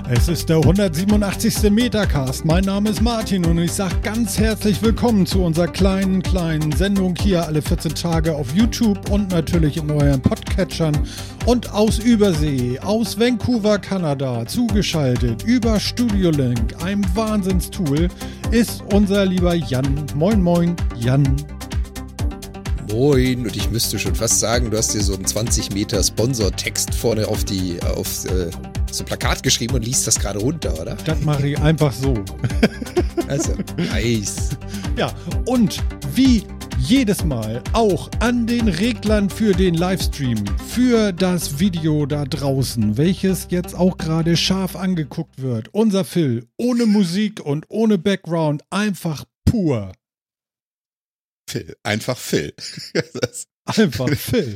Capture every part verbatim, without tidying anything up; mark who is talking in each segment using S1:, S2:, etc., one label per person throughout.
S1: Es ist der hundertsiebenundachtzigste Metacast. Mein Name ist Martin und ich sage ganz herzlich willkommen zu unserer kleinen, kleinen Sendung hier alle vierzehn Tage auf YouTube und natürlich in euren Podcatchern und aus Übersee, aus Vancouver, Kanada, zugeschaltet über Studio Link, einem Wahnsinnstool, ist unser lieber Jan. Moin, moin, Jan.
S2: Moin, und ich müsste schon fast sagen, du hast dir so einen zwanzig Meter Sponsor-Text vorne auf die, auf äh, so ein Plakat geschrieben und liest das gerade runter, oder?
S1: Das mache ich einfach so.
S2: Also, nice.
S1: Ja, und wie jedes Mal auch an den Reglern für den Livestream, für das Video da draußen, welches jetzt auch gerade scharf angeguckt wird. Unser Phil, ohne Musik und ohne Background, einfach pur.
S3: Phil, einfach Phil.
S1: Einfach Phil.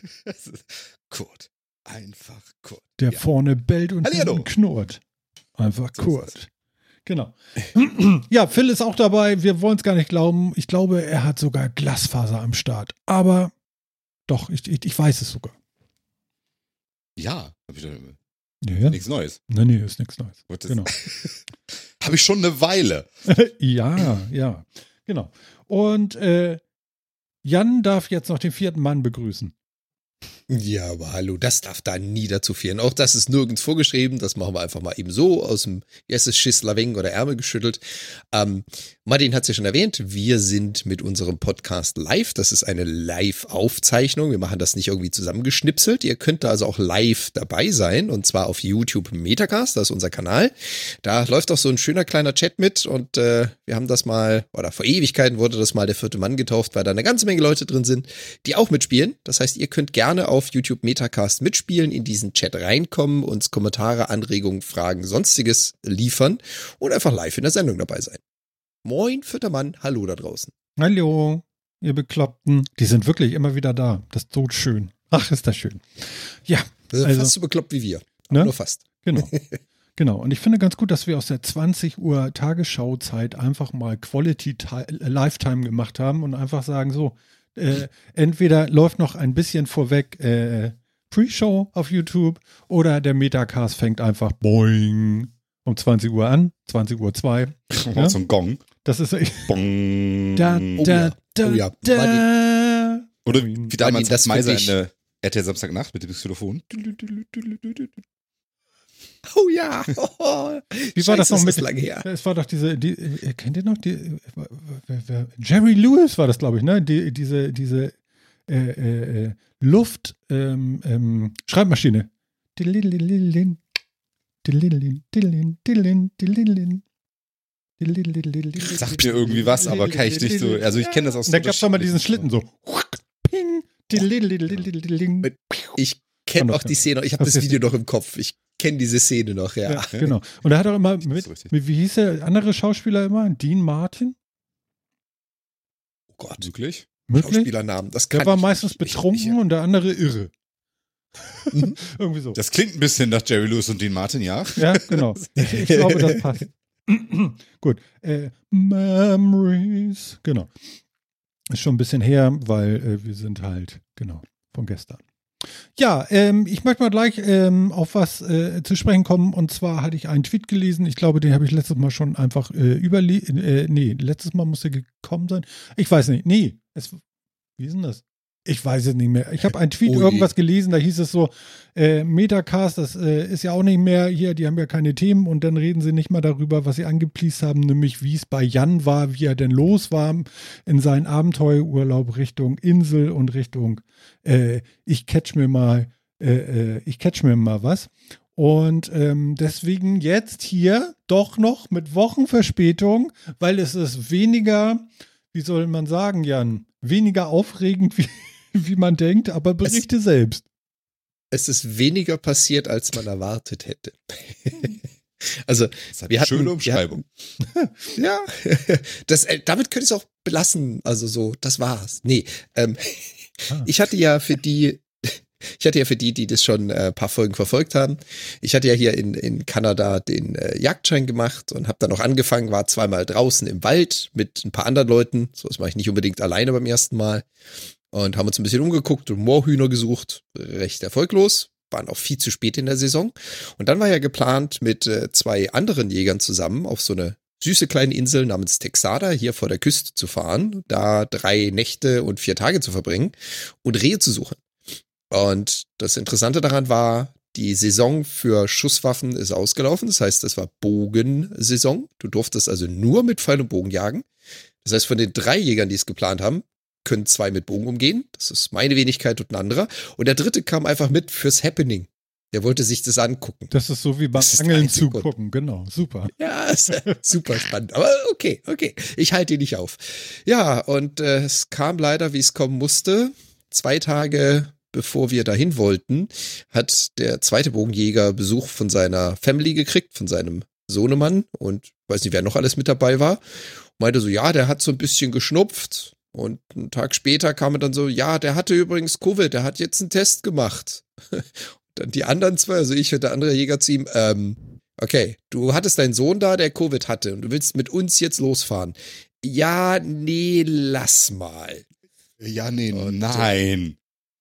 S3: Kurt, einfach Kurt.
S1: Der
S3: ja.
S1: vorne bellt und hinten knurrt. Einfach so Kurt. Genau. Ja, Phil ist auch dabei. Wir wollen es gar nicht glauben. Ich glaube, er hat sogar Glasfaser am Start. Aber doch, ich, ich, ich weiß es sogar.
S3: Ja, hab ich doch
S1: ja.
S3: Nichts Neues.
S1: Nee, nee, ist nichts Neues. Genau.
S3: Habe ich schon eine Weile.
S1: Ja, ja. Genau. Und äh, Jan darf jetzt noch den vierten Mann begrüßen.
S2: Ja, aber hallo, das darf da nie dazu führen. Auch das ist nirgends vorgeschrieben. Das machen wir einfach mal eben so aus dem erstes Schisslaweng oder Ärmel geschüttelt. Ähm, Martin hat es ja schon erwähnt. Wir sind mit unserem Podcast live. Das ist eine Live-Aufzeichnung. Wir machen das nicht irgendwie zusammengeschnipselt. Ihr könnt da also auch live dabei sein. Und zwar auf YouTube Metacast. Das ist unser Kanal. Da läuft auch so ein schöner kleiner Chat mit. Und äh, wir haben das mal, oder vor Ewigkeiten wurde das mal der vierte Mann getauft, weil da eine ganze Menge Leute drin sind, die auch mitspielen. Das heißt, ihr könnt gerne auf YouTube Metacast mitspielen, in diesen Chat reinkommen, uns Kommentare, Anregungen, Fragen, sonstiges liefern und einfach live in der Sendung dabei sein. Moin, vierter Mann, hallo da draußen.
S1: Hallo, ihr Bekloppten. Die sind wirklich immer wieder da. Das ist so schön. Ach, ist das schön. Ja.
S2: Also,
S1: also
S2: fast so bekloppt wie wir.
S1: Ne?
S2: Nur fast.
S1: Genau. Genau. Und ich finde ganz gut, dass wir aus der zwanzig Uhr Tagesschauzeit einfach mal Quality Lifetime gemacht haben und einfach sagen so, Äh, entweder läuft noch ein bisschen vorweg äh, Pre-Show auf YouTube oder der Metacast fängt einfach boing um zwanzig Uhr an, zwanzig Uhr zwei.
S3: Ja? So ein Gong.
S1: Das ist
S3: Bong.
S1: Da,
S2: Oh
S1: da,
S2: ja.
S1: da,
S2: Oh ja.
S1: da.
S3: Oder wie damals
S2: das
S3: Meiser
S2: wirklich-
S3: in der R T L Samstagnacht mit dem Xylophon.
S2: Oh ja. Oh,
S1: Wie war das noch
S2: ist
S1: mit?
S2: lange her.
S1: Es war doch diese, die, äh, kennt ihr noch die? Äh, wer, wer, Jerry Lewis war das, glaube ich, ne? Die, diese, diese äh, äh, äh, Luft ähm, ähm, Schreibmaschine. Dililililin, dilililin, dililin, dililin, dililin.
S3: Sagt mir irgendwie was, aber kann ich nicht so. Also ich kenne das aus.
S1: Da gab es doch mal diesen Schlitten so. Ping, dilililililin.
S2: Ich kenne
S1: Kann
S2: auch
S1: doch
S2: die Szene, ich habe das Video noch im Kopf. Ich kenne diese Szene noch, ja.
S1: Ja, genau. Und er hat auch immer
S3: Das ist
S1: mit,
S3: so richtig.
S1: mit, wie hieß der andere Schauspieler immer? Dean Martin?
S2: Oh Gott,
S3: Wirklich?
S1: Möglich?
S2: Schauspielernamen, das kann
S1: Der war
S2: ich
S1: meistens
S2: nicht. Ich-
S1: betrunken und der andere irre.
S2: Mhm.
S1: Irgendwie so.
S3: Das klingt ein bisschen nach Jerry Lewis und Dean Martin, ja?
S1: Ja, genau. Ich, ich glaube, das passt. Gut. Äh, Memories. Genau. Ist schon ein bisschen her, weil äh, wir sind halt, genau, von gestern. Ja, ähm, ich möchte mal gleich ähm, auf was äh, zu sprechen kommen. Und zwar hatte ich einen Tweet gelesen. Ich glaube, den habe ich letztes Mal schon einfach äh, überle... Äh, nee, letztes Mal musste gekommen sein. Ich weiß nicht. Nee. Es, wie ist denn das? Ich weiß es nicht mehr. Ich habe einen Tweet
S2: Oh je.
S1: irgendwas gelesen, da hieß es so, äh, Metacast, das äh, ist ja auch nicht mehr hier, die haben ja keine Themen und dann reden sie nicht mal darüber, was sie angepliest haben, nämlich wie es bei Jan war, wie er denn los war in seinen Abenteuerurlaub Richtung Insel und Richtung äh, ich catch mir mal, äh, äh, ich catch mir mal was. Und ähm, deswegen jetzt hier doch noch mit Wochenverspätung, weil es ist weniger, wie soll man sagen, Jan, weniger aufregend, wie, wie man denkt, aber berichte es, selbst.
S2: Es ist weniger passiert, als man erwartet hätte. Also,
S3: Das hat
S2: wir
S3: eine
S2: hatten,
S3: schöne Umschreibung.
S2: Wir hatten, ja, das, äh, damit könnte ich es auch belassen. Also so, das war's. Nee, ähm,
S1: Ah.
S2: ich hatte ja für die, ich hatte ja für die, die das schon ein äh, paar Folgen verfolgt haben, ich hatte ja hier in, in Kanada den äh, Jagdschein gemacht und habe dann auch angefangen, war zweimal draußen im Wald mit ein paar anderen Leuten. So, das mache ich nicht unbedingt alleine beim ersten Mal. Und haben uns ein bisschen umgeguckt und Moorhühner gesucht. Recht erfolglos. waren auch viel zu spät in der Saison. Und dann war ja geplant, mit äh, zwei anderen Jägern zusammen auf so eine süße kleine Insel namens Texada hier vor der Küste zu fahren, da drei Nächte und vier Tage zu verbringen und Rehe zu suchen. Und das Interessante daran war, die Saison für Schusswaffen ist ausgelaufen. Das heißt, es war Bogensaison. Du durftest also nur mit Pfeil und Bogen jagen. Das heißt, von den drei Jägern, die es geplant haben, können zwei mit Bogen umgehen. Das ist meine Wenigkeit und ein anderer. Und der dritte kam einfach mit fürs Happening. Der wollte sich das angucken.
S1: Das ist so wie beim Angeln zugucken. Genau, super.
S2: Ja, ist super spannend. Aber okay, okay. Ich halte ihn nicht auf. Ja, und äh, es kam leider, wie es kommen musste. Zwei Tage bevor wir dahin wollten, hat der zweite Bogenjäger Besuch von seiner Family gekriegt, von seinem Sohnemann. Und ich weiß nicht, wer noch alles mit dabei war. Meinte so, ja, der hat so ein bisschen geschnupft. Und einen Tag später kam er dann so, ja, der hatte übrigens Covid, der hat jetzt einen Test gemacht. Dann die anderen zwei, also ich und der andere Jäger zu ihm, ähm, okay, du hattest deinen Sohn da, der Covid hatte und du willst mit uns jetzt losfahren. Ja, nee, lass mal.
S3: Ja, nee,
S2: und,
S3: nein.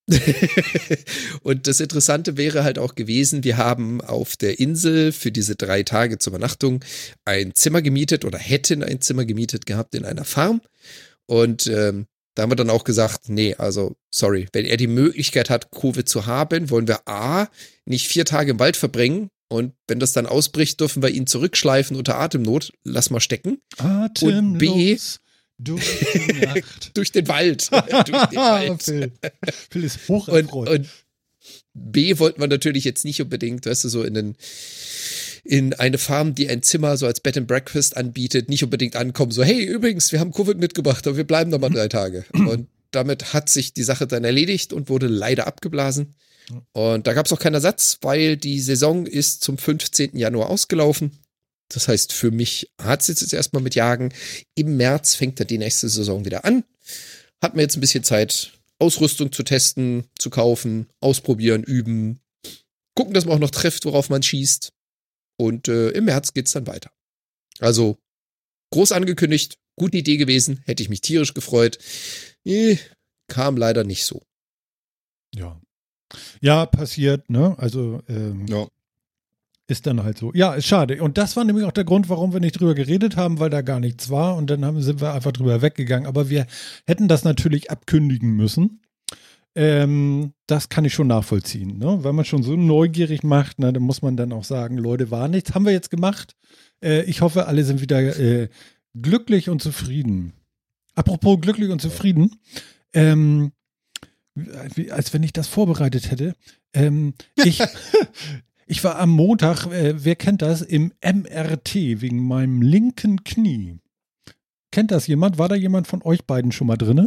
S2: Und das Interessante wäre halt auch gewesen, wir haben auf der Insel für diese drei Tage zur Übernachtung ein Zimmer gemietet oder hätten ein Zimmer gemietet gehabt in einer Farm. Und ähm, da haben wir dann auch gesagt, nee, also sorry, wenn er die Möglichkeit hat, Covid zu haben, wollen wir A, nicht vier Tage im Wald verbringen und wenn das dann ausbricht, dürfen wir ihn zurückschleifen unter Atemnot, lass mal stecken.
S1: Atemlos.
S2: Und B,
S1: durch die Nacht.
S2: durch den Wald. durch den Wald.
S1: Phil. Phil ist hoch
S2: und,
S1: erfreut.
S2: und B wollten wir natürlich jetzt nicht unbedingt, weißt du, so in den in eine Farm, die ein Zimmer so als Bed and Breakfast anbietet, nicht unbedingt ankommen, so, hey, übrigens, wir haben Covid mitgebracht, aber wir bleiben noch mal drei Tage. Und damit hat sich die Sache dann erledigt und wurde leider abgeblasen. Und da gab es auch keinen Ersatz, weil die Saison ist zum fünfzehnten Januar ausgelaufen. Das heißt, für mich hat es jetzt erstmal mit Jagen. Im März fängt dann die nächste Saison wieder an. Hat mir jetzt ein bisschen Zeit, Ausrüstung zu testen, zu kaufen, ausprobieren, üben. Gucken, dass man auch noch trifft, worauf man schießt. Und äh, im März geht's dann weiter. Also, groß angekündigt, gute Idee gewesen, hätte ich mich tierisch gefreut. Eh, kam leider nicht so.
S1: Ja. Ja, passiert, ne? Also, ähm,
S3: Ja.
S1: ist dann halt so. Ja, ist schade. Und das war nämlich auch der Grund, warum wir nicht drüber geredet haben, weil da gar nichts war. Und dann haben, sind wir einfach drüber weggegangen. Aber wir hätten das natürlich abkündigen müssen. Ähm, das kann ich schon nachvollziehen. Ne? Wenn man schon so neugierig macht, ne, dann muss man dann auch sagen, Leute, war nichts. Haben wir jetzt gemacht. Äh, ich hoffe, alle sind wieder äh, glücklich und zufrieden. Apropos glücklich und zufrieden. Ähm, wie, als wenn ich das vorbereitet hätte. Ähm, ich, ich war am Montag, äh, wer kennt das, im M R T wegen meinem linken Knie. Kennt das jemand? War da jemand von euch beiden schon mal drinne?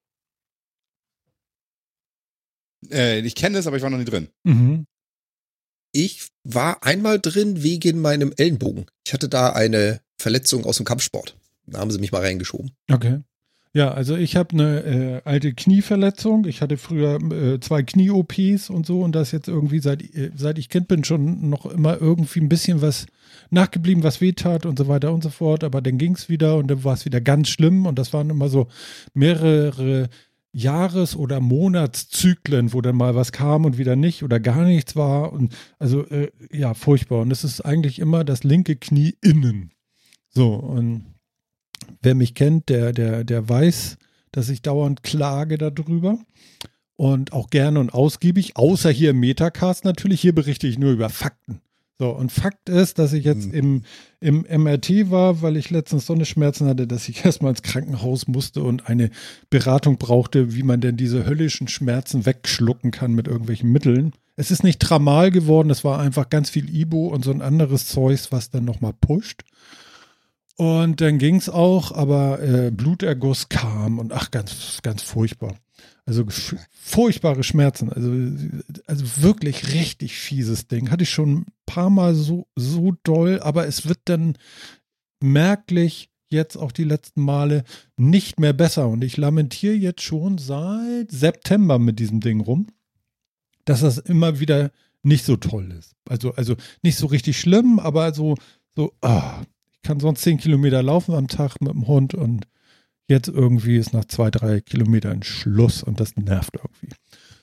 S3: Äh, ich kenne das, aber ich war noch nie drin.
S1: Mhm.
S2: Ich war einmal drin wegen meinem Ellenbogen. Ich hatte da eine Verletzung aus dem Kampfsport. Da haben sie mich mal reingeschoben.
S1: Okay. Ja, also ich habe eine äh, alte Knieverletzung. Ich hatte früher äh, zwei Knie-O Ps und so und das jetzt irgendwie seit, äh, seit ich Kind bin schon noch immer irgendwie ein bisschen was nachgeblieben, was wehtat und so weiter und so fort. Aber dann ging es wieder und dann war es wieder ganz schlimm und das waren immer so mehrere Jahres- oder Monatszyklen, wo dann mal was kam und wieder nicht oder gar nichts war. Und also äh, ja, furchtbar. Und es ist eigentlich immer das linke Knie innen. So, und wer mich kennt, der, der, der weiß, dass ich dauernd klage darüber. Und auch gerne und ausgiebig, außer hier im Metacast natürlich. Hier berichte ich nur über Fakten. So, und Fakt ist, dass ich jetzt im, im M R T war, weil ich letztens so eine Schmerzen hatte, dass ich erstmal ins Krankenhaus musste und eine Beratung brauchte, wie man denn diese höllischen Schmerzen wegschlucken kann mit irgendwelchen Mitteln. Es ist nicht Tramal geworden, es war einfach ganz viel Ibo und so ein anderes Zeugs, was dann nochmal pusht. Und dann ging es auch, aber äh, Bluterguss kam und ach, ganz, ganz furchtbar. Also f- furchtbare Schmerzen, also, also wirklich richtig fieses Ding. Hatte ich schon ein paar Mal so, so doll, aber es wird dann merklich jetzt auch die letzten Male nicht mehr besser. Und ich lamentiere jetzt schon seit September mit diesem Ding rum, dass das immer wieder nicht so toll ist. Also, also nicht so richtig schlimm, aber so, so, ah, ich kann sonst zehn Kilometer laufen am Tag mit dem Hund und jetzt irgendwie ist nach zwei, drei Kilometern Schluss und das nervt irgendwie.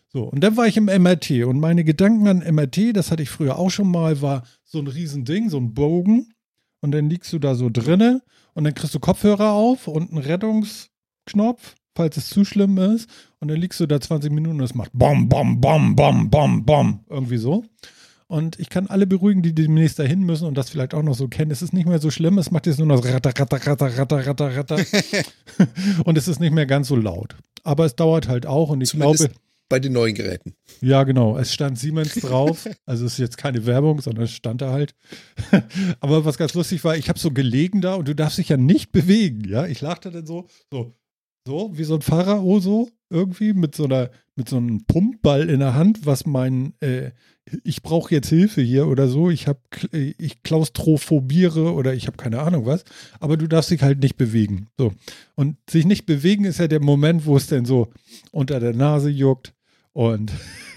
S1: So, und dann war ich im M R T und meine Gedanken an M R T, das hatte ich früher auch schon mal, war so ein Riesending, so ein Bogen und dann liegst du da so drinne und dann kriegst du Kopfhörer auf und einen Rettungsknopf, falls es zu schlimm ist und dann liegst du da zwanzig Minuten und es macht Bom, Bom, Bom, Bom, Bom, Bom, irgendwie so. Und ich kann alle beruhigen, die demnächst dahin müssen und das vielleicht auch noch so kennen. Es ist nicht mehr so schlimm, es macht jetzt nur noch ratter, ratter, ratter, ratter, ratter, ratter. Und es ist nicht mehr ganz so laut. Aber es dauert halt auch und ich
S2: Zumindest
S1: glaube...
S2: bei den neuen Geräten.
S1: Ja, genau. Es stand Siemens drauf. Also es ist jetzt keine Werbung, sondern es stand da halt. Aber was ganz lustig war, ich habe so gelegen da und du darfst dich ja nicht bewegen. Ja, ich lag da dann so, so, so wie so ein Pharao so irgendwie mit so einer, mit so einem Pumpball in der Hand, was mein, äh, ich brauche jetzt Hilfe hier oder so. Ich habe, ich klaustrophobiere oder ich habe keine Ahnung was. Aber du darfst dich halt nicht bewegen. So. Und sich nicht bewegen ist ja der Moment, wo es dann so unter der Nase juckt. Und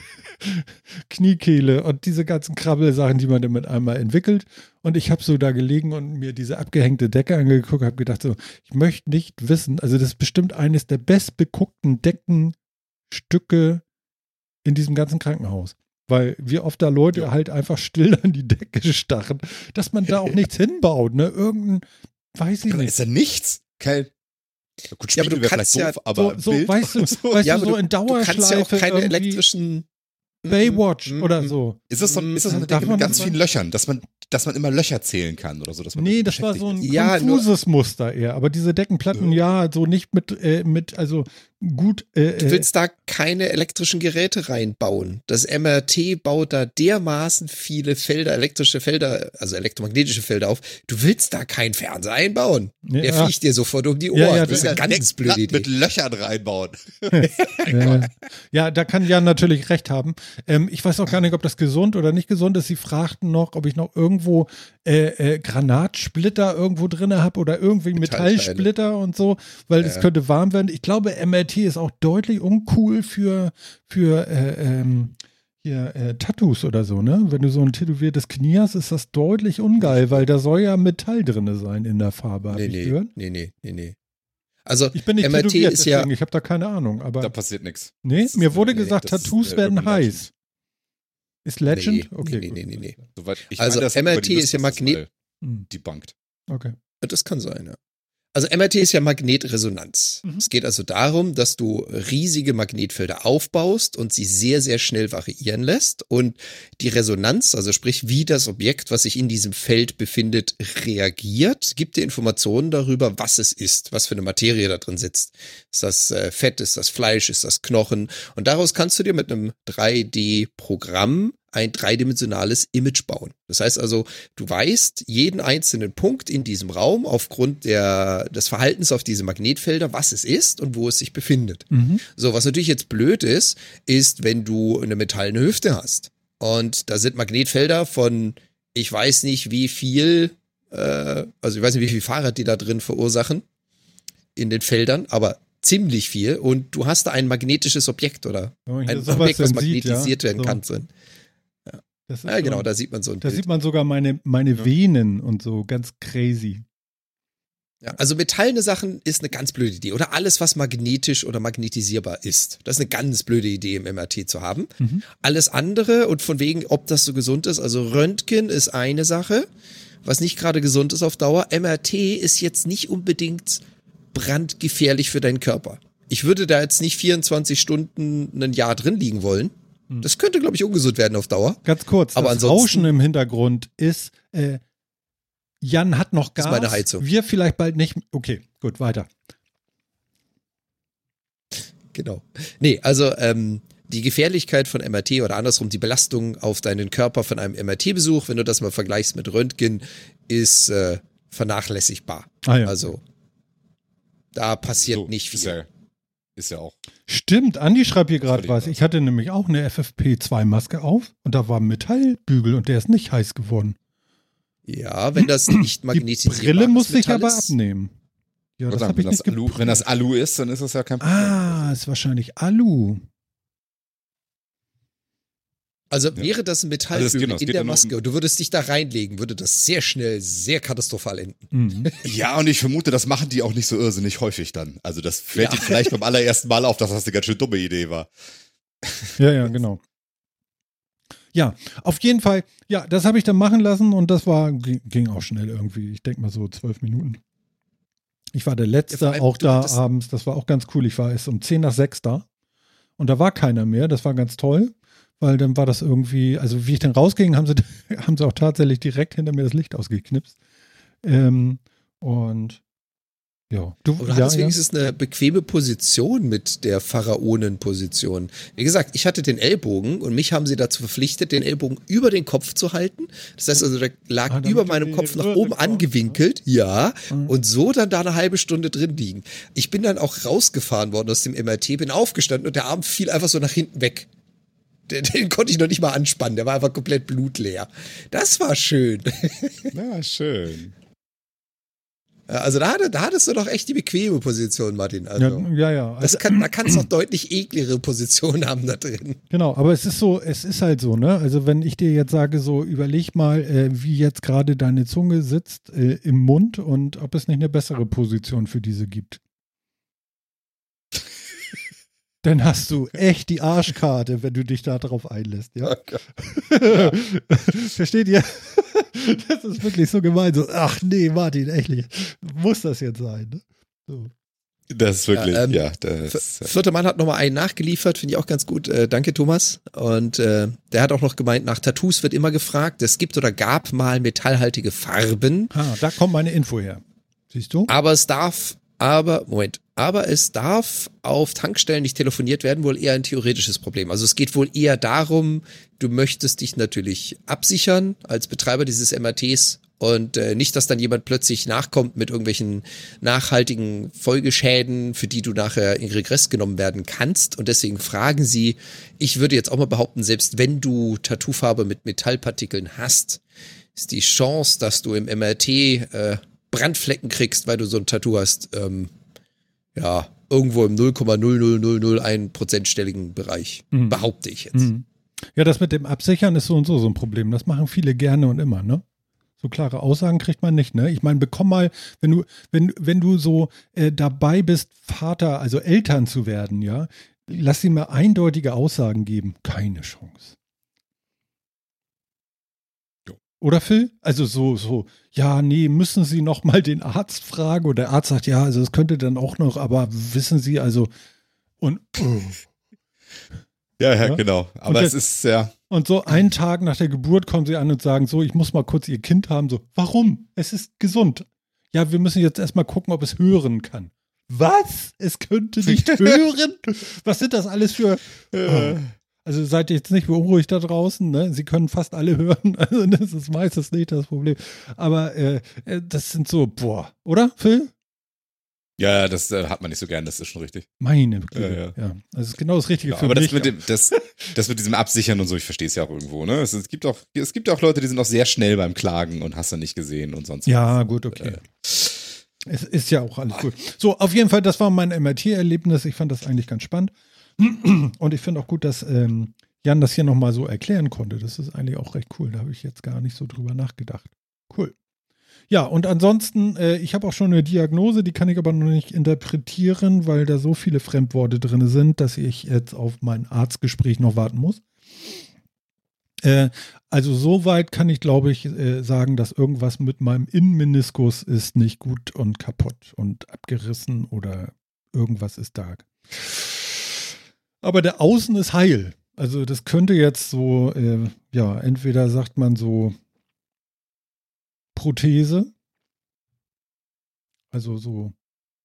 S1: Kniekehle und diese ganzen Krabbelsachen, die man dann mit einmal entwickelt. Und ich habe so da gelegen und mir diese abgehängte Decke angeguckt, habe gedacht so, ich möchte nicht wissen, also das ist bestimmt eines der bestbeguckten Deckenstücke in diesem ganzen Krankenhaus. Weil wie oft da Leute ja. halt einfach still an die Decke starren, dass man da auch nichts hinbaut, ne? Irgendein, weiß ich nicht.
S3: Ist da nichts? Kein
S2: Gut, ja, aber du kannst ja,
S3: doof, aber
S1: so, so weißt du, so, weißt
S2: ja,
S1: du, so
S2: du,
S1: in Dauerschleife
S2: du kannst ja auch keine elektrischen
S1: Baywatch
S2: mm,
S1: oder
S2: mm,
S1: so.
S3: Ist das so, ist das so eine Decke mit ganz vielen Löchern, dass man, dass man immer Löcher zählen kann oder so? Dass man
S1: nee, das war so ein
S2: ja,
S1: konfuses Muster eher. Aber diese Deckenplatten, ja, so nicht mit, äh, mit also gut. Äh,
S2: du willst da keine elektrischen Geräte reinbauen. Das M R T baut da dermaßen viele Felder, elektrische Felder, also elektromagnetische Felder auf. Du willst da keinen Fernseher einbauen.
S1: Ja,
S2: Der
S1: ja.
S2: fliegt dir sofort um die Ohren.
S1: Ja, ja,
S2: das ist eine ganz blöde Idee.
S3: Mit Löchern reinbauen.
S1: ja, ja, da kann Jan natürlich recht haben. Ähm, ich weiß auch gar nicht, ob das gesund oder nicht gesund ist. Sie fragten noch, ob ich noch irgendwo äh, äh, Granatsplitter irgendwo drin habe oder irgendwie Metallsplitter und so, weil es
S2: ja.
S1: könnte warm werden. Ich glaube, M R T ist auch deutlich uncool für, für äh, ähm, hier, äh, Tattoos oder so, ne? Wenn du so ein tätowiertes Knie hast, ist das deutlich ungeil, weil da soll ja Metall drin sein in der Farbe,
S2: nee,
S1: ich
S2: nee,
S1: gehört.
S2: nee, nee, nee, nee. Also
S1: ich bin nicht
S2: M R T
S1: tätowiert,
S2: ist ja,
S1: deswegen, ich habe da keine Ahnung. Aber
S3: da passiert nichts.
S1: nee,
S3: Das
S1: mir
S3: ist-
S1: wurde
S3: nee,
S1: gesagt,
S3: das ist,
S1: Tattoos
S3: äh,
S1: werden
S3: Urban
S1: heiß.
S3: Legend.
S1: Ist Legend?
S2: Nee,
S1: okay.
S2: nee,
S1: gut.
S2: nee, nee, nee.
S3: Soweit ich
S2: Also
S3: meine, das
S2: M R T
S3: über die
S2: ist ja
S3: Liste,
S2: Magnet-
S3: das ist
S1: Hm,
S3: mal debunked.
S1: okay.
S2: Das kann sein, ja. Also M R T ist ja Magnetresonanz.
S1: Mhm.
S2: Es geht also darum, dass du riesige Magnetfelder aufbaust und sie sehr, sehr schnell variieren lässt und die Resonanz, also sprich, wie das Objekt, was sich in diesem Feld befindet, reagiert, gibt dir Informationen darüber, was es ist, was für eine Materie da drin sitzt. Ist das äh, Fett, ist das Fleisch, ist das Knochen? Und daraus kannst du dir mit einem drei D-Programm ein dreidimensionales Image bauen. Das heißt also, du weißt jeden einzelnen Punkt in diesem Raum aufgrund der, des Verhaltens auf diese Magnetfelder, was es ist und wo es sich befindet.
S1: Mhm.
S2: So, was natürlich jetzt blöd ist, ist, wenn du eine metallene Hüfte hast und da sind Magnetfelder von, ich weiß nicht wie viel, äh, also ich weiß nicht, wie viel Fahrrad die da drin verursachen in den Feldern, aber ziemlich viel und du hast da ein magnetisches Objekt oder
S1: Wenn man hier
S2: ein
S1: sowas
S2: Objekt, was
S1: dann sieht,
S2: magnetisiert
S1: ja,
S2: werden
S1: so.
S2: kann drin.
S1: Das ist
S2: Ja, genau,
S1: so,
S2: da sieht man so ein
S1: da
S2: Bild.
S1: sieht man sogar meine, meine
S3: Ja.
S1: Venen und so, ganz crazy.
S2: Ja, also metallene Sachen ist eine ganz blöde Idee. Oder alles, was magnetisch oder magnetisierbar ist. Das ist eine ganz blöde Idee im M R T zu haben.
S1: Mhm.
S2: Alles andere und von wegen, ob das so gesund ist. Also Röntgen ist eine Sache, was nicht gerade gesund ist auf Dauer. M R T ist jetzt nicht unbedingt brandgefährlich für deinen Körper. Ich würde da jetzt nicht vierundzwanzig Stunden ein Jahr drin liegen wollen. Das könnte, glaube ich, ungesund werden auf Dauer.
S1: Ganz kurz,
S2: Aber
S1: das
S2: ansonsten-
S1: Rauschen im Hintergrund ist, äh, Jan hat noch
S2: Das
S1: Gas.
S2: ist meine Heizung.
S1: Wir vielleicht bald nicht. Okay, gut, weiter.
S2: Genau. Nee, also ähm, die Gefährlichkeit von M R T oder andersrum die Belastung auf deinen Körper von einem M R T-Besuch, wenn du das mal vergleichst mit Röntgen, ist äh, vernachlässigbar.
S1: Ah ja.
S2: Also da passiert
S3: So,
S2: nicht
S3: ist
S2: viel.
S3: ja, ist ja auch.
S1: Stimmt, Andi schreibt hier gerade
S3: völlig
S1: was.
S3: klar.
S1: Ich hatte nämlich auch eine F F P zwei Maske auf und da war ein Metallbügel und der ist nicht heiß geworden.
S2: Ja, wenn das nicht
S1: Die
S2: magnetisiert
S1: Brille musste ich aber abnehmen. Ja,
S3: Ich
S1: das
S3: sagen,
S1: habe ich
S3: wenn,
S1: nicht
S3: das Alu,
S1: geprüft.
S3: wenn das Alu ist, dann ist das ja kein Problem.
S1: Ah, ist wahrscheinlich Alu.
S2: Also wäre das ein
S3: Also es
S2: Metallbügel
S3: geht noch, es
S2: in
S3: geht
S2: der
S3: ja noch
S2: Maske
S3: um-
S2: und du würdest dich da reinlegen, würde das sehr schnell sehr katastrophal enden.
S1: Mhm.
S3: Ja, und ich vermute, das machen die auch nicht so irrsinnig häufig dann. Also das fällt
S2: Ja.
S3: ihnen vielleicht beim allerersten Mal auf, dass das eine ganz schön dumme Idee war.
S1: Ja, ja, genau. Ja, auf jeden Fall, ja, das habe ich dann machen lassen und das war, ging auch schnell irgendwie. Ich denke mal so zwölf Minuten. Ich war der Letzte ja, auch da abends, das war auch ganz cool. Ich war erst um zehn nach sechs da und da war keiner mehr, das war ganz toll, weil dann war das irgendwie, also wie ich dann rausging, haben sie, haben sie auch tatsächlich direkt hinter mir das Licht ausgeknipst. Ähm, und ja.
S2: Du, Oder
S1: ja,
S2: hattest
S1: ja.
S2: wenigstens eine bequeme Position mit der Pharaonenposition. Wie gesagt, ich hatte den Ellbogen und mich haben sie dazu verpflichtet, den Ellbogen über den Kopf zu halten. Das heißt also, der lag ah, über meinem Kopf nach oben angewinkelt. Ja. Mhm. Und so dann da eine halbe Stunde drin liegen. Ich bin dann auch rausgefahren worden aus dem M R T, bin aufgestanden und der Arm fiel einfach so nach hinten weg. Den, den konnte ich noch nicht mal anspannen. Der war einfach komplett blutleer. Das war schön.
S3: Ja, schön.
S2: Also da, da hattest du doch echt die bequeme Position, Martin. Also,
S1: ja, ja. ja.
S2: Das kann, da kannst du noch deutlich ekligere Positionen haben da drin.
S1: Genau, aber es ist so, es ist halt so, ne? Also wenn ich dir jetzt sage, so überleg mal, äh, wie jetzt gerade deine Zunge sitzt äh, im Mund und ob es nicht eine bessere Position für diese gibt. Dann hast du echt die Arschkarte, wenn du dich da drauf einlässt, ja? Okay. Ja. Versteht ihr? Das ist wirklich so gemein. So, ach nee, Martin, echt nicht. Muss das jetzt sein? Ne? So.
S3: Das ist wirklich, ja. Ähm, ja
S2: das, Vierte Mann hat nochmal einen nachgeliefert, finde ich auch ganz gut. Äh, danke, Thomas. Und äh, der hat auch noch gemeint, nach Tattoos wird immer gefragt, es gibt oder gab mal metallhaltige Farben.
S1: Ah, da kommt meine Info her. Siehst du?
S2: Aber es darf, aber, Moment, aber es darf auf Tankstellen nicht telefoniert werden, wohl eher ein theoretisches Problem. Also es geht wohl eher darum, du möchtest dich natürlich absichern als Betreiber dieses M R Ts und äh, nicht, dass dann jemand plötzlich nachkommt mit irgendwelchen nachhaltigen Folgeschäden, für die du nachher in Regress genommen werden kannst. Und deswegen fragen sie, ich würde jetzt auch mal behaupten, selbst wenn du Tattoofarbe mit Metallpartikeln hast, ist die Chance, dass du im M R T äh, Brandflecken kriegst, weil du so ein Tattoo hast, ähm, ja, irgendwo im null Komma null null null null eins Prozentstelligen Bereich, mhm. behaupte ich jetzt.
S1: Mhm. Ja, das mit dem Absichern ist so und so so ein Problem. Das machen viele gerne und immer, ne? So klare Aussagen kriegt man nicht, ne? Ich meine, bekomm mal, wenn du, wenn, wenn du so äh, dabei bist, Vater, also Eltern zu werden, ja, lass sie mir eindeutige Aussagen geben. Keine Chance. Oder Phil? Also so, so, ja, nee, müssen Sie noch mal den Arzt fragen? Und der Arzt sagt, ja, also es könnte dann auch noch, aber wissen Sie, also und oh.
S3: ja, ja, ja, genau. Aber jetzt, es ist, ja.
S1: Und so einen Tag nach der Geburt kommen Sie an und sagen so, ich muss mal kurz Ihr Kind haben. So, warum? Es ist gesund. Ja, wir müssen jetzt erstmal gucken, ob es hören kann. Was? Es könnte nicht hören? Was sind das alles für... Oh. Also seid ihr jetzt nicht beunruhigt da draußen, ne? Sie können fast alle hören, also das ist meistens nicht das Problem. Aber äh, das sind so, boah, oder, Phil?
S3: Ja, das äh, hat man nicht so gern, das ist schon richtig.
S1: Meine Güte, ja, ja. ja. Also das ist genau das Richtige ja, für
S3: aber
S1: mich.
S3: Aber das, mit das, das mit diesem Absichern und so, ich verstehe es ja auch irgendwo, ne? Es, es gibt auch, es gibt auch Leute, die sind auch sehr schnell beim Klagen und hast du nicht gesehen und sonst
S1: ja,
S3: was.
S1: Gut, okay. Äh, es ist ja auch alles gut. So, auf jeden Fall, das war mein M R T-Erlebnis. Ich fand das eigentlich ganz spannend. Und ich finde auch gut, dass ähm, Jan das hier nochmal so erklären konnte. Das ist eigentlich auch recht cool. Da habe ich jetzt gar nicht so drüber nachgedacht. Cool. Ja, und ansonsten, äh, ich habe auch schon eine Diagnose, die kann ich aber noch nicht interpretieren, weil da so viele Fremdworte drin sind, dass ich jetzt auf mein Arztgespräch noch warten muss. Äh, also soweit kann ich, glaube ich, äh, sagen, dass irgendwas mit meinem Innenmeniskus ist nicht gut und kaputt und abgerissen oder irgendwas ist da. Aber der Außen ist heil. Also das könnte jetzt so, äh, ja, entweder sagt man so Prothese, also so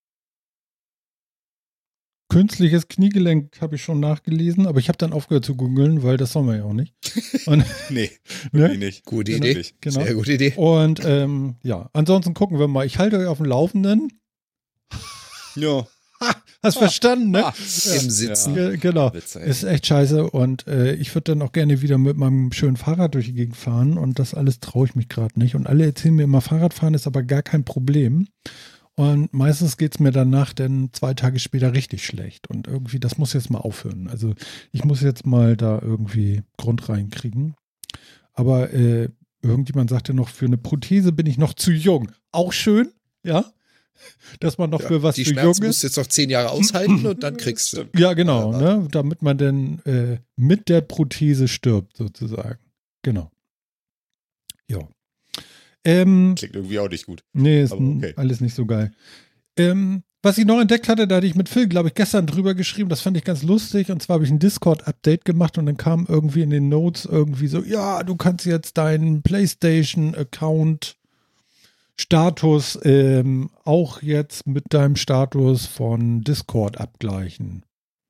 S1: künstliches Kniegelenk habe ich schon nachgelesen, aber ich habe dann aufgehört zu googeln, weil das soll man ja auch nicht. Und,
S3: nee, wirklich ne? nicht.
S2: Gute Idee.
S1: Genau.
S2: Sehr gute Idee.
S1: Und ähm, ja, ansonsten gucken wir mal. Ich halte euch auf dem Laufenden.
S3: Ja.
S1: Hast ah, verstanden, ne?
S2: Ah, ja. Im Sitzen.
S1: Ja, genau. Ist echt scheiße und äh, ich würde dann auch gerne wieder mit meinem schönen Fahrrad durch die Gegend fahren und das alles traue ich mich gerade nicht. Und alle erzählen mir immer, Fahrradfahren ist aber gar kein Problem. Und meistens geht es mir danach dann zwei Tage später richtig schlecht. Und irgendwie, das muss jetzt mal aufhören. Also ich muss jetzt mal da irgendwie Grund reinkriegen. Aber äh, irgendjemand sagte noch, für eine Prothese bin ich noch zu jung. Auch schön, ja. dass man noch
S2: Ja,
S1: für was
S2: die
S1: zu
S2: Schmerzen
S1: jung
S2: musst
S1: ist.
S2: du jetzt noch zehn Jahre aushalten und dann kriegst du.
S1: Ja, genau,
S2: Ja,
S1: ne? Damit man dann äh, mit der Prothese stirbt, sozusagen. Genau. Ja. Ähm,
S3: Klingt irgendwie auch nicht gut.
S1: nee, ist
S3: Aber okay.
S1: alles nicht so geil. Ähm, was ich noch entdeckt hatte, da hatte ich mit Phil, glaube ich, gestern drüber geschrieben, das fand ich ganz lustig. Und zwar habe ich ein Discord-Update gemacht und dann kam irgendwie in den Notes irgendwie so, ja, du kannst jetzt deinen PlayStation-Account Status ähm, auch jetzt mit deinem Status von Discord abgleichen.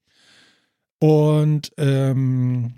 S1: Und ähm,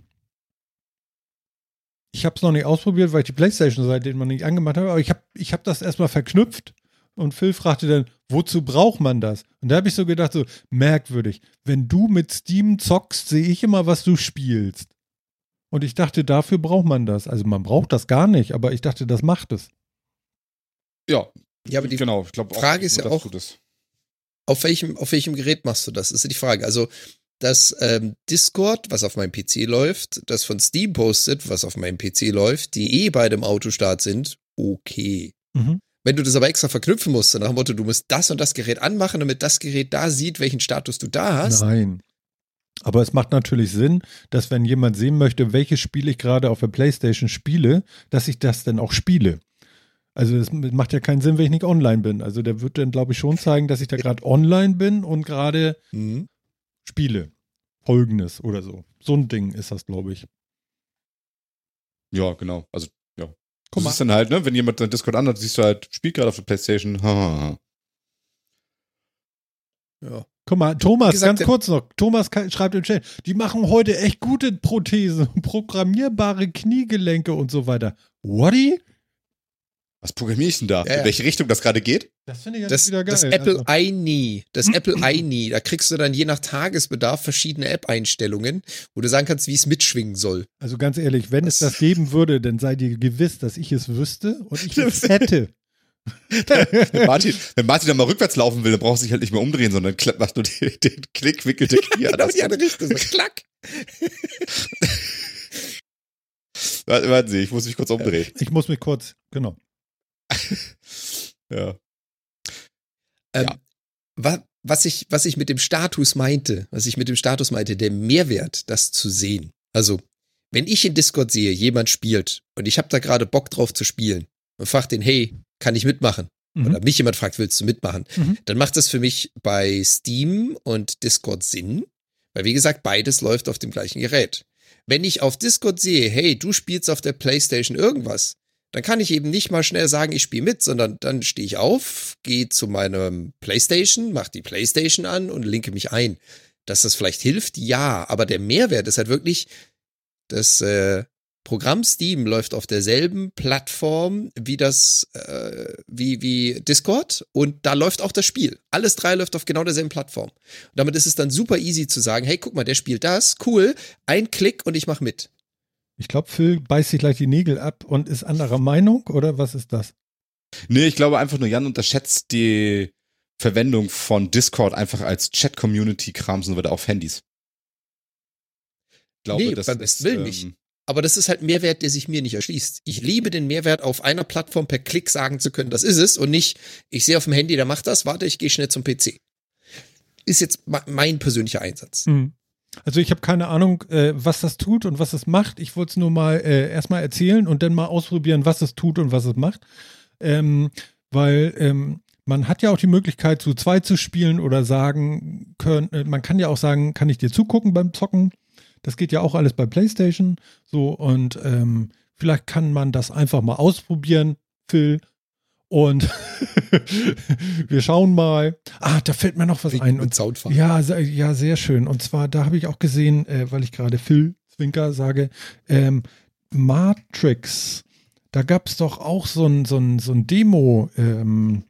S1: ich habe es noch nicht ausprobiert, weil ich die PlayStation-Seite immer nicht angemacht habe, aber ich habe ich hab das erstmal verknüpft und Phil fragte dann, wozu braucht man das? Und da habe ich so gedacht, so merkwürdig, wenn du mit Steam zockst, sehe ich immer, was du spielst. Und ich dachte, dafür braucht man das. Also man braucht das gar nicht, aber ich dachte, das macht es.
S3: Ja,
S2: Ja, aber die
S3: genau. Ich glaube
S2: Frage ist ja
S3: dass
S2: auch-
S3: du das-
S2: Auf welchem, auf welchem Gerät machst du das? Das ist die Frage. Also das ähm, Discord, was auf meinem P C läuft, das von Steam postet, was auf meinem P C läuft, die eh beide im Autostart sind, okay.
S1: Mhm.
S2: Wenn du das aber extra verknüpfen musst, nach dem Motto, du musst das und das Gerät anmachen, damit das Gerät da sieht, welchen Status du da hast.
S1: Nein. Aber es macht natürlich Sinn, dass wenn jemand sehen möchte, welches Spiel ich gerade auf der PlayStation spiele, dass ich das dann auch spiele. Also es macht ja keinen Sinn, wenn ich nicht online bin. Also der wird dann, glaube ich, schon zeigen, dass ich da gerade online bin und gerade
S2: Mhm.
S1: spiele. Folgendes oder so. So ein Ding ist das, glaube ich.
S3: Ja, genau. Also, ja.
S1: Guck
S3: Du
S1: mal.
S3: siehst dann halt, ne, wenn jemand dein Discord anhat, siehst du halt, spielt gerade auf der PlayStation. Ha, ha, ha.
S2: Ja.
S1: Guck mal, Thomas,
S2: gesagt,
S1: ganz
S2: der-
S1: kurz noch. Thomas ka- schreibt im Chat, die machen heute echt gute Prothesen, programmierbare Kniegelenke und so weiter. Whatty?
S3: Was programmiere ich denn da?
S2: Ja, ja.
S3: In welche Richtung das gerade geht?
S1: Das finde ich jetzt
S2: Das,
S1: wieder geil.
S2: das Apple
S1: also,
S2: iKnee, das Apple iKnee, da kriegst du dann je nach Tagesbedarf verschiedene App-Einstellungen, wo du sagen kannst, wie es mitschwingen soll.
S1: also ganz ehrlich, wenn es das geben würde, dann sei dir gewiss, dass ich es wüsste und ich es hätte.
S3: Wenn Martin, wenn Martin dann mal rückwärts laufen will, dann braucht er sich halt nicht mehr umdrehen, sondern klapp- macht nur den, den Klick, wickelt der Knie
S2: Genau
S3: an.
S2: die andere Richtung. So, klack.
S3: Warte- Warten Sie, ich muss mich kurz umdrehen.
S1: Ich muss mich kurz, genau.
S3: Ja.
S2: Ähm,
S3: Ja.
S2: wa- was, ich, was ich mit dem Status meinte, was ich mit dem Status meinte, der Mehrwert, das zu sehen. Also, wenn ich in Discord sehe, jemand spielt und ich habe da gerade Bock drauf zu spielen und frage den, hey, kann ich mitmachen?
S1: Mhm.
S2: Oder mich jemand fragt, willst du mitmachen?
S1: Mhm.
S2: Dann macht das für mich bei Steam und Discord Sinn, weil wie gesagt, beides läuft auf dem gleichen Gerät. Wenn ich auf Discord sehe, hey, du spielst auf der PlayStation irgendwas, dann kann ich eben nicht mal schnell sagen, ich spiele mit, sondern dann stehe ich auf, gehe zu meinem PlayStation, mache die PlayStation an und linke mich ein. Dass das vielleicht hilft, ja, aber der Mehrwert ist halt wirklich, das äh, Programm Steam läuft auf derselben Plattform wie das, äh, wie, wie Discord und da läuft auch das Spiel. Alles drei läuft auf genau derselben Plattform. Und damit ist es dann super easy zu sagen, hey, guck mal, der spielt das, cool, ein Klick und ich mach mit.
S1: Ich glaube, Phil beißt sich gleich die Nägel ab und ist anderer Meinung, oder was ist das?
S3: Nee, ich glaube einfach nur, Jan unterschätzt die Verwendung von Discord einfach als Chat-Community-Krams und so weiter auf Handys. Ich glaube,
S2: Nee,
S3: das
S2: beim besten Willen nicht. Aber das ist halt ein Mehrwert, der sich mir nicht erschließt. Ich liebe den Mehrwert, auf einer Plattform per Klick sagen zu können, das ist es und nicht, ich sehe auf dem Handy, der macht das, warte, ich gehe schnell zum P C. Ist jetzt mein persönlicher Einsatz.
S1: Mhm. Also ich habe keine Ahnung, äh, was das tut und was es macht. Ich wollte es nur mal äh, erstmal erzählen und dann mal ausprobieren, was es tut und was es macht. Ähm, weil ähm, man hat ja auch die Möglichkeit, zu zweit zu spielen oder sagen können, äh, man kann ja auch sagen, kann ich dir zugucken beim Zocken? Das geht ja auch alles bei PlayStation. So, und ähm, vielleicht kann man das einfach mal ausprobieren, Phil. Und wir schauen mal. Ah, da fällt mir noch was ein. Und
S2: Soundfall.
S1: ja, se- ja, sehr schön. Und zwar, da habe ich auch gesehen, äh, weil ich gerade Phil Zwinker sage, ähm, Matrix. Da gab es doch auch so ein, so ein, so ein Demo, ähm,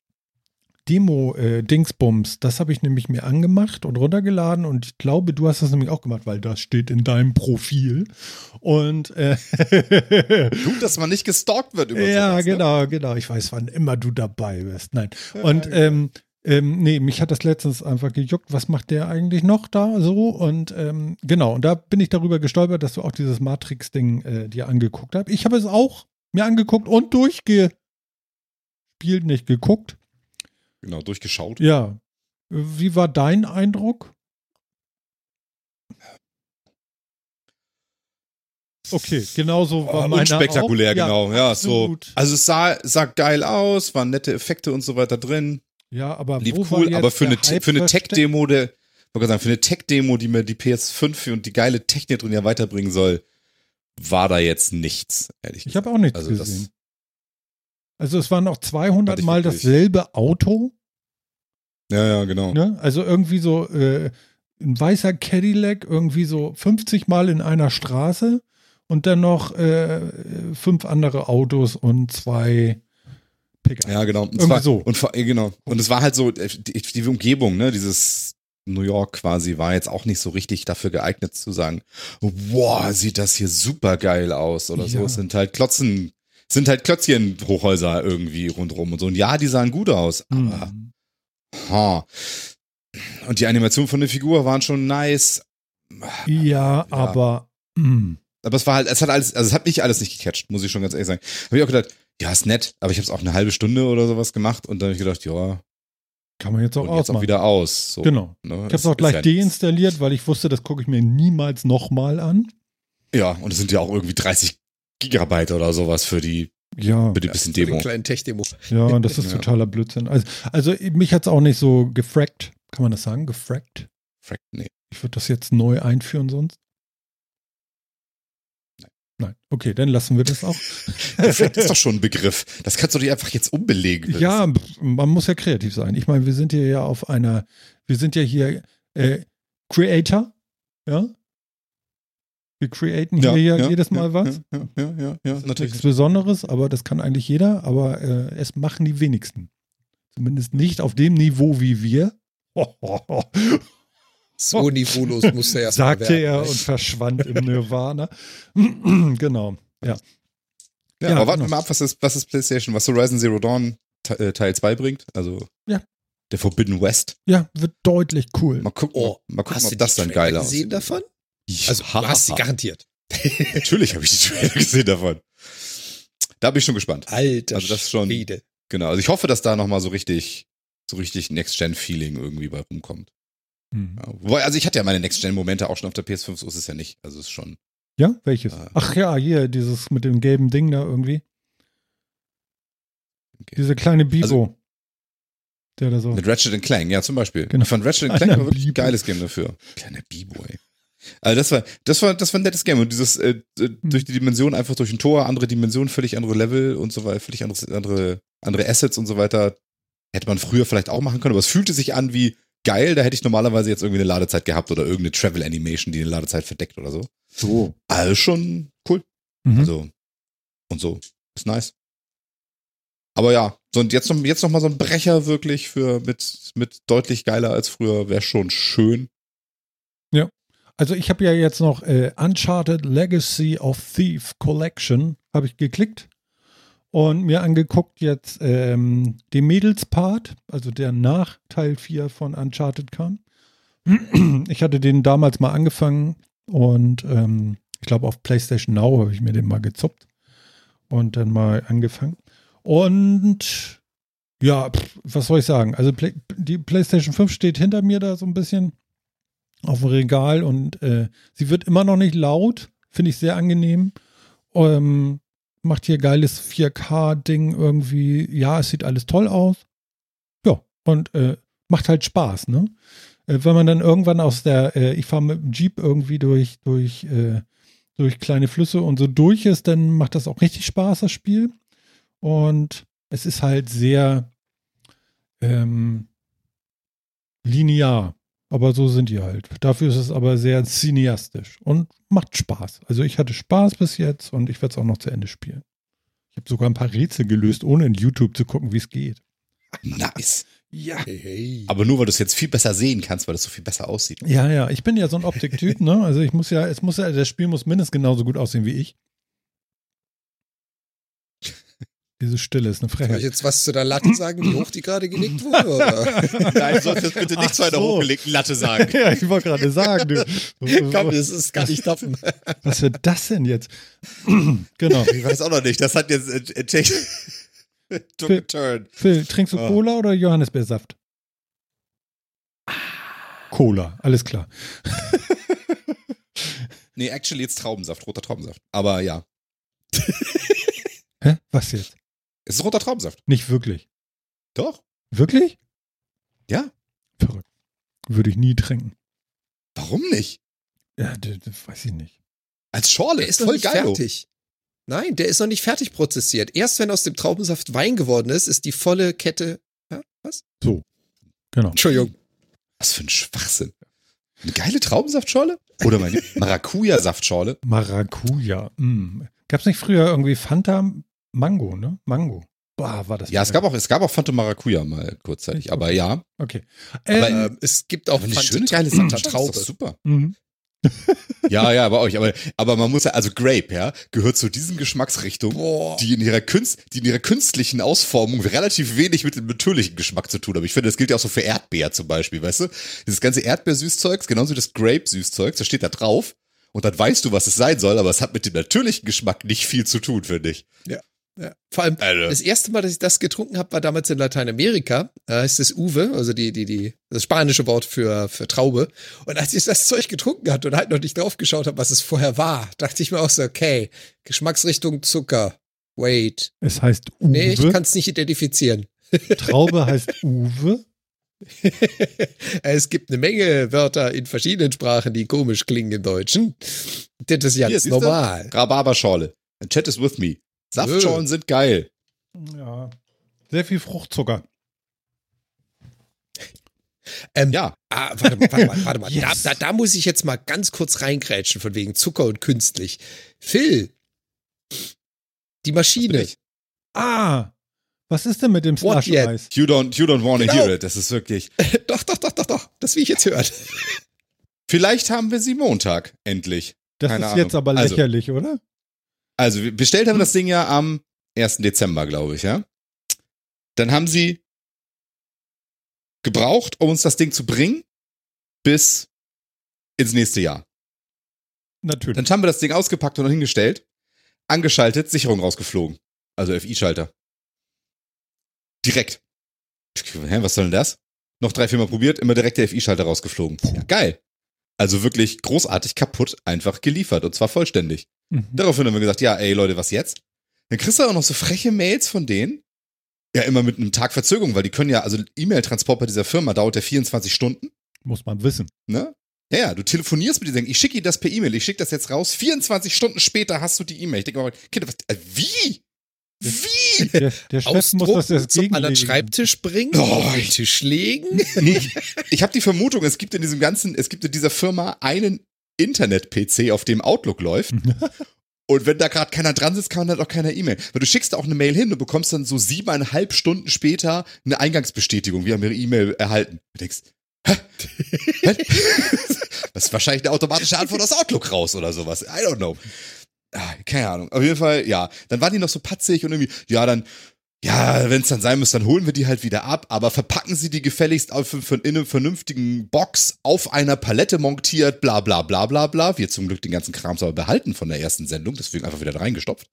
S1: Demo-Dingsbums. Das habe ich nämlich mir angemacht und runtergeladen und ich glaube, du hast das nämlich auch gemacht, weil das steht in deinem Profil. Und äh,
S3: Gut, dass man nicht gestalkt wird über
S1: ja,
S3: sowas, ne?
S1: genau, genau. Ich weiß, wann immer du dabei bist. Nein. Und ähm, ähm, nee, mich hat das letztens einfach gejuckt. Was macht der eigentlich noch da so? Und ähm, genau, und da bin ich darüber gestolpert, dass du auch dieses Matrix-Ding äh, dir angeguckt hast. Ich habe es auch mir angeguckt und durchgespielt, nicht geguckt.
S3: genau, durchgeschaut.
S1: Ja. Wie war dein Eindruck? Okay, genauso war
S3: Oh,
S1: meiner
S3: unspektakulär,
S1: auch.
S3: genau. Ja,
S1: absolut.
S3: so. Also es sah, sah geil aus, waren nette Effekte und so weiter drin.
S1: Ja, aber
S3: Lief
S1: wo war
S3: cool,
S1: jetzt
S3: aber für
S1: der
S3: eine,
S1: Hype
S3: für eine
S1: versteckt?
S3: Tech-Demo, der, ich wollte sagen, für eine Tech-Demo, die mir die P S fünf und die geile Technik drin ja weiterbringen soll, war da jetzt nichts, ehrlich
S1: Ich
S3: gesagt.
S1: habe auch nichts
S3: also
S1: gesehen.
S3: Das,
S1: Also es war noch zweihundert
S3: Hatte ich
S1: Mal
S3: wirklich.
S1: dasselbe Auto.
S3: ja, ja, genau.
S1: Ne? Also irgendwie so äh, ein weißer Cadillac, irgendwie so fünfzig Mal in einer Straße und dann noch äh, fünf andere Autos und zwei Pickups.
S3: Ja, genau. Und
S1: Irgendwie
S3: zwar,
S1: so.
S3: Und, vor- äh, genau. Und es war halt so, äh, die, die Umgebung, ne, dieses New York quasi, war jetzt auch nicht so richtig dafür geeignet zu sagen, wow, sieht das hier super geil aus oder so.
S1: Ja.
S3: Es sind halt Klotzen, sind halt Klötzchen-Hochhäuser irgendwie rundrum und so. Und ja, die sahen gut aus, aber
S1: Mhm.
S3: ha. Und die Animationen von der Figur waren schon nice.
S1: Ja, aber mh.
S3: Aber es war halt, es hat alles, also es hat mich alles nicht gecatcht, muss ich schon ganz ehrlich sagen. Habe ich auch gedacht, ja, ist nett, aber ich habe es auch eine halbe Stunde oder sowas gemacht und dann habe ich gedacht, ja,
S1: kann man jetzt auch
S3: und jetzt auch
S1: ausmachen.
S3: wieder aus. So,
S1: Genau.
S3: ne?
S1: Ich habe
S3: Es
S1: es auch
S3: ist
S1: gleich
S3: ja
S1: deinstalliert, weil ich wusste, das gucke ich mir niemals nochmal an.
S3: Ja, und es sind ja auch irgendwie dreißig Gigabyte oder sowas für die,
S1: Ja,
S3: für die bisschen
S2: Für den
S3: Demo.
S2: kleinen Tech-Demo.
S1: ja, das ist
S3: Ja.
S1: totaler Blödsinn. Also, also mich hat es auch nicht so gefrackt. Kann man das sagen? Gefrackt?
S3: Frack, nee.
S1: Ich würde das jetzt neu einführen sonst.
S3: Nein.
S1: Nein. Okay, dann lassen wir das auch.
S3: Frack ist doch schon ein Begriff. Das kannst du dir einfach jetzt umbelegen.
S1: Ja, man muss ja kreativ sein. Ich meine, wir sind hier ja auf einer, wir sind ja hier äh, Creator, ja? Wir createn hier ja, jedes Mal was.
S3: Ja, ja, ja, ja, natürlich.
S1: Nichts Besonderes, aber das kann eigentlich jeder, aber äh, es machen die wenigsten. Zumindest nicht auf dem Niveau wie wir.
S2: So niveaulos musste er erst mal
S1: Sagte
S2: werden,
S1: er
S2: ne?
S1: und verschwand im Nirvana. Genau, ja.
S3: Ja,
S1: Ja,
S3: aber warten
S1: genau.
S3: wir mal ab, was das, was das PlayStation, was Horizon Zero Dawn Te- äh, Teil zwei bringt. Also
S1: Ja.
S3: der Forbidden West.
S1: Ja, wird deutlich cool.
S3: Mal gucken,
S2: Oh,
S3: mal gucken
S2: hast
S3: ob
S2: du
S3: das
S2: die
S3: dann
S2: Trailer
S3: geil
S2: gesehen
S3: aussieht.
S2: davon?
S3: Ja.
S2: Also, du hast sie garantiert.
S3: Natürlich habe ich die Trailer gesehen davon. Da bin ich schon gespannt.
S2: Alter
S3: Also das schon-
S2: Schwede.
S3: Genau, also ich hoffe, dass da nochmal so richtig, so richtig Next-Gen-Feeling irgendwie bei rumkommt.
S1: Hm.
S3: Ja, wobei, also ich hatte ja meine Next-Gen-Momente auch schon auf der P S fünf, so ist es ja nicht. Also es ist schon.
S1: Ja, welches?
S3: Äh,
S1: Ach ja, hier, dieses mit dem gelben Ding da irgendwie.
S3: Okay.
S1: Diese kleine Bibo.
S3: Also-
S1: der da so.
S3: Mit Ratchet and Clank, ja, zum Beispiel.
S1: Genau.
S3: Ich fand Ratchet and
S1: Kleiner
S3: Clank war wirklich ein
S1: Bibo.
S3: geiles Game dafür. Kleiner B-Boy. Also das war, das war, das war ein nettes Game. Und dieses, äh, äh,
S1: Hm.
S3: durch die Dimension einfach durch ein Tor, andere Dimensionen, völlig andere Level und so weiter, völlig andere, andere, andere Assets und so weiter. Hätte man früher vielleicht auch machen können, aber es fühlte sich an wie geil, da hätte ich normalerweise jetzt irgendwie eine Ladezeit gehabt oder irgendeine Travel Animation, die eine Ladezeit verdeckt oder so.
S1: So.
S3: Also schon cool.
S1: Mhm.
S3: Also, und so. Ist nice. Aber ja, so und jetzt noch, jetzt noch mal so ein Brecher wirklich für mit, mit deutlich geiler als früher, wäre schon schön.
S1: Also ich habe ja jetzt noch äh, Uncharted Legacy of Thief Collection, habe ich geklickt und mir angeguckt jetzt ähm, den Mädels-Part, also der nach Teil vier von Uncharted kam. Ich hatte den damals mal angefangen und ähm, ich glaube auf PlayStation Now habe ich mir den mal gezuppt und dann mal angefangen. Und ja, pff, was soll ich sagen? Also Play, die PlayStation fünf steht hinter mir da so ein bisschen auf dem Regal und äh, sie wird immer noch nicht laut, finde ich sehr angenehm. Ähm, macht hier geiles vier K-Ding irgendwie. Ja, es sieht alles toll aus. Ja, und äh, macht halt Spaß, ne? Äh, wenn man dann irgendwann aus der, äh, ich fahre mit dem Jeep irgendwie durch, durch, äh, durch kleine Flüsse und so durch ist, dann macht das auch richtig Spaß, das Spiel. Und es ist halt sehr ähm, linear. Aber so sind die halt. Dafür ist es aber sehr cineastisch und macht Spaß. Also ich hatte Spaß bis jetzt und ich werde es auch noch zu Ende spielen. Ich habe sogar ein paar Rätsel gelöst, ohne in YouTube zu gucken, wie es geht.
S3: Nice.
S1: Ja.
S2: Hey, hey.
S3: Aber nur, weil du es jetzt viel besser sehen kannst, weil es so viel besser aussieht.
S1: Ja, ja. Ich bin ja so ein Optiktyp, ne? Also ich muss ja, es muss ja, das Spiel muss mindestens genauso gut aussehen wie ich. Diese Stille ist eine
S2: Soll ich
S1: Frechheit.
S2: jetzt was zu der Latte sagen, wie hoch die gerade gelegt wurde? Oder?
S3: Nein, du sollst jetzt bitte nicht zu einer
S1: so.
S3: hochgelegten Latte sagen.
S1: Ja, ich wollte gerade sagen, du.
S2: Komm, das ist gar nicht toppen.
S1: Was wird das denn jetzt? Genau.
S3: Ich weiß auch noch nicht. Das hat jetzt äh, äh, Took
S1: Phil,
S3: a turn.
S1: Phil, trinkst du
S3: Oh.
S1: Cola oder Johannisbeersaft? Cola, alles klar.
S3: Nee, actually jetzt Traubensaft, roter Traubensaft. Aber ja,
S1: Hä? Was jetzt?
S3: es ist roter Traubensaft.
S1: Nicht wirklich.
S3: Doch.
S1: Wirklich?
S3: Ja.
S1: Verrückt. Würde ich nie trinken.
S3: Warum nicht?
S1: Ja, das, das weiß ich nicht.
S3: Als Schorle.
S2: Der ist noch
S3: voll
S2: nicht
S3: geil.
S2: fertig. Nein, der ist noch nicht fertig prozessiert. Erst wenn aus dem Traubensaft Wein geworden ist, ist die volle Kette. Ja, was?
S1: So. Genau.
S2: Entschuldigung.
S3: Was für ein Schwachsinn. Eine geile Traubensaftschorle? Oder meine Maracuja-Saftschorle?
S1: Maracuja. Mm. Gab's nicht früher irgendwie Fanta Mango, ne? Mango. Boah, war das.
S3: Ja, es gab auch, es gab auch Fanta Maracuja mal kurzzeitig, aber ja.
S1: Okay.
S3: Aber,
S1: Ähm,
S2: Ähm, es gibt auch
S3: Aber eine
S2: Fanta
S3: schöne geile
S2: Fanta
S3: Saftschorle
S2: Traube.
S3: ist doch super.
S1: mhm.
S3: Ja, ja, bei euch. Aber, aber man muss ja, also Grape, ja, gehört zu diesen Geschmacksrichtungen,
S2: Boah.
S3: die in ihrer Künst, die in ihrer künstlichen Ausformung relativ wenig mit dem natürlichen Geschmack zu tun haben. Ich finde, das gilt ja auch so für Erdbeer zum Beispiel, weißt du? Dieses ganze Erdbeersüßzeugs, genauso wie das Grape-Süßzeugs, das steht da drauf. Und dann weißt du, was es sein soll, aber es hat mit dem natürlichen Geschmack nicht viel zu tun, finde ich.
S2: Ja. Ja. Vor allem,
S3: Alter.
S2: das erste Mal, dass ich das getrunken habe, war damals in Lateinamerika. Da heißt es Uve, also die, die, die, das spanische Wort für, für Traube. Und als ich das Zeug getrunken hatte und halt noch nicht drauf geschaut habe, was es vorher war, dachte ich mir auch so, okay, Geschmacksrichtung Zucker. Wait.
S1: Es heißt Uwe.
S2: Nee, ich kann es nicht identifizieren.
S1: Traube heißt Uwe.
S2: Es gibt eine Menge Wörter in verschiedenen Sprachen, die komisch klingen im Deutschen. Das ist
S3: Hier,
S2: ganz
S3: siehst du?
S2: normal.
S3: Rhabarberschorle. The chat is with me. Saftschorlen sind geil.
S1: Ja. Sehr viel Fruchtzucker.
S2: Ähm,
S3: Ja.
S2: Ah, warte mal, warte mal, warte mal.
S1: Yes.
S2: Da, da, da muss ich jetzt mal ganz kurz reingrätschen von wegen Zucker und künstlich. Phil, die Maschine.
S1: Ah. Was ist denn mit dem
S2: What yet?
S1: Slush-Eis?
S3: You don't, you don't wanna
S2: Genau.
S3: hear it. Das ist wirklich.
S2: Doch, doch, doch, doch, doch. Das will ich jetzt hören.
S3: Vielleicht haben wir sie Montag, endlich.
S1: Das
S3: Keine
S1: ist
S3: Ahnung.
S1: jetzt aber
S3: Also-
S1: lächerlich, oder?
S3: Also, wir- bestellt haben wir das Ding ja am ersten Dezember, glaube ich, ja. Dann haben sie gebraucht, um uns das Ding zu bringen, bis ins nächste Jahr.
S1: Natürlich.
S3: Dann haben wir das Ding ausgepackt und hingestellt, angeschaltet, Sicherung rausgeflogen. Also F I-Schalter. Direkt. Hä, was soll denn das? Noch drei, vier Mal probiert, immer direkt der F I-Schalter rausgeflogen. Ja, geil. Also wirklich großartig kaputt, einfach geliefert und zwar vollständig.
S1: Mhm.
S3: Daraufhin haben wir gesagt, ja, ey Leute, was jetzt? Dann kriegst du auch noch so freche Mails von denen. Ja, immer mit einem Tag Verzögerung, weil die können ja, also E-Mail-Transport bei dieser Firma dauert ja vierundzwanzig Stunden,
S1: Muss man wissen.
S3: ne? Ja, ja, du telefonierst mit denen, ich schicke ihnen das per E-Mail, ich schicke das jetzt raus, vierundzwanzig Stunden später hast du die E-Mail. Ich denke mal, Kinder, was, äh, wie? Wie?
S1: Der, der Chef muss das erst
S2: zum an den
S1: gegenlegen.
S2: Schreibtisch bringen,
S3: Oh,
S2: auf den
S3: ich-
S2: Tisch legen.
S3: Nee, ich ich habe die Vermutung, es gibt in diesem ganzen, es gibt in dieser Firma einen Internet-P C, auf dem Outlook läuft. Und wenn da gerade keiner dran sitzt, kann dann auch keiner E-Mail. Weil du schickst da auch eine Mail hin und bekommst dann so siebeneinhalb Stunden später eine Eingangsbestätigung. Wir haben ihre E-Mail erhalten. Du denkst, hä? Hä? Das ist wahrscheinlich eine automatische Antwort aus Outlook raus oder sowas. I don't know. Ah, keine Ahnung. Auf jeden Fall, ja. Dann waren die noch so patzig und irgendwie, ja, dann, ja, wenn es dann sein muss, dann holen wir die halt wieder ab, aber verpacken sie die gefälligst auf, in einer vernünftigen Box auf einer Palette montiert, bla bla bla bla bla. Wir zum Glück den ganzen Krams aber behalten von der ersten Sendung, deswegen einfach wieder reingestopft.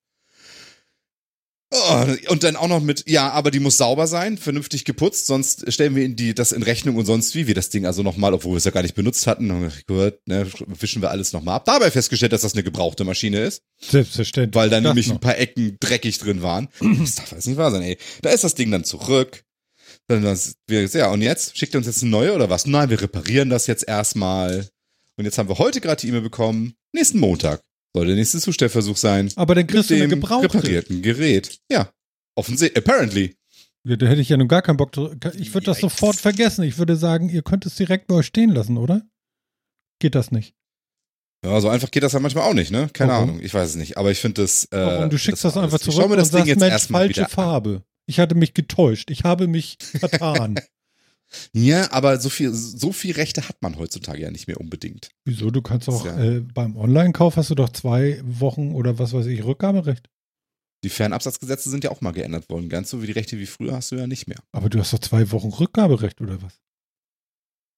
S3: Oh, und dann auch noch mit, ja, aber die muss sauber sein, vernünftig geputzt, sonst stellen wir in die, das in Rechnung und sonst wie wir das Ding also nochmal, obwohl wir es ja gar nicht benutzt hatten, haben wir gehört, ne, wischen wir alles nochmal ab. Dabei festgestellt, dass das eine gebrauchte Maschine ist.
S1: Selbstverständlich.
S3: Weil da
S1: Das
S3: nämlich
S1: noch.
S3: ein paar Ecken dreckig drin waren. Das darf alles nicht wahr sein, ey. Da ist das Ding dann zurück. Dann das, wir, ja, und jetzt? Schickt ihr uns jetzt eine neue oder was? Nein, wir reparieren das jetzt erstmal. Und jetzt haben wir heute gerade die E-Mail bekommen. Nächsten Montag soll der nächste Zustellversuch sein.
S1: Aber dann kriegst du
S3: Mit
S1: eine
S3: dem
S1: gebrauchte.
S3: reparierten Gerät. Ja. Offensichtlich. Apparently.
S1: Ja, da hätte ich ja nun gar keinen Bock drauf. Ich würde das
S3: Yikes.
S1: sofort vergessen. Ich würde sagen, ihr könnt es direkt bei euch stehen lassen, oder? Geht das nicht?
S3: Ja, so einfach geht das ja manchmal auch nicht, ne? Keine
S1: Warum?
S3: Ahnung. Ich weiß es nicht. Aber ich finde das. Äh,
S1: Warum? Du schickst das,
S3: war
S1: einfach
S3: alles- Ich
S1: zurück
S3: schau mir
S1: und
S3: das Ding
S1: sagst,
S3: jetzt
S1: Mensch,
S3: erstmal
S1: falsche
S3: wieder an.
S1: Farbe. Ich hatte mich getäuscht. Ich habe mich vertan.
S3: Ja, aber so viel, so viel Rechte hat man heutzutage ja nicht mehr unbedingt.
S1: Wieso? Du kannst auch
S3: Ja.
S1: äh, beim Online-Kauf hast du doch zwei Wochen oder was weiß ich, Rückgaberecht.
S3: Die Fernabsatzgesetze sind ja auch mal geändert worden. Ganz so wie die Rechte wie früher hast du ja nicht mehr.
S1: Aber du hast doch zwei Wochen Rückgaberecht oder was?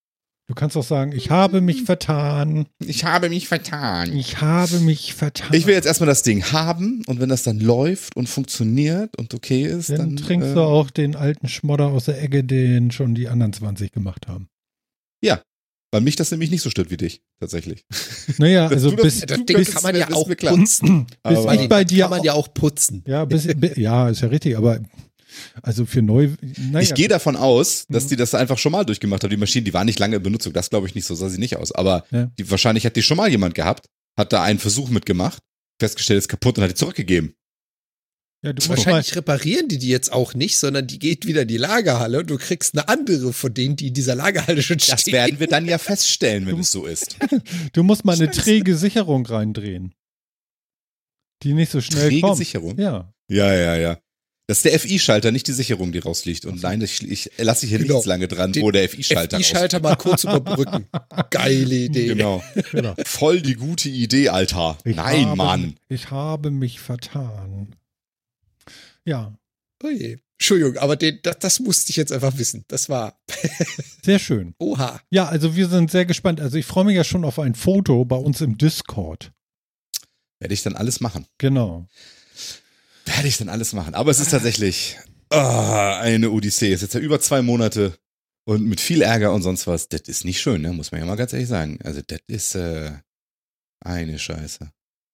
S1: Du kannst auch sagen, ich habe mich vertan.
S3: Ich habe mich vertan.
S1: Ich habe mich vertan.
S3: Ich will jetzt erstmal das Ding haben und wenn das dann läuft und funktioniert und okay ist,
S1: dann,
S3: dann
S1: trinkst
S3: äh,
S1: du auch den alten Schmodder aus der Ecke, den schon die anderen zwanzig gemacht haben.
S3: Ja, weil mich das nämlich nicht so stört wie dich, tatsächlich.
S1: Naja,
S3: Dass
S1: also
S3: du das-
S1: bis,
S2: Das
S3: du
S2: Ding
S3: könntest,
S2: kann man
S3: wär-
S2: ja
S3: ist
S2: auch
S3: mir klar.
S2: putzen.
S1: bis
S3: Aber-
S1: ich bei dir
S2: Kann man ja auch putzen.
S1: ja, bis, bi- ja, ist ja richtig, aber also für neu, naja.
S3: Ich gehe davon aus, dass
S1: Mhm.
S3: die das einfach schon mal durchgemacht haben. Die Maschine, die war nicht lange in Benutzung, das glaube ich nicht, so sah sie nicht aus. Aber
S1: Ja.
S3: die, wahrscheinlich hat die schon mal jemand gehabt, hat da einen Versuch mitgemacht, festgestellt, ist kaputt und hat die zurückgegeben.
S1: Ja, du musst mal,
S2: Wahrscheinlich reparieren die die jetzt auch nicht, sondern die geht wieder in die Lagerhalle und du kriegst eine andere von denen, die in dieser Lagerhalle schon
S3: Das
S2: stehen.
S3: werden wir dann ja feststellen, wenn es so ist.
S1: du musst mal eine
S2: Scheiße.
S1: träge Sicherung reindrehen. Die nicht so schnell
S3: Träge
S1: kommt.
S3: Sicherung?
S1: Ja.
S3: Ja, ja, ja. Das ist der F I-Schalter, nicht die Sicherung, die rausfliegt. Und nein, ich, ich lasse hier
S2: Genau.
S3: nichts lange dran,
S2: Den
S3: wo der F I-Schalter rausfliegt.
S2: F I-Schalter mal kurz überbrücken. Geile Idee.
S3: Genau.
S1: Genau.
S3: Voll die gute Idee, Alter.
S1: Ich
S3: Nein,
S1: habe,
S3: Mann.
S1: Ich habe mich vertan. Ja,
S2: Oje. Entschuldigung, aber den, das, das musste ich jetzt einfach wissen. Das war,
S1: sehr schön.
S2: oha.
S1: Ja, also wir sind sehr gespannt. Also ich freue mich ja schon auf ein Foto bei uns im Discord.
S3: Werde ich dann alles machen.
S1: Genau.
S3: Werde ich dann alles machen. Aber es ist tatsächlich ah, eine Odyssee. Es ist jetzt ja über zwei Monate und mit viel Ärger und sonst was. Das ist nicht schön, ne? Muss man ja mal ganz ehrlich sagen. Also das ist äh, eine Scheiße.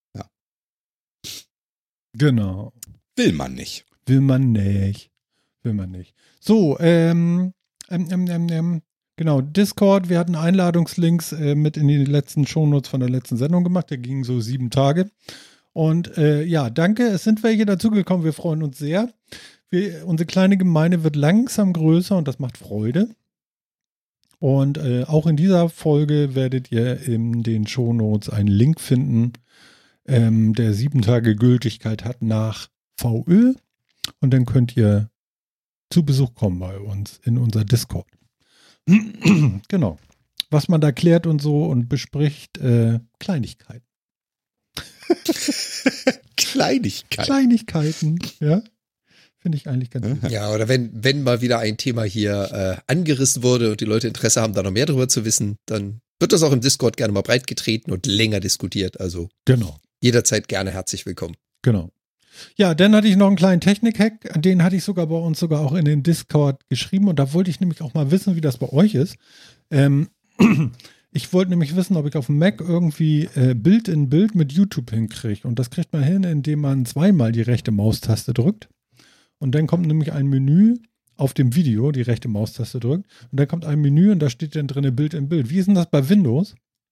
S1: Genau.
S3: Will man nicht.
S1: Will man nicht. Will man nicht. So, ähm, ähm, ähm, ähm, ähm, genau, Discord, wir hatten Einladungslinks äh, mit in die letzten Shownotes von der letzten Sendung gemacht, der ging so sieben Tage. Und äh, ja, danke, es sind welche dazugekommen, wir freuen uns sehr. Wir, unsere kleine Gemeinde wird langsam größer und das macht Freude. Und äh, auch in dieser Folge werdet ihr in den Shownotes einen Link finden, ähm, der sieben Tage Gültigkeit hat nach V Ö. Und dann könnt ihr zu Besuch kommen bei uns in unser Discord. Genau. Was man da klärt und so und bespricht, äh, Kleinigkeiten.
S3: Kleinigkeit.
S1: Kleinigkeiten, ja. Finde ich eigentlich ganz gut.
S2: Ja, oder wenn, wenn mal wieder ein Thema hier äh, angerissen wurde und die Leute Interesse haben, da noch mehr darüber zu wissen, dann wird das auch im Discord gerne mal breit getreten und länger diskutiert. Also
S1: Genau,
S2: jederzeit gerne herzlich willkommen.
S1: genau. Ja, dann hatte ich noch einen kleinen Technik-Hack, den hatte ich sogar bei uns sogar auch in den Discord geschrieben und da wollte ich nämlich auch mal wissen, wie das bei euch ist. Ähm, ich wollte nämlich wissen, ob ich auf dem Mac irgendwie äh, Bild in Bild mit YouTube hinkriege und das kriegt man hin, indem man zweimal die rechte Maustaste drückt und dann kommt nämlich ein Menü auf dem Video, die rechte Maustaste drückt und dann kommt ein Menü und da steht dann drin Bild in Bild. Wie ist denn das bei Windows?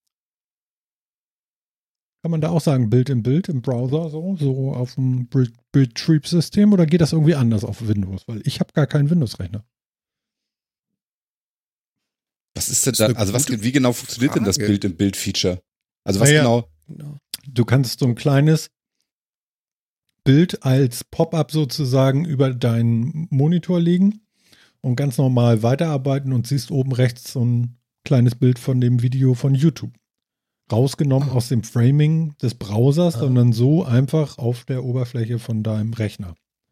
S1: Kann man da auch sagen, Bild in Bild im Browser, so, so auf dem Betriebssystem oder geht das irgendwie anders auf Windows? Weil ich habe gar keinen Windows-Rechner.
S3: Was ist denn
S2: Das
S3: da?
S2: ist eine
S3: Also was,
S2: gute
S3: wie genau funktioniert denn das
S2: Frage.
S3: Bild im Bild-Feature? Also was
S1: Naja.
S3: genau?
S2: Genau.
S1: Du kannst so ein kleines Bild als Pop-up sozusagen über deinen Monitor legen und ganz normal weiterarbeiten und siehst oben rechts so ein kleines Bild von dem Video von YouTube. Rausgenommen aus dem Framing des Browsers,
S2: Ah.
S1: sondern so einfach auf der Oberfläche von deinem Rechner.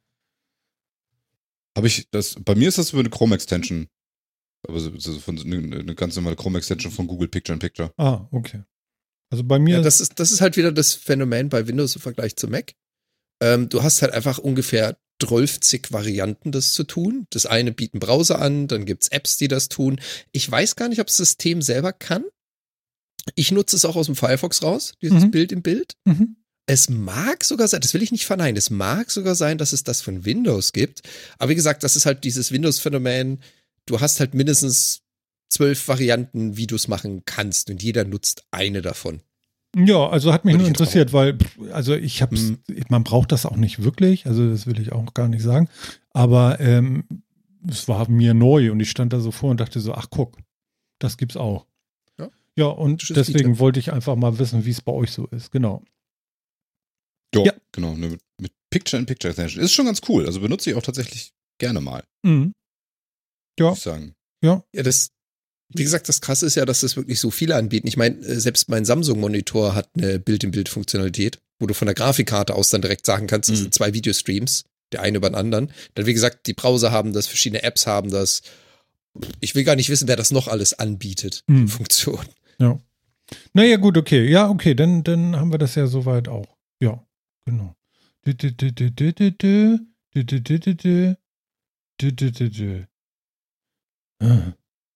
S3: Habe ich das? Bei mir ist das über eine Chrome-Extension. Aber so, so von, eine, eine ganz normale Chrome-Extension von Google Picture in Picture.
S1: Ah, okay. Also bei mir
S2: Ja, das ist, das ist halt wieder das Phänomen bei Windows im Vergleich zu Mac. Ähm, du hast halt einfach ungefähr zwölfzig Varianten, das zu tun. Das eine bieten Browser an, dann gibt's Apps, die das tun. Ich weiß gar nicht, ob das System selber kann. Ich nutze es auch aus dem Firefox raus, dieses
S1: Mhm.
S2: Bild im Bild.
S1: Mhm.
S2: Es mag sogar sein, das will ich nicht verneinen, es mag sogar sein, dass es das von Windows gibt. Aber wie gesagt, das ist halt dieses Windows-Phänomen. Du hast halt mindestens zwölf Varianten, wie du es machen kannst und jeder nutzt eine davon.
S1: Ja, also hat mich
S2: Würde
S1: nur
S2: ich jetzt
S1: interessiert, weil, pff, also ich hab's,
S2: Mhm.
S1: man braucht das auch nicht wirklich, also das will ich auch gar nicht sagen, aber ähm, es war mir neu und ich stand da so vor und dachte so, ach guck, das gibt's auch.
S2: Ja.
S1: Ja, und
S2: Tschüss,
S1: deswegen
S2: Dieter.
S1: wollte ich einfach mal wissen, wie es bei euch so ist, genau.
S3: Jo,
S1: Ja.
S3: genau. Ne, mit, mit Picture in Picture Extension. Ist schon ganz cool. Also benutze ich auch tatsächlich gerne mal,
S1: Mhm. Ja,
S3: muss ich sagen.
S2: Ja, das, wie gesagt, das Krasse ist ja, dass das wirklich so viele anbieten. Ich meine, äh, selbst mein Samsung-Monitor hat eine Bild-in-Bild-Funktionalität, wo du von der Grafikkarte aus dann direkt sagen kannst, das
S3: Mhm.
S2: sind zwei Videostreams, der eine über den anderen. Dann, wie gesagt, die Browser haben das, verschiedene Apps haben das ich will gar nicht wissen, wer das noch alles anbietet,
S1: Hm.
S2: Funktion.
S1: Ja. Naja, gut, okay. Ja, okay, dann, dann haben wir das ja soweit auch. Ja, genau. Dü, dü, dü, dü, dü, dü, dü. Dü, dü, dü, dü, dü. Dü, dü, dü, dü. Ah.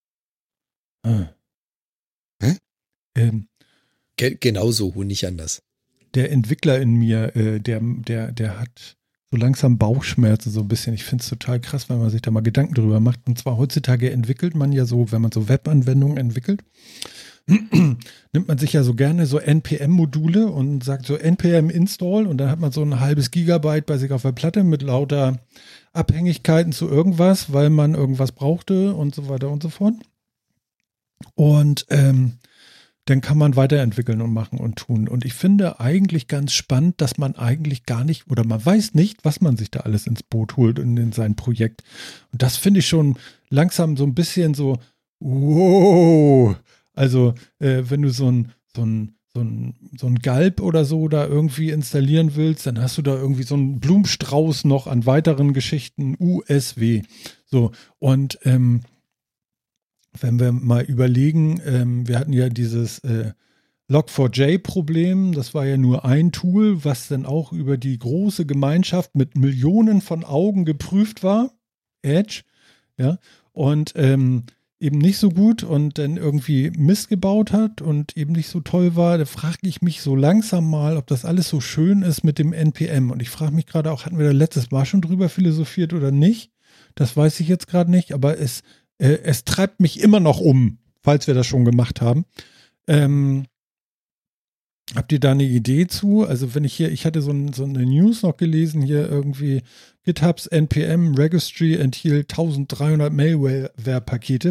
S1: Ah.
S3: Hä?
S1: Ähm,
S2: Ge- genauso, nicht anders.
S1: der Entwickler in mir, äh, der, der, der hat so langsam Bauchschmerzen so ein bisschen. Ich finde es total krass, wenn man sich da mal Gedanken drüber macht. Und zwar heutzutage entwickelt man ja so, wenn man so Webanwendungen entwickelt, nimmt man sich ja so gerne so N P M-Module und sagt so N P M install und dann hat man so ein halbes Gigabyte bei sich auf der Platte mit lauter Abhängigkeiten zu irgendwas, weil man irgendwas brauchte und so weiter und so fort. Und ähm, dann kann man weiterentwickeln und machen und tun. Und ich finde eigentlich ganz spannend, dass man eigentlich gar nicht oder man weiß nicht, was man sich da alles ins Boot holt und in sein Projekt. Und das finde ich schon langsam so ein bisschen so, wow. Also, äh, wenn du so ein, so ein, so ein, so ein Galb oder so da irgendwie installieren willst, dann hast du da irgendwie so einen Blumenstrauß noch an weiteren Geschichten, U S W. So, und ähm, wenn wir mal überlegen, ähm, wir hatten ja dieses äh, Log four j Problem, das war ja nur ein Tool, was dann auch über die große Gemeinschaft mit Millionen von Augen geprüft war, Edge, ja, und ähm, eben nicht so gut und dann irgendwie Mist gebaut hat und eben nicht so toll war, da frage ich mich so langsam mal, ob das alles so schön ist mit dem N P M. Und ich frage mich gerade auch, hatten wir da letztes Mal schon drüber philosophiert oder nicht? Das weiß ich jetzt gerade nicht, aber es, äh, es treibt mich immer noch um, falls wir das schon gemacht haben. Ähm, habt ihr da eine Idee zu? Also wenn ich hier, ich hatte so, ein, so eine News noch gelesen, hier irgendwie GitHubs N P M Registry enthielt dreizehnhundert Malware-Pakete.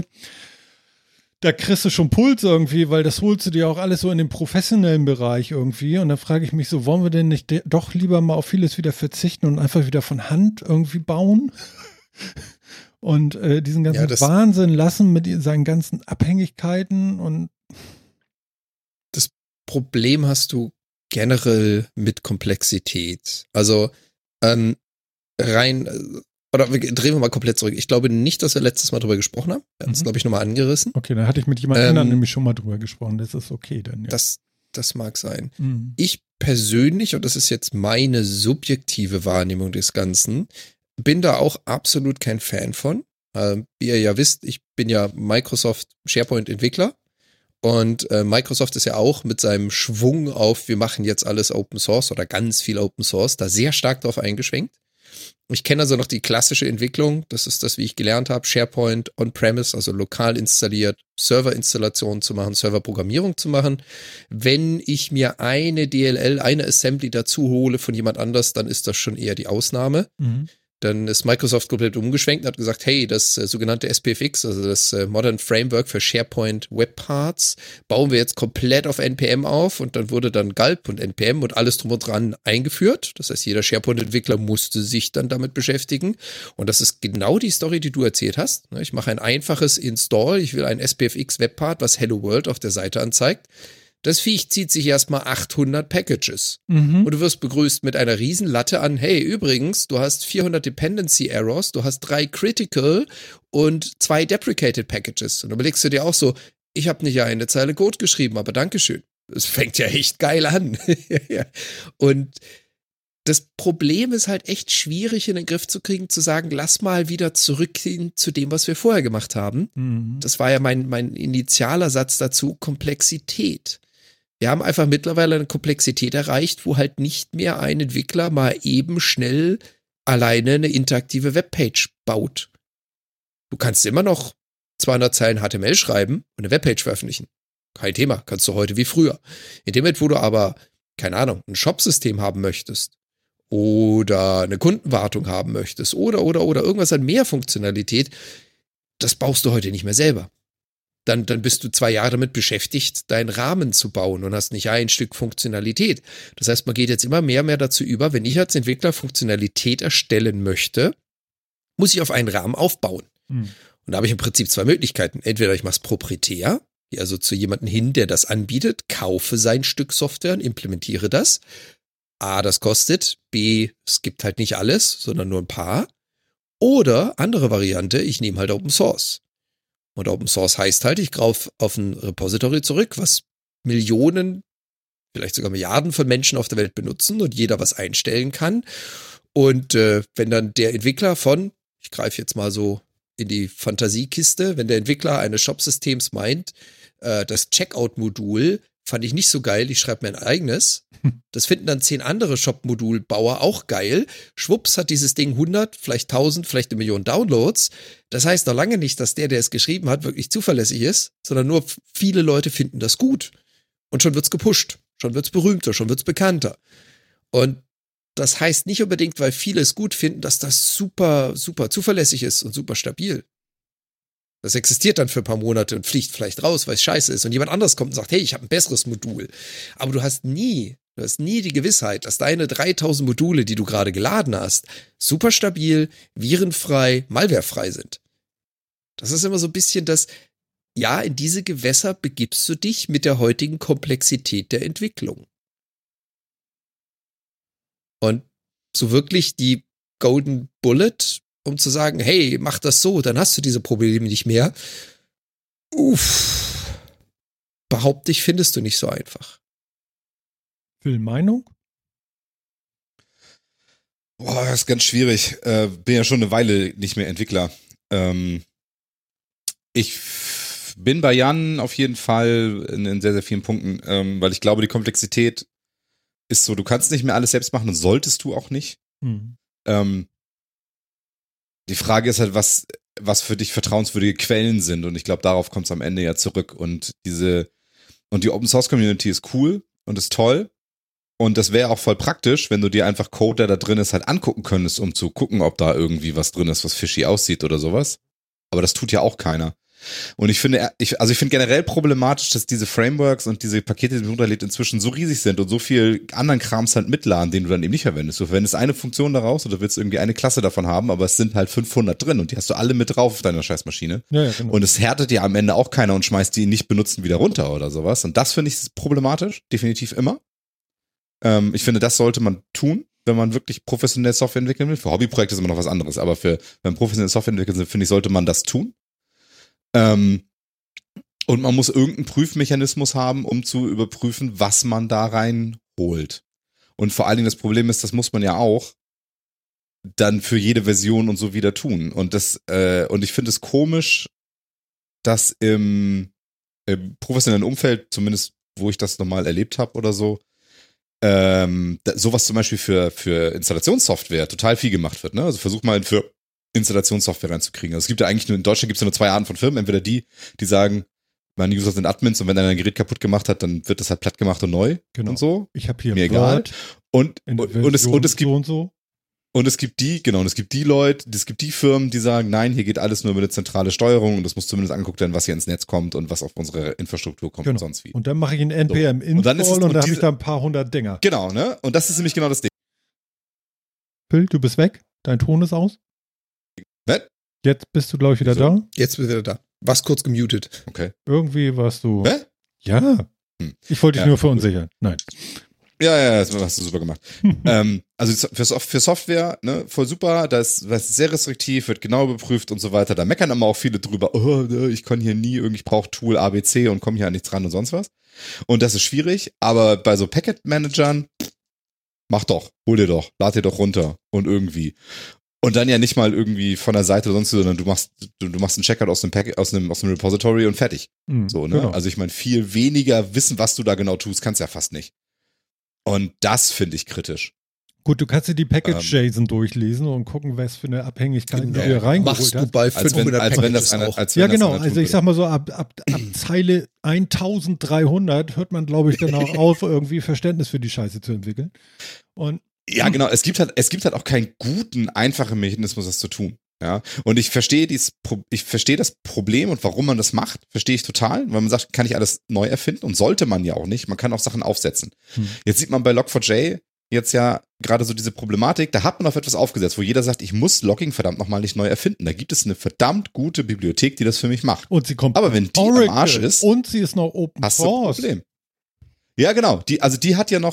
S1: Da kriegst du schon Puls irgendwie, weil das holst du dir auch alles so in den professionellen Bereich irgendwie. Und da frage ich mich so, wollen wir denn nicht de- doch lieber mal auf vieles wieder verzichten und einfach wieder von Hand irgendwie bauen? Und äh, diesen ganzen
S2: Ja, das-
S1: Wahnsinn lassen mit seinen ganzen Abhängigkeiten und
S2: Problem hast du generell mit Komplexität. Also ähm, rein, äh, oder wir drehen wir mal komplett zurück. Ich glaube nicht, dass wir letztes Mal drüber gesprochen haben. Wir haben es,
S1: Mhm.
S2: glaube ich, nochmal angerissen.
S1: okay, da hatte ich mit jemand
S2: Ähm,
S1: anderem nämlich schon mal drüber gesprochen. Das ist okay dann. Ja.
S2: Das, das mag sein.
S1: Mhm.
S2: Ich persönlich, und das ist jetzt meine subjektive Wahrnehmung des Ganzen, bin da auch absolut kein Fan von. Äh, wie ihr ja wisst, ich bin ja Microsoft SharePoint-Entwickler. Und äh, Microsoft ist ja auch mit seinem Schwung auf, wir machen jetzt alles Open Source oder ganz viel Open Source, da sehr stark drauf eingeschwenkt. Ich kenne also noch die klassische Entwicklung, das ist das, wie ich gelernt habe, SharePoint on-premise, also lokal installiert, Serverinstallationen zu machen, Serverprogrammierung zu machen. Wenn ich mir eine D L L, eine Assembly dazu hole von jemand anders, dann ist das schon eher die Ausnahme.
S1: Mhm.
S2: Dann ist Microsoft komplett umgeschwenkt und hat gesagt, hey, das äh, sogenannte S P F X, also das äh, Modern Framework für SharePoint Web Parts, bauen wir jetzt komplett auf N P M auf und dann wurde dann Gulp und N P M und alles drum und dran eingeführt. Das heißt, jeder SharePoint-Entwickler musste sich dann damit beschäftigen. Und das ist genau die Story, die du erzählt hast. Ich mache ein einfaches Install, ich will ein S P F X Web Part, was Hello World auf der Seite anzeigt. Das Viech zieht sich erstmal achthundert Packages.
S1: Mhm.
S2: Und du wirst begrüßt mit einer riesen Latte an, hey, übrigens, du hast vierhundert Dependency Errors, du hast drei Critical und zwei Deprecated Packages. Und dann überlegst du dir auch so, ich habe nicht eine Zeile Code geschrieben, aber Dankeschön. Es fängt ja echt geil an. Und das Problem ist halt echt schwierig in den Griff zu kriegen, zu sagen, lass mal wieder zurückgehen zu dem, was wir vorher gemacht haben.
S1: Mhm.
S2: Das war ja mein, mein initialer Satz dazu, Komplexität. Wir haben einfach mittlerweile eine Komplexität erreicht, wo halt nicht mehr ein Entwickler mal eben schnell alleine eine interaktive Webpage baut. Du kannst immer noch zweihundert Zeilen H T M L schreiben und eine Webpage veröffentlichen. Kein Thema, kannst du heute wie früher. In dem Moment, wo du aber, keine Ahnung, ein Shop-System haben möchtest oder eine Kundenwartung haben möchtest oder, oder, oder irgendwas an mehr Funktionalität, das baust du heute nicht mehr selber. Dann, dann bist du zwei Jahre damit beschäftigt, deinen Rahmen zu bauen und hast nicht ein Stück Funktionalität. Das heißt, man geht jetzt immer mehr und mehr dazu über, wenn ich als Entwickler Funktionalität erstellen möchte, muss ich auf einen Rahmen aufbauen.
S1: Mhm.
S2: Und da habe ich im Prinzip zwei Möglichkeiten. Entweder ich mache es proprietär, also zu jemandem hin, der das anbietet, kaufe sein Stück Software und implementiere das. A, das kostet. B, es gibt halt nicht alles, sondern nur ein paar. Oder, andere Variante, ich nehme halt Open Source. Und Open Source heißt halt, ich greife auf ein Repository zurück, was Millionen, vielleicht sogar Milliarden von Menschen auf der Welt benutzen und jeder was einstellen kann. Und äh, wenn dann der Entwickler von, ich greife jetzt mal so in die Fantasiekiste, wenn der Entwickler eines Shop-Systems meint, äh, das Checkout-Modul fand ich nicht so geil, ich schreibe mir ein eigenes. Das finden dann zehn andere Shop-Modulbauer auch geil. Schwupps hat dieses Ding hundert, vielleicht tausend, vielleicht eine Million Downloads. Das heißt noch lange nicht, dass der, der es geschrieben hat, wirklich zuverlässig ist, sondern nur viele Leute finden das gut. Und schon wird's gepusht, schon wird's berühmter, schon wird's bekannter. Und das heißt nicht unbedingt, weil viele es gut finden, dass das super, super zuverlässig ist und super stabil. Das existiert dann für ein paar Monate und fliegt vielleicht raus, weil es scheiße ist. Und jemand anderes kommt und sagt, hey, ich habe ein besseres Modul. Aber du hast nie, du hast nie die Gewissheit, dass deine dreitausend Module, die du gerade geladen hast, super stabil, virenfrei, malwarefrei sind. Das ist immer so ein bisschen das, ja, in diese Gewässer begibst du dich mit der heutigen Komplexität der Entwicklung. Und so wirklich die Golden Bullet, um zu sagen, hey, mach das so, dann hast du diese Probleme nicht mehr. Uff. Behaupte ich, findest du nicht so einfach.
S1: Phil, Meinung?
S3: Boah, das ist ganz schwierig. Äh, bin ja schon eine Weile nicht mehr Entwickler. Ähm, ich f- bin bei Jan auf jeden Fall in, in sehr, sehr vielen Punkten, ähm, weil ich glaube, die Komplexität ist so, du kannst nicht mehr alles selbst machen und solltest du auch nicht.
S1: Hm.
S3: Ähm, die Frage ist halt, was, was für dich vertrauenswürdige Quellen sind. Und ich glaube, darauf kommt es am Ende ja zurück. Und diese, und die Open Source Community ist cool und ist toll. Und das wäre auch voll praktisch, wenn du dir einfach Code, der da drin ist, halt angucken könntest, um zu gucken, ob da irgendwie was drin ist, was fishy aussieht oder sowas. Aber das tut ja auch keiner. Und ich finde, ich, also ich finde generell problematisch, dass diese Frameworks und diese Pakete, die man runterlädt, inzwischen so riesig sind und so viel anderen Krams halt mitladen, den du dann eben nicht verwendest. Du verwendest eine Funktion daraus oder willst irgendwie eine Klasse davon haben, aber es sind halt fünfhundert drin und die hast du alle mit drauf auf deiner Scheißmaschine.
S1: Ja, ja, genau.
S3: Und es härtet ja am Ende auch keiner und schmeißt die nicht benutzen wieder runter oder sowas. Und das finde ich problematisch, definitiv immer. Ähm, ich finde, das sollte man tun, wenn man wirklich professionell Software entwickeln will. Für Hobbyprojekte ist immer noch was anderes, aber für, wenn man professionell Software entwickeln will, finde ich, sollte man das tun. Ähm, und man muss irgendeinen Prüfmechanismus haben, um zu überprüfen, was man da reinholt. Und vor allen Dingen das Problem ist, das muss man ja auch dann für jede Version und so wieder tun. Und das, äh, und ich finde es komisch, dass im, im professionellen Umfeld, zumindest wo ich das normal erlebt habe oder so, ähm, da, sowas zum Beispiel für, für Installationssoftware total viel gemacht wird. Ne? Also versuch mal für Installationssoftware reinzukriegen. Also es gibt ja eigentlich nur, in Deutschland gibt es ja nur zwei Arten von Firmen. Entweder die, die sagen, meine User sind Admins und wenn einer ein Gerät kaputt gemacht hat, dann wird das halt platt gemacht und neu
S1: Genau.
S3: und so.
S1: Ich habe hier
S3: Mir egal. Und,
S1: in
S3: und, und, es, und es gibt
S1: so und so.
S3: und es gibt die, genau, und es gibt die Leute, es gibt die Firmen, die sagen, nein, hier geht alles nur über eine zentrale Steuerung und das muss zumindest angeguckt werden, was hier ins Netz kommt und was auf unsere Infrastruktur kommt
S1: Genau.
S3: und sonst wie.
S1: Und dann mache ich einen N P M
S3: So.
S1: Install
S3: Und dann ist es-
S1: und
S3: und
S1: da habe ich
S3: diese-
S1: da ein paar hundert Dinger.
S3: Genau, ne? Und das ist nämlich genau das Ding.
S1: Phil, du bist weg. Dein Ton ist aus.
S3: Was?
S1: Jetzt bist du, glaube ich, wieder
S3: So.
S1: da.
S2: Jetzt bist du wieder da. Warst kurz gemutet.
S3: Okay.
S1: Irgendwie warst du.
S3: Hä?
S1: Ja.
S3: Hm.
S1: Ich wollte dich
S3: Ja,
S1: nur verunsichern. Nein.
S3: Ja, ja, das hast du super gemacht. ähm, also für, Sof- für Software, ne, voll super, das, das ist sehr restriktiv, wird genau überprüft und so weiter. Da meckern immer auch viele drüber, oh, ne, ich kann hier nie irgendwie, ich brauche Tool A B C und komme hier an nichts ran und sonst was. Und das ist schwierig, aber bei so Packet-Managern, mach doch, hol dir doch, lad dir doch runter und irgendwie. Und dann ja nicht mal irgendwie von der Seite oder sonst, sondern du machst, du, du machst einen Checkout aus einem Packet, aus einem, aus einem Repository und fertig.
S1: Hm,
S3: So, ne?
S1: genau.
S3: Also ich meine, viel weniger wissen, was du da genau tust, kannst du ja fast nicht. Und das finde ich kritisch.
S1: Gut, du kannst dir die
S3: Ähm.
S1: Package-JSON durchlesen und gucken, was für eine Abhängigkeit
S2: Genau.
S1: du dir reingeholt
S2: Machst du
S1: hast.
S2: bei
S3: Als wenn,
S2: fünfhundert
S3: als wenn das
S2: Packages
S3: eine,
S2: auch.
S3: als wenn
S1: Ja,
S3: das
S1: genau.
S3: einer
S1: Also
S3: tun
S1: ich sag mal so, ab, ab, ab Zeile eintausenddreihundert hört man, glaube ich, dann auch auf, irgendwie Verständnis für die Scheiße zu entwickeln. Und
S3: Ja, genau. Es gibt halt, es gibt halt auch keinen guten, einfachen Mechanismus, das zu tun. Ja. Und ich verstehe dies, ich verstehe das Problem und warum man das macht, verstehe ich total. Weil man sagt, kann ich alles neu erfinden und sollte man ja auch nicht. Man kann auch Sachen aufsetzen.
S1: Hm.
S3: Jetzt sieht man bei log four j jetzt ja gerade so diese Problematik, da hat man auf etwas aufgesetzt, wo jeder sagt, ich muss Logging verdammt nochmal nicht neu erfinden. Da gibt es eine verdammt gute Bibliothek, die das für mich macht.
S1: Und sie kommt
S3: Aber wenn die
S1: Oracle
S3: am Arsch ist,
S1: und sie ist noch Open
S3: hast du ein
S1: Source.
S3: Problem. Ja, genau. Die, also die hat ja noch,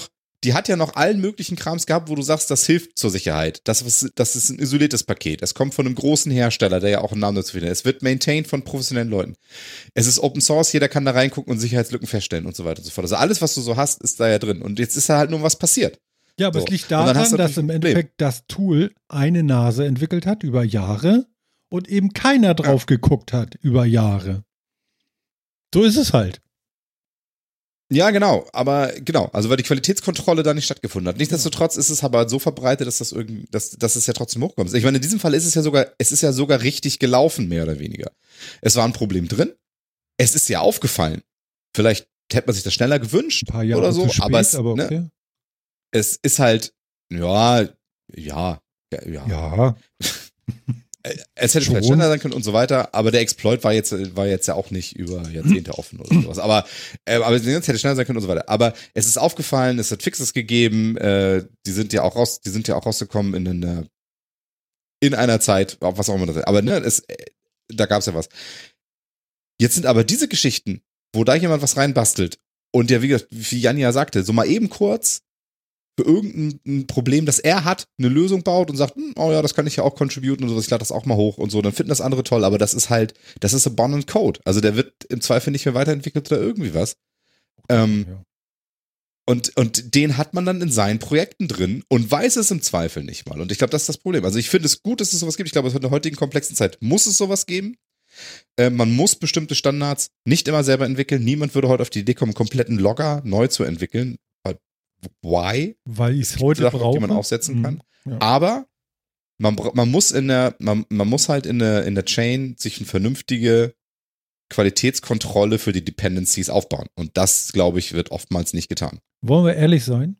S3: die hat ja noch allen möglichen Krams gehabt, wo du sagst, das hilft zur Sicherheit. Das, ist, das ist ein isoliertes Paket. Es kommt von einem großen Hersteller, der ja auch einen Namen dazu findet. Es wird maintained von professionellen Leuten. Es ist Open Source, jeder kann da reingucken und Sicherheitslücken feststellen und so weiter und so fort. Also alles, was du so hast, ist da ja drin. Und jetzt ist da halt nur was passiert.
S1: Ja, aber
S3: so.
S1: es liegt daran, dass im Endeffekt das Tool eine Nase entwickelt hat über Jahre und eben keiner drauf ja. geguckt hat über Jahre. So ist es halt.
S3: Ja, genau, aber genau, also weil die Qualitätskontrolle da nicht stattgefunden hat. Nichtsdestotrotz ist es aber so verbreitet, dass das irgendwie, dass, dass es ja trotzdem hochkommt. Ich meine, in diesem Fall ist es ja sogar, es ist ja sogar richtig gelaufen, mehr oder weniger. Es war ein Problem drin. Es ist ja aufgefallen. Vielleicht hätte man sich das schneller gewünscht
S1: ein paar Jahre
S3: oder so,
S1: zu spät,
S3: aber, es,
S1: aber okay.
S3: ne, es ist halt, ja, ja, ja.
S1: Ja.
S3: Es hätte
S1: Schon.
S3: vielleicht schneller sein können und so weiter, aber der Exploit war jetzt, war jetzt ja auch nicht über Jahrzehnte offen oder sowas. Aber, äh, aber es hätte schneller sein können und so weiter. Aber es ist aufgefallen, es hat Fixes gegeben, äh, die sind ja auch raus, die sind ja auch rausgekommen in einer, in einer Zeit, was auch immer das ist. Aber ne, es, äh, da gab's ja was. Jetzt sind aber diese Geschichten, wo da jemand was reinbastelt und ja, wie gesagt, wie Jan ja sagte, so mal eben kurz für irgendein Problem, das er hat, eine Lösung baut und sagt, hm, oh ja, das kann ich ja auch contributen und so, ich lade das auch mal hoch und so, dann finden das andere toll, aber das ist halt, das ist Abandoned Code. Also der wird im Zweifel nicht mehr weiterentwickelt oder irgendwie was. Okay, ähm, ja. und, und den hat man dann in seinen Projekten drin und weiß es im Zweifel nicht mal. Und ich glaube, das ist das Problem. Also ich finde es gut, dass es sowas gibt. Ich glaube, in der heutigen komplexen Zeit muss es sowas geben. Äh, man muss bestimmte Standards nicht immer selber entwickeln. Niemand würde heute auf die Idee kommen, einen kompletten Logger neu zu entwickeln. Why?
S1: Weil ich es heute
S3: Sachen,
S1: brauche.
S3: die man aufsetzen kann.
S1: Mhm, ja.
S3: Aber man, man muss in der, man, man muss halt in der, in der Chain sich eine vernünftige Qualitätskontrolle für die Dependencies aufbauen. Und das, glaube ich, wird oftmals nicht getan.
S1: Wollen wir ehrlich sein?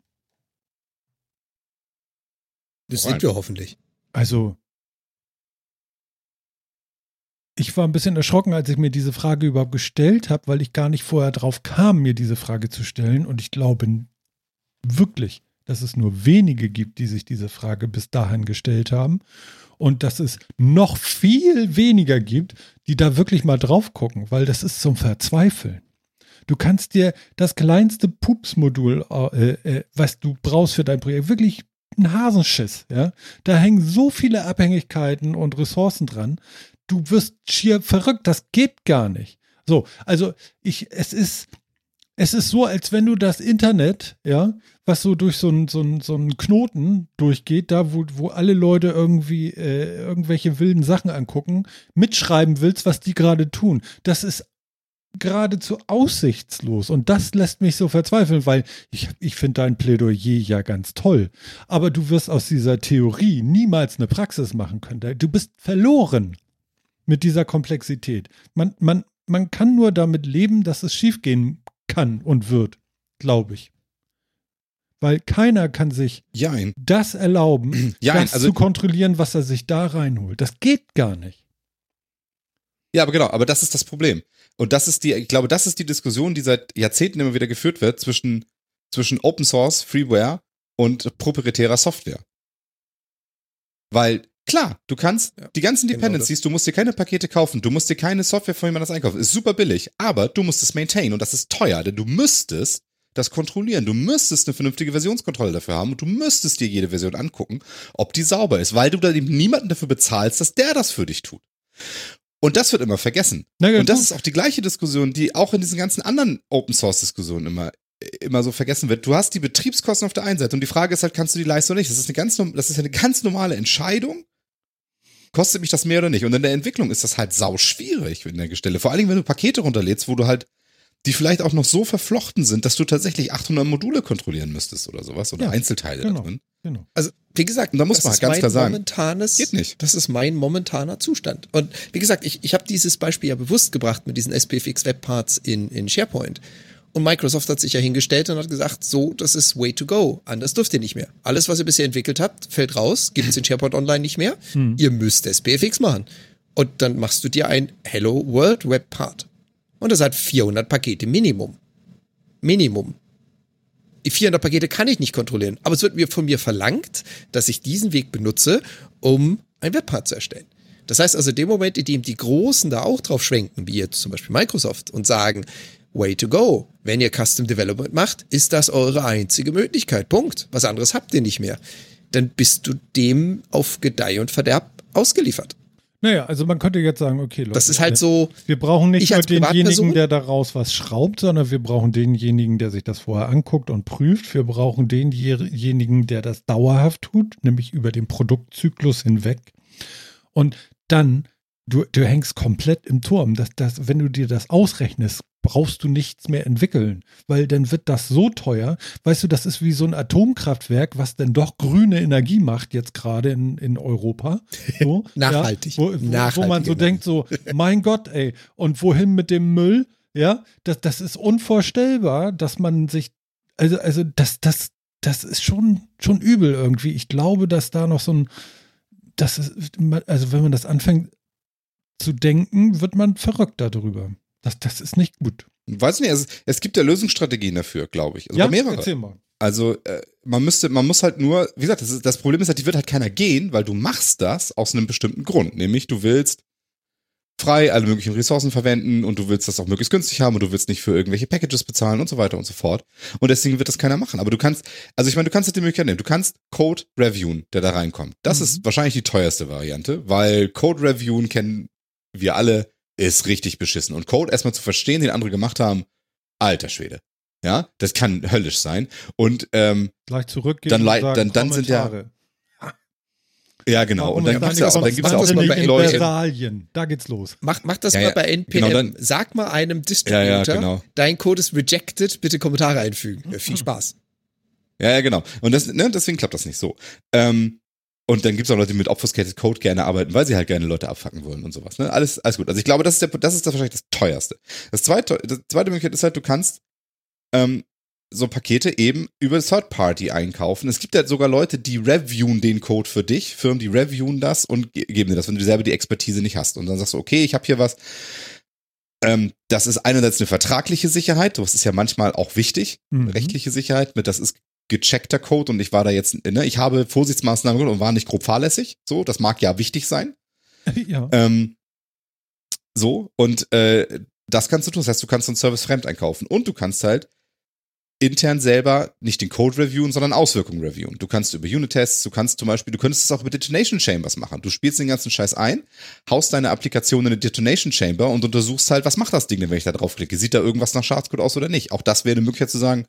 S2: Das sind wir hoffentlich.
S1: Also, ich war ein bisschen erschrocken, als ich mir diese Frage überhaupt gestellt habe, weil ich gar nicht vorher drauf kam, mir diese Frage zu stellen. Und ich glaube wirklich, dass es nur wenige gibt, die sich diese Frage bis dahin gestellt haben und dass es noch viel weniger gibt, die da wirklich mal drauf gucken, weil das ist zum Verzweifeln. Du kannst dir das kleinste Pups-Modul, äh, äh, was du brauchst für dein Projekt, wirklich ein Hasenschiss, ja. Da hängen so viele Abhängigkeiten und Ressourcen dran. Du wirst schier verrückt, das geht gar nicht. So, also ich, es ist, es ist so, als wenn du das Internet, ja, was so durch so einen so einen, so einen Knoten durchgeht, da wo, wo alle Leute irgendwie äh, irgendwelche wilden Sachen angucken, mitschreiben willst, was die gerade tun. Das ist geradezu aussichtslos und das lässt mich so verzweifeln, weil ich, ich finde dein Plädoyer ja ganz toll, aber du wirst aus dieser Theorie niemals eine Praxis machen können. Du bist verloren mit dieser Komplexität. Man, man, man kann nur damit leben, dass es schiefgehen kann und wird, glaube ich. Weil keiner kann sich
S3: Jein.
S1: das erlauben,
S3: Jein,
S1: das
S3: also,
S1: zu kontrollieren, was er sich da reinholt. Das geht gar nicht.
S3: Ja, aber genau, aber das ist das Problem. Und das ist die, ich glaube, das ist die Diskussion, die seit Jahrzehnten immer wieder geführt wird zwischen, zwischen Open Source, Freeware und proprietärer Software. Weil, klar, du kannst ja, die ganzen Dependencies, genau, du musst dir keine Pakete kaufen, du musst dir keine Software von jemandem einkaufen, ist super billig, aber du musst es maintainen und das ist teuer, denn du müsstest das kontrollieren. Du müsstest eine vernünftige Versionskontrolle dafür haben und du müsstest dir jede Version angucken, ob die sauber ist, weil du dann eben niemanden dafür bezahlst, dass der das für dich tut. Und das wird immer vergessen. Ja, und das ist auch die gleiche Diskussion, die auch in diesen ganzen anderen Open-Source-Diskussionen immer, immer so vergessen wird. Du hast die Betriebskosten auf der einen Seite und die Frage ist halt, kannst du die leisten oder nicht? Das ist eine ganz, das ist eine ganz normale Entscheidung. Kostet mich das mehr oder nicht? Und in der Entwicklung ist das halt sau schwierig in der Stelle. Vor allen Dingen, wenn du Pakete runterlädst, wo du halt die vielleicht auch noch so verflochten sind, dass du tatsächlich achthundert Module kontrollieren müsstest oder sowas oder ja, Einzelteile
S1: genau,
S3: da drin.
S2: Genau. Also, wie gesagt,
S3: da muss man ganz klar sagen,
S2: momentanes,
S3: geht nicht.
S2: Das ist mein momentaner Zustand. Und wie gesagt, ich, ich habe dieses Beispiel ja bewusst gebracht mit diesen S P F X Webparts in, in SharePoint. Und Microsoft hat sich ja hingestellt und hat gesagt, so, das ist way to go. Anders dürft ihr nicht mehr. Alles, was ihr bisher entwickelt habt, fällt raus, gibt es in SharePoint Online nicht mehr. Hm. Ihr müsst S P F X machen. Und dann machst du dir ein Hello World Webpart. Und das hat vierhundert Pakete Minimum. Minimum. Die vierhundert Pakete kann ich nicht kontrollieren, aber es wird mir von mir verlangt, dass ich diesen Weg benutze, um ein Webpart zu erstellen. Das heißt also, in dem Moment, in dem die Großen da auch drauf schwenken, wie jetzt zum Beispiel Microsoft, und sagen, way to go. Wenn ihr Custom Development macht, ist das eure einzige Möglichkeit. Punkt. Was anderes habt ihr nicht mehr. Dann bist du dem auf Gedeih und Verderb ausgeliefert.
S1: Naja, also man könnte jetzt sagen, okay, Leute,
S2: das ist halt so.
S1: Wir brauchen nicht nur denjenigen,
S2: Privatperson,
S1: der daraus was schraubt, sondern wir brauchen denjenigen, der sich das vorher anguckt und prüft. Wir brauchen denjenigen, der das dauerhaft tut, nämlich über den Produktzyklus hinweg. Und dann, du, du hängst komplett im Turm. Das, das, wenn du dir das ausrechnest, brauchst du nichts mehr entwickeln, weil dann wird das so teuer. Weißt du, das ist wie so ein Atomkraftwerk, was dann doch grüne Energie macht, jetzt gerade in, in Europa. So,
S2: Nachhaltig.
S1: Ja, wo, wo,
S2: Nachhaltig.
S1: Wo man so denkt, so, mein Gott, ey, und wohin mit dem Müll? Ja, das, das ist unvorstellbar, dass man sich, also, also das, das, das ist schon, schon übel irgendwie. Ich glaube, dass da noch so ein, das ist, also wenn man das anfängt zu denken, wird man verrückt darüber. Das, das ist nicht gut.
S3: Weiß nicht, es, es gibt ja Lösungsstrategien dafür, glaube ich. Also
S1: ja,
S3: mehrere.
S1: erzähl mal.
S3: Also äh, man müsste, man muss halt nur, wie gesagt, das, ist, das Problem ist halt, die wird halt keiner gehen, weil du machst das aus einem bestimmten Grund. Nämlich, du willst frei alle möglichen Ressourcen verwenden und du willst das auch möglichst günstig haben und du willst nicht für irgendwelche Packages bezahlen und so weiter und so fort. Und deswegen wird das keiner machen. Aber du kannst, also ich meine, du kannst halt die Möglichkeit nehmen. Du kannst Code reviewen, der da reinkommt. Das mhm. ist wahrscheinlich die teuerste Variante, weil Code reviewen kennen wir alle, ist richtig beschissen. Und Code erstmal zu verstehen, den andere gemacht haben, alter Schwede. Ja, das kann höllisch sein. Und ähm,
S1: gleich zurückgehen
S3: dann,
S1: und sagen,
S3: dann, dann sind ja ja, genau.
S1: Warum
S3: und dann
S1: ist
S3: gibt's ja auch, dann gibt's ja auch
S2: das mal bei
S3: Leute.
S1: Da geht's los.
S2: Mach, mach das
S3: Ja,
S2: mal
S3: ja.
S2: bei N P M.
S3: Genau, dann-
S2: Sag mal einem Distributor,
S3: Ja, ja, genau.
S2: dein Code ist rejected, bitte Kommentare einfügen. Ja, viel Spaß.
S3: Ja, ja, genau. Und das, ne, deswegen klappt das nicht so. Ähm, und dann gibt's auch Leute, die mit Obfuscated Code gerne arbeiten, weil sie halt gerne Leute abfacken wollen und sowas. Ne? Alles, alles gut. Also ich glaube, das ist, der, das ist das wahrscheinlich das teuerste. Das zweite, das zweite Möglichkeit ist halt, du kannst ähm, so Pakete eben über Third Party einkaufen. Es gibt ja sogar Leute, die reviewen den Code für dich, Firmen, die reviewen das und ge- geben dir das, wenn du selber die Expertise nicht hast. Und dann sagst du, okay, ich habe hier was. Ähm, das ist einerseits eine vertragliche Sicherheit, das ist ja manchmal auch wichtig,
S1: Mhm.
S3: rechtliche Sicherheit, mit das ist gecheckter Code und ich war da jetzt, ne, ich habe Vorsichtsmaßnahmen gemacht und war nicht grob fahrlässig. So, das mag ja wichtig sein.
S1: Ja.
S3: Ähm, so, und äh, das kannst du tun. Das heißt, du kannst so einen Service fremd einkaufen und du kannst halt intern selber nicht den Code reviewen, sondern Auswirkungen reviewen. Du kannst über Unit-Tests, du kannst zum Beispiel, du könntest es auch über Detonation Chambers machen. Du spielst den ganzen Scheiß ein, haust deine Applikation in eine Detonation Chamber und untersuchst halt, was macht das Ding denn, wenn ich da draufklicke? Sieht da irgendwas nach Schadcode aus oder nicht? Auch das wäre eine Möglichkeit zu sagen,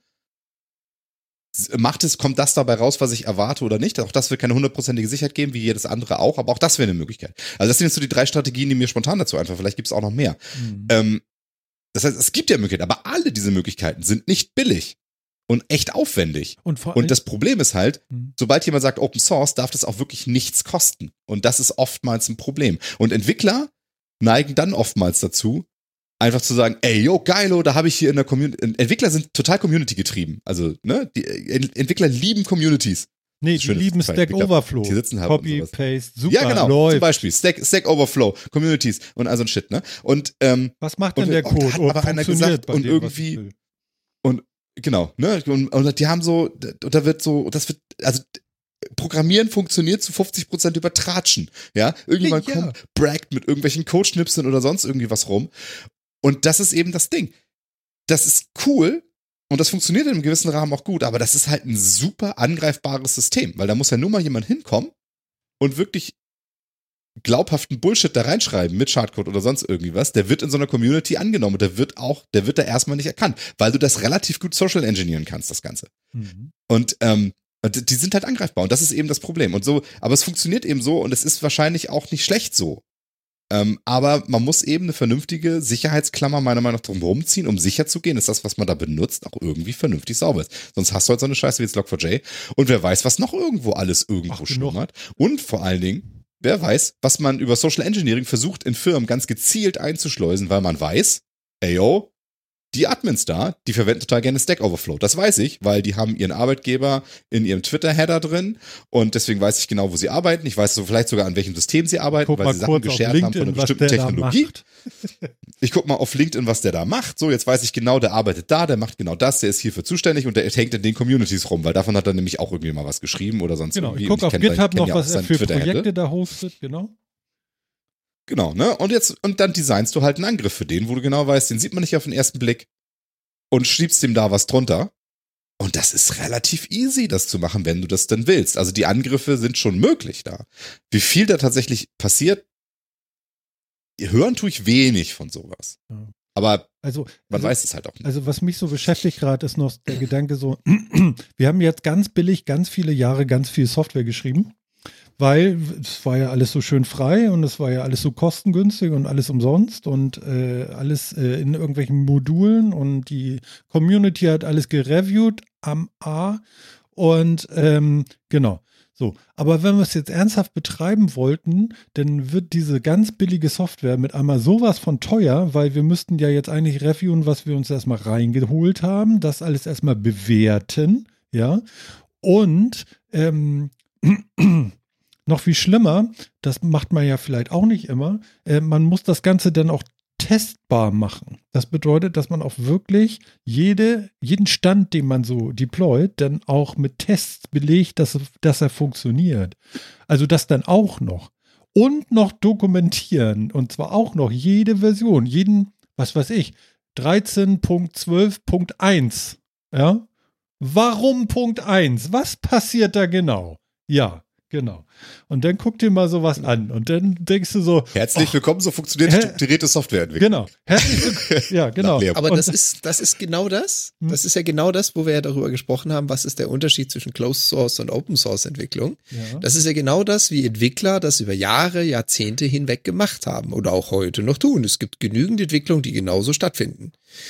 S3: macht es, kommt das dabei raus, was ich erwarte oder nicht? Auch das wird keine hundertprozentige Sicherheit geben, wie jedes andere auch, aber auch das wäre eine Möglichkeit. Also das sind jetzt so die drei Strategien, die mir spontan dazu einfallen. Vielleicht gibt es auch noch mehr.
S1: Mhm.
S3: Ähm, das heißt, es gibt ja Möglichkeiten, aber alle diese Möglichkeiten sind nicht billig und echt aufwendig.
S1: Und, vor
S3: Und das Problem ist halt,
S1: Mhm.
S3: sobald jemand sagt Open Source, darf das auch wirklich nichts kosten. Und das ist oftmals ein Problem. Und Entwickler neigen dann oftmals dazu, einfach zu sagen, ey, yo, geilo, da habe ich hier in der Community, Entwickler sind total Community getrieben. Also, ne, die Ent- Entwickler lieben Communities.
S1: nee, die
S3: Schöne
S1: lieben
S3: Zeit,
S1: Stack
S3: Entwickler,
S1: Overflow.
S3: die sitzen haben und
S1: Copy,
S3: sowas.
S1: Paste, super,
S3: Ja, genau, zum
S1: läuft.
S3: Beispiel Stack, Stack Overflow, Communities und all so ein Shit, ne? Und, ähm,
S1: Was macht
S3: Und
S1: denn der
S3: wir- und da
S1: Code?
S3: hat
S1: Oh,
S3: aber einer
S1: funktioniert
S3: gesagt,
S1: bei
S3: und
S1: dem, was ich
S3: irgendwie-
S1: will.
S3: genau, ne? Und, und die haben so, und da wird so, das wird, also, Programmieren funktioniert zu fünfzig Prozent über Tratschen, ja? Irgendjemand
S1: Ja.
S3: kommt, braggt mit irgendwelchen Codeschnipseln oder sonst irgendwie was rum. Und das ist eben das Ding. Das ist cool und das funktioniert in einem gewissen Rahmen auch gut, aber das ist halt ein super angreifbares System, weil da muss ja nur mal jemand hinkommen und wirklich glaubhaften Bullshit da reinschreiben mit Schadcode oder sonst irgendwie was, der wird in so einer Community angenommen und der wird auch, der wird da erstmal nicht erkannt, weil du das relativ gut social engineeren kannst, das Ganze.
S1: Mhm.
S3: Und ähm, und die sind halt angreifbar und das ist eben das Problem. Und so, aber es funktioniert eben so und es ist wahrscheinlich auch nicht schlecht so. Ähm, aber man muss eben eine vernünftige Sicherheitsklammer meiner Meinung nach drum rumziehen, um sicher zu gehen, dass das, was man da benutzt, auch irgendwie vernünftig sauber ist. Sonst hast du halt so eine Scheiße wie jetzt Log four j und wer weiß, was noch irgendwo alles irgendwo
S1: Ach, genug.
S3: schlummert. Und vor allen Dingen, wer weiß, was man über Social Engineering versucht in Firmen ganz gezielt einzuschleusen, weil man weiß, ey yo, die Admins da, die verwenden total gerne Stack Overflow. Das weiß ich, weil die haben ihren Arbeitgeber in ihrem Twitter-Header drin und deswegen weiß ich genau, wo sie arbeiten. Ich weiß so vielleicht sogar, an welchem System sie arbeiten,
S1: Guck
S3: weil
S1: mal
S3: sie Sachen
S1: kurz auf
S3: geshared haben von einer
S1: LinkedIn, was
S3: bestimmten
S1: der da
S3: Technologie.
S1: macht.
S3: Ich guck mal auf LinkedIn, was der da macht. So, jetzt weiß ich genau, der arbeitet da, der macht genau das, der ist hierfür zuständig und der hängt in den Communities rum, weil davon hat er nämlich auch irgendwie mal was geschrieben oder sonst
S1: Genau,
S3: irgendwie.
S1: ich gucke
S3: Und
S1: auf
S3: kenn-
S1: GitHub
S3: kenn
S1: noch,
S3: ja auch
S1: was er
S3: seinen
S1: für
S3: Twitter-Handle.
S1: Projekte da hostet, genau.
S3: Genau, ne? Und jetzt, und dann designst du halt einen Angriff für den, wo du genau weißt, den sieht man nicht auf den ersten Blick. und schiebst ihm da was drunter. Und das ist relativ easy, das zu machen, wenn du das denn willst. Also die Angriffe sind schon möglich da. Wie viel da tatsächlich passiert, hören tue ich wenig von sowas.
S1: Ja.
S3: Aber
S1: also,
S3: man
S1: also,
S3: weiß es halt auch nicht.
S1: Also was mich so beschäftigt gerade, ist noch der Gedanke so, wir haben jetzt ganz billig, ganz viele Jahre, ganz viel Software geschrieben, weil es war ja alles so schön frei und es war ja alles so kostengünstig und alles umsonst und äh, alles äh, in irgendwelchen Modulen und die Community hat alles gereviewt am A und ähm, genau. So, aber wenn wir es jetzt ernsthaft betreiben wollten, dann wird diese ganz billige Software mit einmal sowas von teuer, weil wir müssten ja jetzt eigentlich reviewen, was wir uns erstmal reingeholt haben, das alles erstmal bewerten, ja, und ähm, noch viel schlimmer, das macht man ja vielleicht auch nicht immer, äh, man muss das Ganze dann auch testbar machen. Das bedeutet, dass man auch wirklich jede, jeden Stand, den man so deployt, dann auch mit Tests belegt, dass, dass er funktioniert. Also das dann auch noch. Und noch dokumentieren. Und zwar auch noch jede Version, jeden, was weiß ich, dreizehn Punkt zwölf Punkt eins. Ja? Warum Punkt eins? Was passiert da genau? Ja. Genau. Und dann guck dir mal sowas an und dann denkst du so,
S3: herzlich willkommen, so funktioniert strukturierte Softwareentwicklung.
S1: Genau. Herzlich willkommen. Ja, genau.
S2: Aber das ist, das ist genau das. Das ist ja genau das, wo wir ja darüber gesprochen haben, was ist der Unterschied zwischen Closed Source und Open Source Entwicklung. Ja. Das ist ja genau das, wie Entwickler das über Jahre, Jahrzehnte hinweg gemacht haben oder auch heute noch tun. Es gibt genügend Entwicklungen, die genauso stattfinden.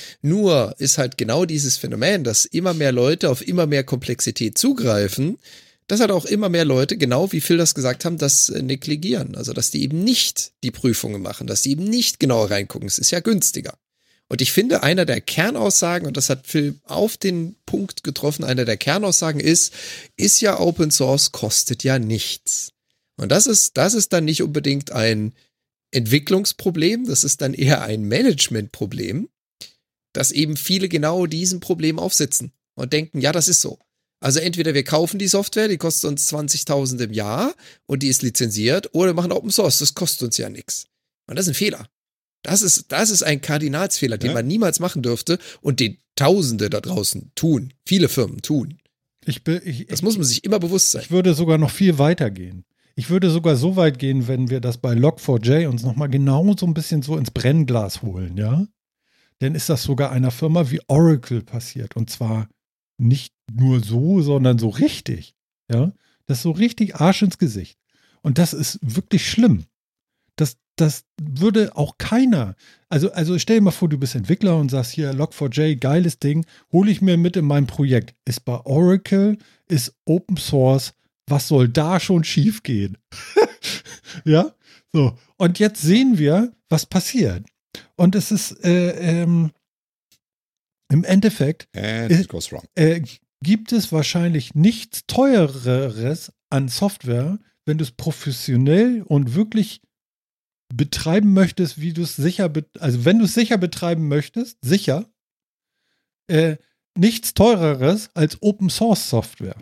S2: Nur ist halt genau dieses Phänomen, dass immer mehr Leute auf immer mehr Komplexität zugreifen, dass halt auch immer mehr Leute, genau wie Phil das gesagt haben, das negligieren. Also, dass die eben nicht die Prüfungen machen, dass die eben nicht genauer reingucken. Es ist ja günstiger. Und ich finde, einer der Kernaussagen, und das hat Phil auf den Punkt getroffen, einer der Kernaussagen ist, ist ja Open Source, kostet ja nichts. Und das ist, das ist dann nicht unbedingt ein Entwicklungsproblem, das ist dann eher ein Managementproblem, dass eben viele genau diesem Problem aufsitzen und denken, ja, das ist so. Also entweder wir kaufen die Software, die kostet uns zwanzigtausend im Jahr und die ist lizenziert, oder wir machen Open Source, das kostet uns ja nichts. Und das ist ein Fehler. Das ist, das ist ein Kardinalsfehler, den ja. man niemals machen dürfte und den Tausende da draußen tun, viele Firmen tun.
S1: Ich be, ich,
S2: das muss man sich immer bewusst sein.
S1: Ich würde sogar noch viel weiter gehen. Ich würde sogar so weit gehen, wenn wir das bei log four j uns nochmal genau so ein bisschen so ins Brennglas holen, ja? Dann ist das sogar einer Firma wie Oracle passiert und zwar nicht nur so, sondern so richtig. Ja, das ist so richtig Arsch ins Gesicht. Und das ist wirklich schlimm. Das, das würde auch keiner, also, also stell dir mal vor, du bist Entwickler und sagst hier log four j, geiles Ding, hole ich mir mit in mein Projekt. Ist bei Oracle, ist Open Source, was soll da schon schief gehen? Ja, so. Und jetzt sehen wir, was passiert. Und es ist, äh, ähm, im Endeffekt
S3: And it goes wrong.
S1: Äh, gibt es wahrscheinlich nichts Teureres an Software, wenn du es professionell und wirklich betreiben möchtest, wie du es sicher, be- also wenn du es sicher betreiben möchtest, sicher, äh, nichts Teureres als Open Source Software.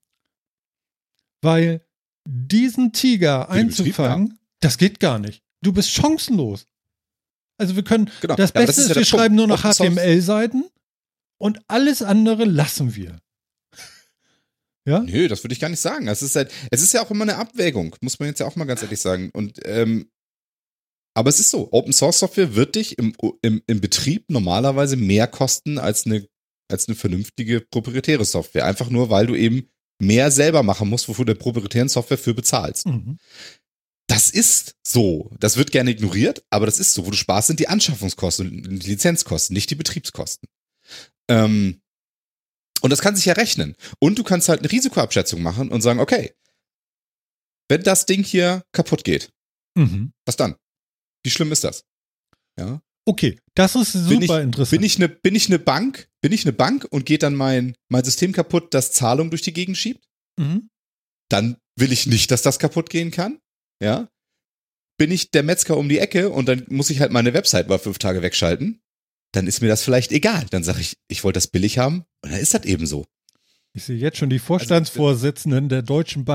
S1: Weil diesen Tiger einzufangen, das geht gar nicht. Du bist chancenlos. Also wir können,
S3: genau.
S1: das
S3: ja,
S1: Beste
S3: das
S1: ist,
S3: ist ja
S1: wir schreiben nur noch
S3: Open
S1: H T M L-Seiten und alles andere lassen wir. Ja?
S3: Nö, das würde ich gar nicht sagen. Es ist halt, es ist ja auch immer eine Abwägung, muss man jetzt ja auch mal ganz ehrlich sagen. Und ähm, aber es ist so, Open Source Software wird dich im, im, im Betrieb normalerweise mehr kosten als eine, als eine vernünftige proprietäre Software. Einfach nur, weil du eben mehr selber machen musst, wofür du der proprietären Software für bezahlst. Mhm. Das ist so. Das wird gerne ignoriert, aber das ist so. Wo du sparst, sind die Anschaffungskosten und die Lizenzkosten, nicht die Betriebskosten. Ähm, und das kann sich ja rechnen. Und du kannst halt eine Risikoabschätzung machen und sagen, okay, wenn das Ding hier kaputt geht, mhm. was dann? Wie schlimm ist das? Ja.
S1: Okay, das ist super
S3: bin ich,
S1: interessant.
S3: Bin ich eine, bin ich eine Bank? Bin ich eine Bank und geht dann mein, mein System kaputt, das Zahlung durch die Gegend schiebt? Mhm. Dann will ich nicht, dass das kaputt gehen kann. Ja. Bin ich der Metzger um die Ecke und dann muss ich halt meine Website mal fünf Tage wegschalten, dann ist mir das vielleicht egal. Dann sage ich, ich wollte das billig haben und dann ist das eben so.
S1: Ich sehe jetzt schon die Vorstandsvorsitzenden also, der Deutschen Bank.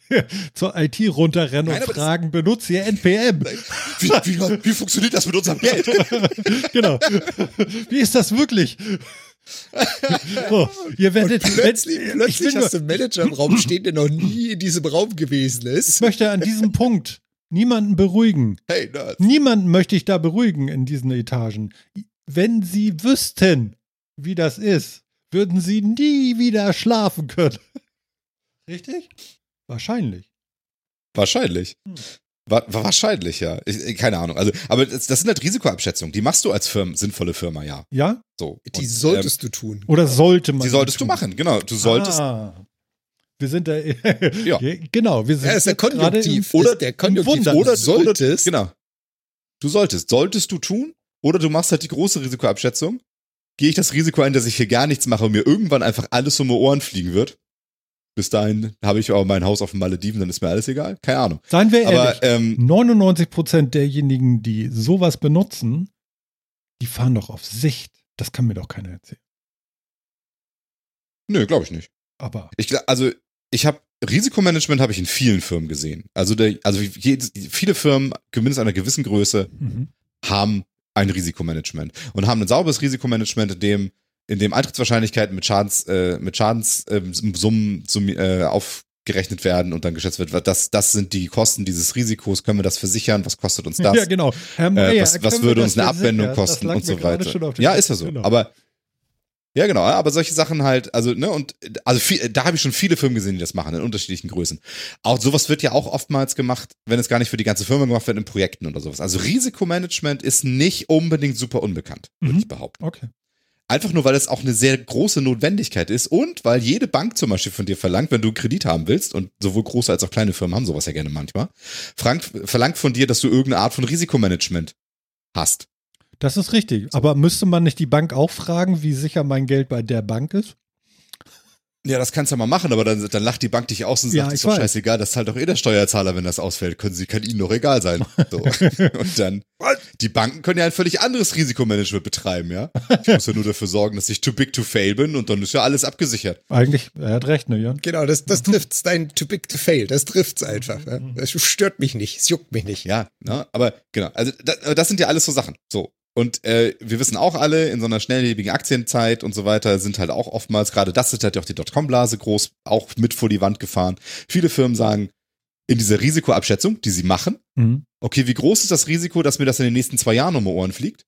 S1: zur I T runterrennen
S3: Nein,
S1: und
S3: aber das-
S1: fragen, benutzt ihr N P M?
S3: Wie, wie, wie funktioniert das mit unserem Geld?
S1: Genau. Wie ist das wirklich? So, ihr werdet,
S2: Plötzlich,
S1: wenn, ich,
S2: plötzlich
S1: will
S2: hast du einen Manager im Raum stehen, der noch nie in diesem Raum gewesen
S1: ich
S2: ist.
S1: möchte an diesem Punkt niemanden beruhigen.
S3: Hey, Nerds.
S1: Niemanden möchte ich da beruhigen in diesen Etagen. Wenn sie wüssten, wie das ist, würden sie nie wieder schlafen können. Richtig? Wahrscheinlich.
S3: Wahrscheinlich.
S1: Hm.
S3: Wa wahrscheinlich, ja. Ich, keine Ahnung. Also, aber das, das sind halt Risikoabschätzungen. Die machst du als Firma, sinnvolle Firma, ja.
S1: Ja?
S3: So.
S2: Die
S3: Und,
S2: solltest du tun.
S1: Oder sollte man?
S3: ähm, die solltest
S1: tun?
S3: du machen, genau. Du solltest.
S1: Ah, wir sind da.
S3: Ja.
S1: Genau, wir sind
S2: Ja, ist der
S1: jetzt gerade im-
S2: Konjunktiv.
S3: Oder
S2: ist der Konjunktiv.
S1: Wunder.
S3: Oder
S2: solltest.
S3: Oder, genau. Du solltest. Solltest du tun? Oder du machst halt die große Risikoabschätzung. Gehe ich das Risiko ein, dass ich hier gar nichts mache und mir irgendwann einfach alles um die Ohren fliegen wird? Bis dahin habe ich auch mein Haus auf den Malediven, dann ist mir alles egal. Keine Ahnung.
S1: Seien wir ehrlich,
S3: Aber ähm,
S1: neunundneunzig Prozent derjenigen, die sowas benutzen, die fahren doch auf Sicht. Das kann mir doch keiner erzählen.
S3: nö, glaube ich nicht.
S1: Aber
S3: Ich, gla- also ich habe Risikomanagement habe ich in vielen Firmen gesehen. Also der, also jedes, viele Firmen, zumindest einer gewissen Größe,
S1: mhm.
S3: haben ein Risikomanagement und haben ein sauberes Risikomanagement, in dem in dem Eintrittswahrscheinlichkeiten mit Schadens äh, mit Schadenssummen äh, äh, aufgerechnet werden und dann geschätzt wird, das das sind die Kosten dieses Risikos, können wir das versichern, was kostet uns das?
S1: ja, genau. Herr
S3: Äh,
S1: Meyer,
S3: was, was
S1: können wir
S3: würde
S1: das
S3: uns eine
S1: versichern?
S3: Abwendung
S1: Das
S3: kosten
S1: lag
S3: und
S1: mir
S3: so
S1: gerade
S3: weiter.
S1: schon auf den
S3: Ja,
S1: Tisch.
S3: ist ja so.
S1: Genau.
S3: Aber ja, genau, aber solche Sachen halt, also, ne, und also viel, da habe ich schon viele Firmen gesehen, die das machen, in unterschiedlichen Größen. Auch sowas wird ja auch oftmals gemacht, wenn es gar nicht für die ganze Firma gemacht wird, in Projekten oder sowas. Also Risikomanagement ist nicht unbedingt super unbekannt, würde
S1: Mhm.
S3: ich behaupten.
S1: Okay.
S3: Einfach nur, weil es auch eine sehr große Notwendigkeit ist und weil jede Bank zum Beispiel von dir verlangt, wenn du einen Kredit haben willst, und sowohl große als auch kleine Firmen haben sowas ja gerne manchmal, Frank, verlangt von dir, dass du irgendeine Art von Risikomanagement hast.
S1: Das ist richtig. Aber müsste man nicht die Bank auch fragen, wie sicher mein Geld bei der Bank ist?
S3: Ja, das kannst du mal machen, aber dann, dann lacht die Bank dich aus und sagt,
S1: Ja,
S3: ist
S1: ich
S3: doch
S1: weiß.
S3: scheißegal, das zahlt doch eh der Steuerzahler, wenn das ausfällt. Können sie, kann ihnen doch egal sein. So. Und dann, die Banken können ja ein völlig anderes Risikomanagement betreiben, ja. Ich muss ja nur dafür sorgen, dass ich too big to fail bin und dann ist ja alles abgesichert.
S1: Eigentlich, er hat recht, ne, Jan?
S2: Genau, das, das trifft's. Dein too big to fail. Das trifft's einfach. Ja. Das stört mich nicht. Es juckt mich nicht.
S3: Ja, ne? Aber genau, also das, das sind ja alles so Sachen. So. Und äh, wir wissen auch alle, in so einer schnelllebigen Aktienzeit und so weiter sind halt auch oftmals, gerade das ist halt auch die Dotcom-Blase groß, auch mit vor die Wand gefahren. Viele Firmen sagen, in dieser Risikoabschätzung, die sie machen,
S1: Mhm.
S3: okay, wie groß ist das Risiko, dass mir das in den nächsten zwei Jahren um die Ohren fliegt?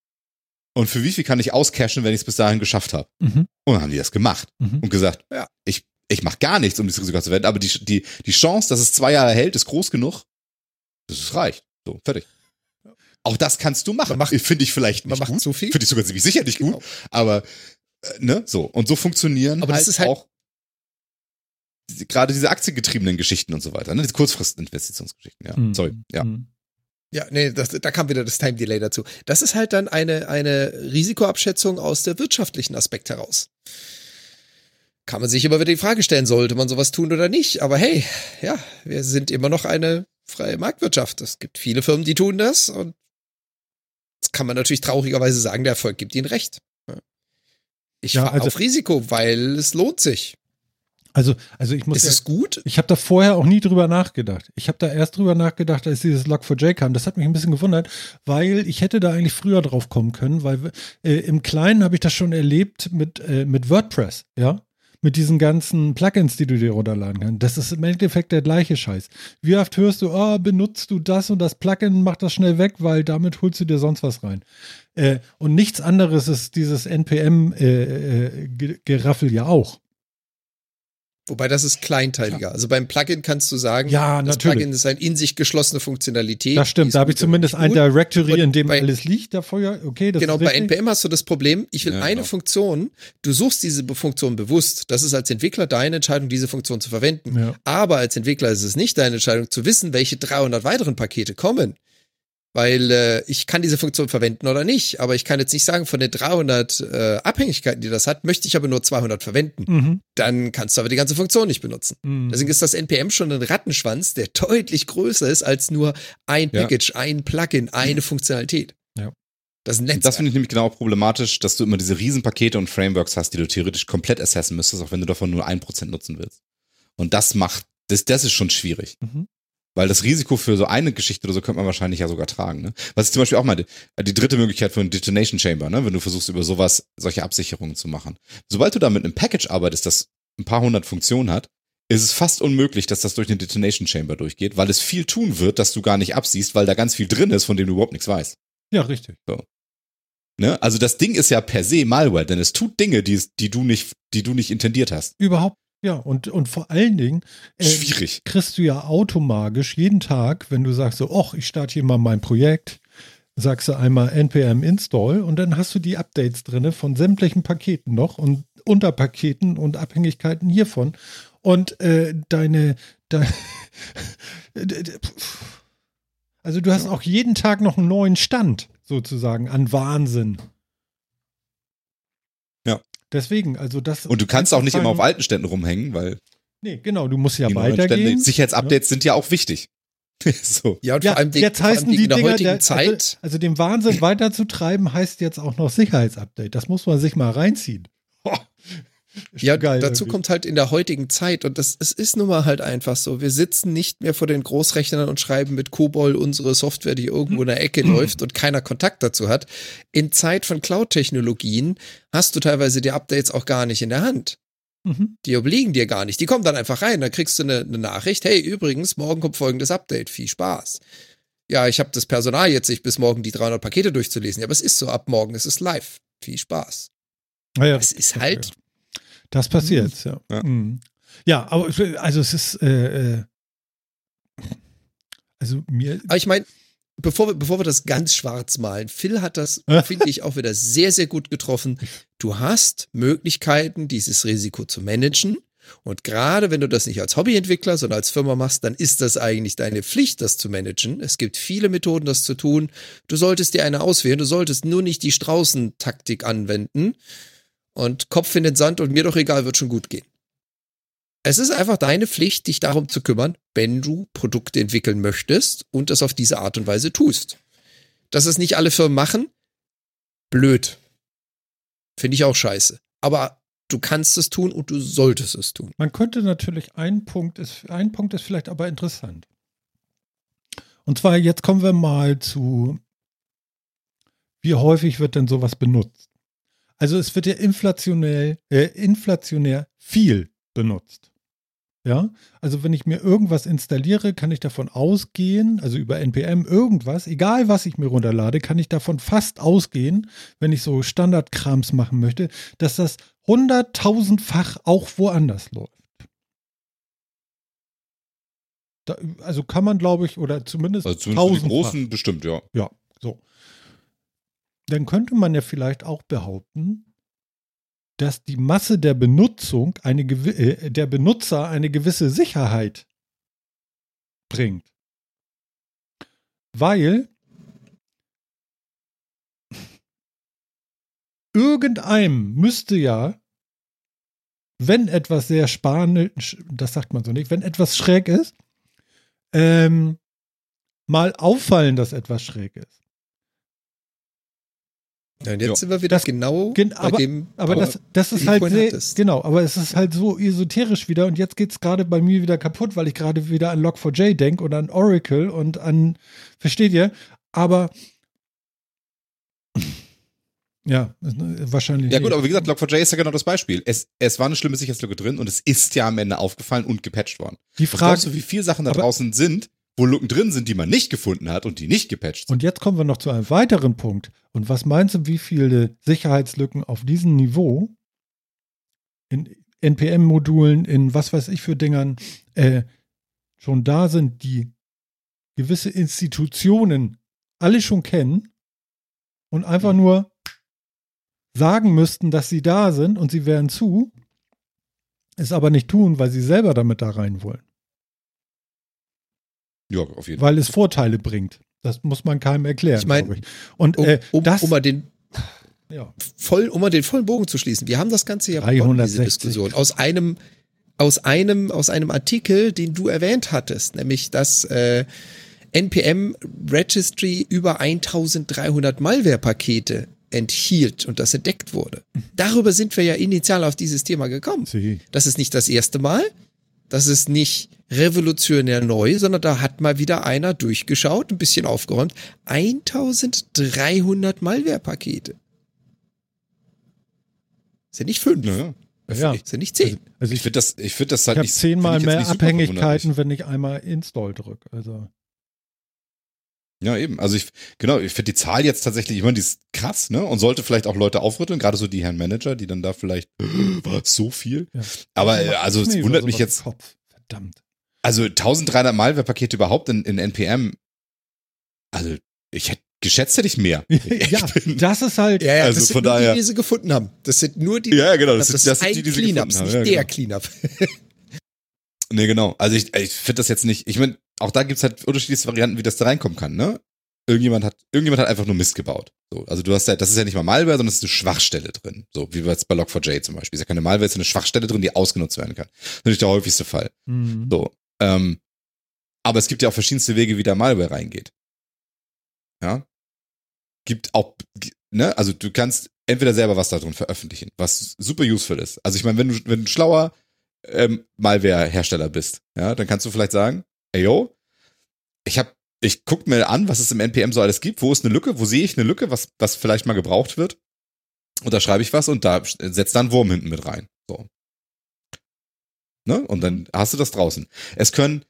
S3: Und für wie viel kann ich auscashen, wenn ich es bis dahin geschafft habe?
S1: Mhm.
S3: Und dann haben die das gemacht
S1: Mhm.
S3: und gesagt,
S2: Ja.
S3: ich, ich mache gar nichts, um dieses Risiko zu verwenden, aber die, die, die Chance, dass es zwei Jahre hält, ist groß genug. Das ist reicht. So, fertig. Auch das kannst du machen.
S2: Man macht-
S3: Finde ich vielleicht
S2: Man
S3: nicht
S2: macht
S3: gut.
S2: so viel.
S3: Finde ich sogar ziemlich sicher nicht gut.
S2: Genau.
S3: Aber, äh, ne, so. Und so funktionieren
S2: Aber das
S3: halt,
S2: ist halt-
S3: auch diese, gerade diese aktiengetriebenen Geschichten und so weiter, ne? Diese Kurzfristinvestitionsgeschichten, ja.
S1: Mhm.
S3: Sorry, ja.
S1: Mhm.
S2: Ja, nee, das, da kam wieder das Time Delay dazu. Das ist halt dann eine, eine Risikoabschätzung aus der wirtschaftlichen Aspekt heraus. Kann man sich immer wieder die Frage stellen, sollte man sowas tun oder nicht? Aber hey, ja, wir sind immer noch eine freie Marktwirtschaft. Es gibt viele Firmen, die tun das und jetzt kann man natürlich traurigerweise sagen, der Erfolg gibt ihnen recht. Ich
S1: Ja,
S2: fahre
S1: also-
S2: auf Risiko, weil es lohnt sich.
S1: Also, also ich muss
S2: Ist
S1: ja,
S2: es gut?
S1: ich habe da vorher auch nie drüber nachgedacht. Ich habe da erst drüber nachgedacht, als dieses Log four j kam. Das hat mich ein bisschen gewundert, weil ich hätte da eigentlich früher drauf kommen können, weil äh, im Kleinen habe ich das schon erlebt mit, äh, mit WordPress, ja. Mit diesen ganzen Plugins, die du dir runterladen kannst. Das ist im Endeffekt der gleiche Scheiß. Wie oft hörst du, oh, benutzt du das und das Plugin, mach das schnell weg, weil damit holst du dir sonst was rein. Äh, und nichts anderes ist dieses N P M-Geraffel ja auch.
S2: Wobei das ist kleinteiliger. Also beim Plugin kannst du sagen,
S1: Ja,
S2: das
S1: natürlich.
S2: Plugin ist eine in sich geschlossene Funktionalität.
S1: Das
S2: Die
S1: stimmt,
S2: ist
S1: da habe ich
S2: gut oder
S1: zumindest
S2: nicht
S1: ein
S2: gut.
S1: Directory,
S2: Und
S1: in dem
S2: bei-
S1: alles liegt davor. Okay, das
S2: Genau,
S1: ist
S2: bei
S1: richtig.
S2: N P M hast du das Problem, ich will
S3: Ja,
S2: eine
S3: genau.
S2: Funktion, du suchst diese Be- Funktion bewusst. Das ist als Entwickler deine Entscheidung, diese Funktion zu verwenden.
S1: Ja.
S2: Aber als Entwickler ist es nicht deine Entscheidung, zu wissen, welche dreihundert weiteren Pakete kommen. Weil äh, ich kann diese Funktion verwenden oder nicht. Aber ich kann jetzt nicht sagen, von den dreihundert äh, Abhängigkeiten, die das hat, möchte ich aber nur zweihundert verwenden.
S1: Mhm.
S2: Dann kannst du aber die ganze Funktion nicht benutzen.
S1: Mhm.
S2: Deswegen ist das N P M schon ein Rattenschwanz, der deutlich größer ist als nur ein
S3: Ja.
S2: Package, ein Plugin, eine Funktionalität.
S1: Ja.
S2: Das ist ein
S3: Das
S2: Netzwerk.
S3: finde ich nämlich genau problematisch, dass du immer diese Riesenpakete und Frameworks hast, die du theoretisch komplett assessen müsstest, auch wenn du davon nur ein Prozent nutzen willst. Und das macht Das, das ist schon schwierig.
S1: Mhm.
S3: Weil das Risiko für so eine Geschichte oder so könnte man wahrscheinlich ja sogar tragen. Ne? Was ich zum Beispiel auch meinte, die dritte Möglichkeit für ein Detonation Chamber, ne? Wenn du versuchst, über sowas, solche Absicherungen zu machen. Sobald du da mit einem Package arbeitest, das ein paar hundert Funktionen hat, ist es fast unmöglich, dass das durch eine Detonation Chamber durchgeht, weil es viel tun wird, dass du gar nicht absiehst, weil da ganz viel drin ist, von dem du überhaupt nichts weißt.
S1: Ja, richtig.
S3: So. Ne? Also das Ding ist ja per se Malware, denn es tut Dinge, die, die, du, nicht, die du nicht intendiert hast.
S1: Überhaupt. Ja, und, und vor allen Dingen äh,
S3: Schwierig.
S1: kriegst du ja automagisch jeden Tag, wenn du sagst so, ach, ich starte hier mal mein Projekt, sagst du einmal N P M Install und dann hast du die Updates drinne von sämtlichen Paketen noch und Unterpaketen und Abhängigkeiten hiervon. Und äh, deine, de, also du hast auch jeden Tag noch einen neuen Stand sozusagen an Wahnsinn.
S3: Ja.
S1: Deswegen, also das.
S3: Und du kannst auch nicht immer auf alten Ständen rumhängen, weil.
S1: Nee, genau, du musst ja
S3: die neuen
S1: weitergehen.
S3: Stände, Sicherheitsupdates ja. sind ja auch wichtig. So.
S2: Ja, und
S1: ja,
S2: vor allem, die,
S1: jetzt
S2: vor allem
S1: heißen
S2: die
S1: die
S2: in der
S1: Dinger,
S2: heutigen
S1: der,
S2: Zeit.
S1: Also, also den Wahnsinn weiterzutreiben, heißt jetzt auch noch Sicherheitsupdate. Das muss man sich mal reinziehen. Oh,
S2: ja,
S1: geil,
S2: dazu
S1: irgendwie.
S2: kommt halt in der heutigen Zeit, und das es ist nun mal halt einfach so, wir sitzen nicht mehr vor den Großrechnern und schreiben mit COBOL unsere Software, die irgendwo in der Ecke läuft und keiner Kontakt dazu hat. In Zeit von Cloud-Technologien hast du teilweise die Updates auch gar nicht in der Hand.
S1: Mhm.
S2: Die obliegen dir gar nicht. Die kommen dann einfach rein. Da kriegst du eine, eine Nachricht. Hey, übrigens, morgen kommt folgendes Update. Viel Spaß. Ja, ich habe das Personal jetzt nicht bis morgen die dreihundert Pakete durchzulesen. Ja, aber es ist so. Ab morgen ist es live. Viel Spaß.
S1: Naja,
S2: es ist halt.
S1: Das passiert, ja.
S3: Ja.
S1: Mhm. Ja, aber also es ist, äh, äh, also mir.
S2: Aber ich meine, bevor wir, bevor wir das ganz schwarz malen, Phil hat das, finde ich, auch wieder sehr, sehr gut getroffen. Du hast Möglichkeiten, dieses Risiko zu managen. Und gerade wenn du das nicht als Hobbyentwickler, sondern als Firma machst, dann ist das eigentlich deine Pflicht, das zu managen. Es gibt viele Methoden, das zu tun. Du solltest dir eine auswählen. Du solltest nur nicht die Straußentaktik anwenden. Und Kopf in den Sand und mir doch egal, wird schon gut gehen. Es ist einfach deine Pflicht, dich darum zu kümmern, wenn du Produkte entwickeln möchtest und das auf diese Art und Weise tust. Dass es nicht alle Firmen machen, blöd. Finde ich auch scheiße. Aber du kannst es tun und du solltest es tun.
S1: Man könnte natürlich, ein Punkt ist, ein Punkt ist vielleicht aber interessant. Und zwar, jetzt kommen wir mal zu, wie häufig wird denn sowas benutzt? Also es wird ja inflationär, äh, inflationär viel benutzt. Ja, also wenn ich mir irgendwas installiere, kann ich davon ausgehen, also über N P M irgendwas, egal was ich mir runterlade, kann ich davon fast ausgehen, wenn ich so Standardkrams machen möchte, dass das hunderttausendfach auch woanders läuft. Da, also kann man, glaube ich, oder zumindest,
S3: also zumindest die
S1: tausendfach.
S3: großen bestimmt, ja.
S1: Ja, so. Dann könnte man ja vielleicht auch behaupten, dass die Masse der Benutzung eine äh, der Benutzer eine gewisse Sicherheit bringt. Weil irgendeinem müsste ja, wenn etwas sehr spanisch, das sagt man so nicht, wenn etwas schräg ist, ähm, mal auffallen, dass etwas schräg ist.
S2: Ja, und jetzt
S3: ja.
S2: sind wir wieder
S1: das,
S2: genau
S1: gen,
S2: bei
S1: aber,
S2: dem,
S1: aber das, das ist halt sehr,
S2: hattest.
S1: genau, aber es ist halt so esoterisch wieder und jetzt geht es gerade bei mir wieder kaputt, weil ich gerade wieder an Log four j denke und an Oracle und an, versteht ihr? Aber ja, wahrscheinlich.
S3: Ja gut,
S1: nicht.
S3: aber wie gesagt, Log four j ist ja genau das Beispiel. Es, es war eine schlimme Sicherheitslücke drin und es ist ja am Ende aufgefallen und gepatcht worden.
S1: Die
S3: Was
S1: Frage,
S3: glaubst du, wie viele Sachen da
S1: aber,
S3: draußen sind, wo Lücken drin sind, die man nicht gefunden hat und die nicht gepatcht sind?
S1: Und jetzt kommen wir noch zu einem weiteren Punkt. Und was meinst du, wie viele Sicherheitslücken auf diesem Niveau in N P M-Modulen, in was weiß ich für Dingern äh, schon da sind, die gewisse Institutionen alle schon kennen und einfach nur sagen müssten, dass sie da sind und sie wären zu, es aber nicht tun, weil sie selber damit da rein wollen.
S3: Ja, auf jeden Fall.
S1: Weil es Vorteile bringt. Das muss man keinem erklären,
S2: Ich mein,
S1: glaube ich. Und
S2: Um,
S1: äh,
S2: um,
S1: das,
S2: um mal den
S1: ja.
S2: voll, um mal den vollen Bogen zu schließen. Wir haben das Ganze ja begonnen, diese Diskussion aus einem, aus einem, aus einem Artikel, den du erwähnt hattest, nämlich das äh, N P M Registry über eintausenddreihundert Malware-Pakete enthielt und das entdeckt wurde. Darüber sind wir ja initial auf dieses Thema gekommen.
S1: Sie.
S2: Das ist nicht das erste Mal. Das ist nicht revolutionär neu, sondern da hat mal wieder einer durchgeschaut, ein bisschen aufgeräumt. eintausenddreihundert Malware-Pakete. Sind nicht fünf.
S3: Ja.
S1: Ja.
S2: Sind nicht zehn.
S1: Also
S3: Ich
S1: ich,
S3: finde das, ich find das halt
S1: ich habe
S3: nicht
S1: zehnmal
S3: find ich jetzt
S1: mehr
S3: nicht super
S1: Abhängigkeiten, wenn ich einmal Install drücke. Also
S3: Ja, eben. Also ich, genau, ich finde die Zahl jetzt tatsächlich, ich meine, die ist krass, ne? Und sollte vielleicht auch Leute aufrütteln, gerade so die Herren Manager, die dann da vielleicht, was, so viel?
S1: ja.
S3: Aber
S1: Also
S3: äh, also es
S1: mir
S3: wundert
S1: über
S3: mich
S1: sowas
S3: jetzt,
S1: im Kopf. Verdammt.
S3: also eintausenddreihundert Malware-Pakete überhaupt in, in N P M, also ich hätte geschätzt hätte ich mehr.
S1: Ja,
S3: bin-
S1: das ist halt.
S2: Ja, ja,
S3: Also
S2: das sind
S3: von
S2: nur
S3: daher-
S2: die, die sie gefunden haben. Das sind nur die,
S3: Ja, genau, das
S2: das,
S3: sind-
S2: ist
S3: das sind
S2: ein
S3: die, die sie
S2: Cleanup,
S3: gefunden
S2: nicht
S3: haben, ja,
S2: der
S3: genau.
S2: Cleanup.
S3: Nee, genau. Also ich, ich finde das jetzt nicht, ich meine, auch da gibt's halt unterschiedliche Varianten, wie das da reinkommen kann, ne? Irgendjemand hat, irgendjemand hat einfach nur Mist gebaut. So, also du hast ja, das ist ja nicht mal Malware, sondern es ist eine Schwachstelle drin. So, wie jetzt bei log four j zum Beispiel. Ist ja keine Malware, es ist eine Schwachstelle drin, die ausgenutzt werden kann. Das ist natürlich der häufigste Fall.
S1: Mhm.
S3: So, ähm, aber es gibt ja auch verschiedenste Wege, wie da Malware reingeht. Ja? Gibt auch, ne, also du kannst entweder selber was da drin veröffentlichen, was super useful ist. Also ich meine, wenn du, wenn du ein schlauer ähm, Malware-Hersteller bist, ja, dann kannst du vielleicht sagen, ey yo, ich hab, ich guck mir an, was es im N P M so alles gibt, wo ist eine Lücke, wo sehe ich eine Lücke, was, was vielleicht mal gebraucht wird. Und da schreibe ich was und da setzt da einen Wurm hinten mit rein. So. Ne? Und dann hast du das draußen. Es können,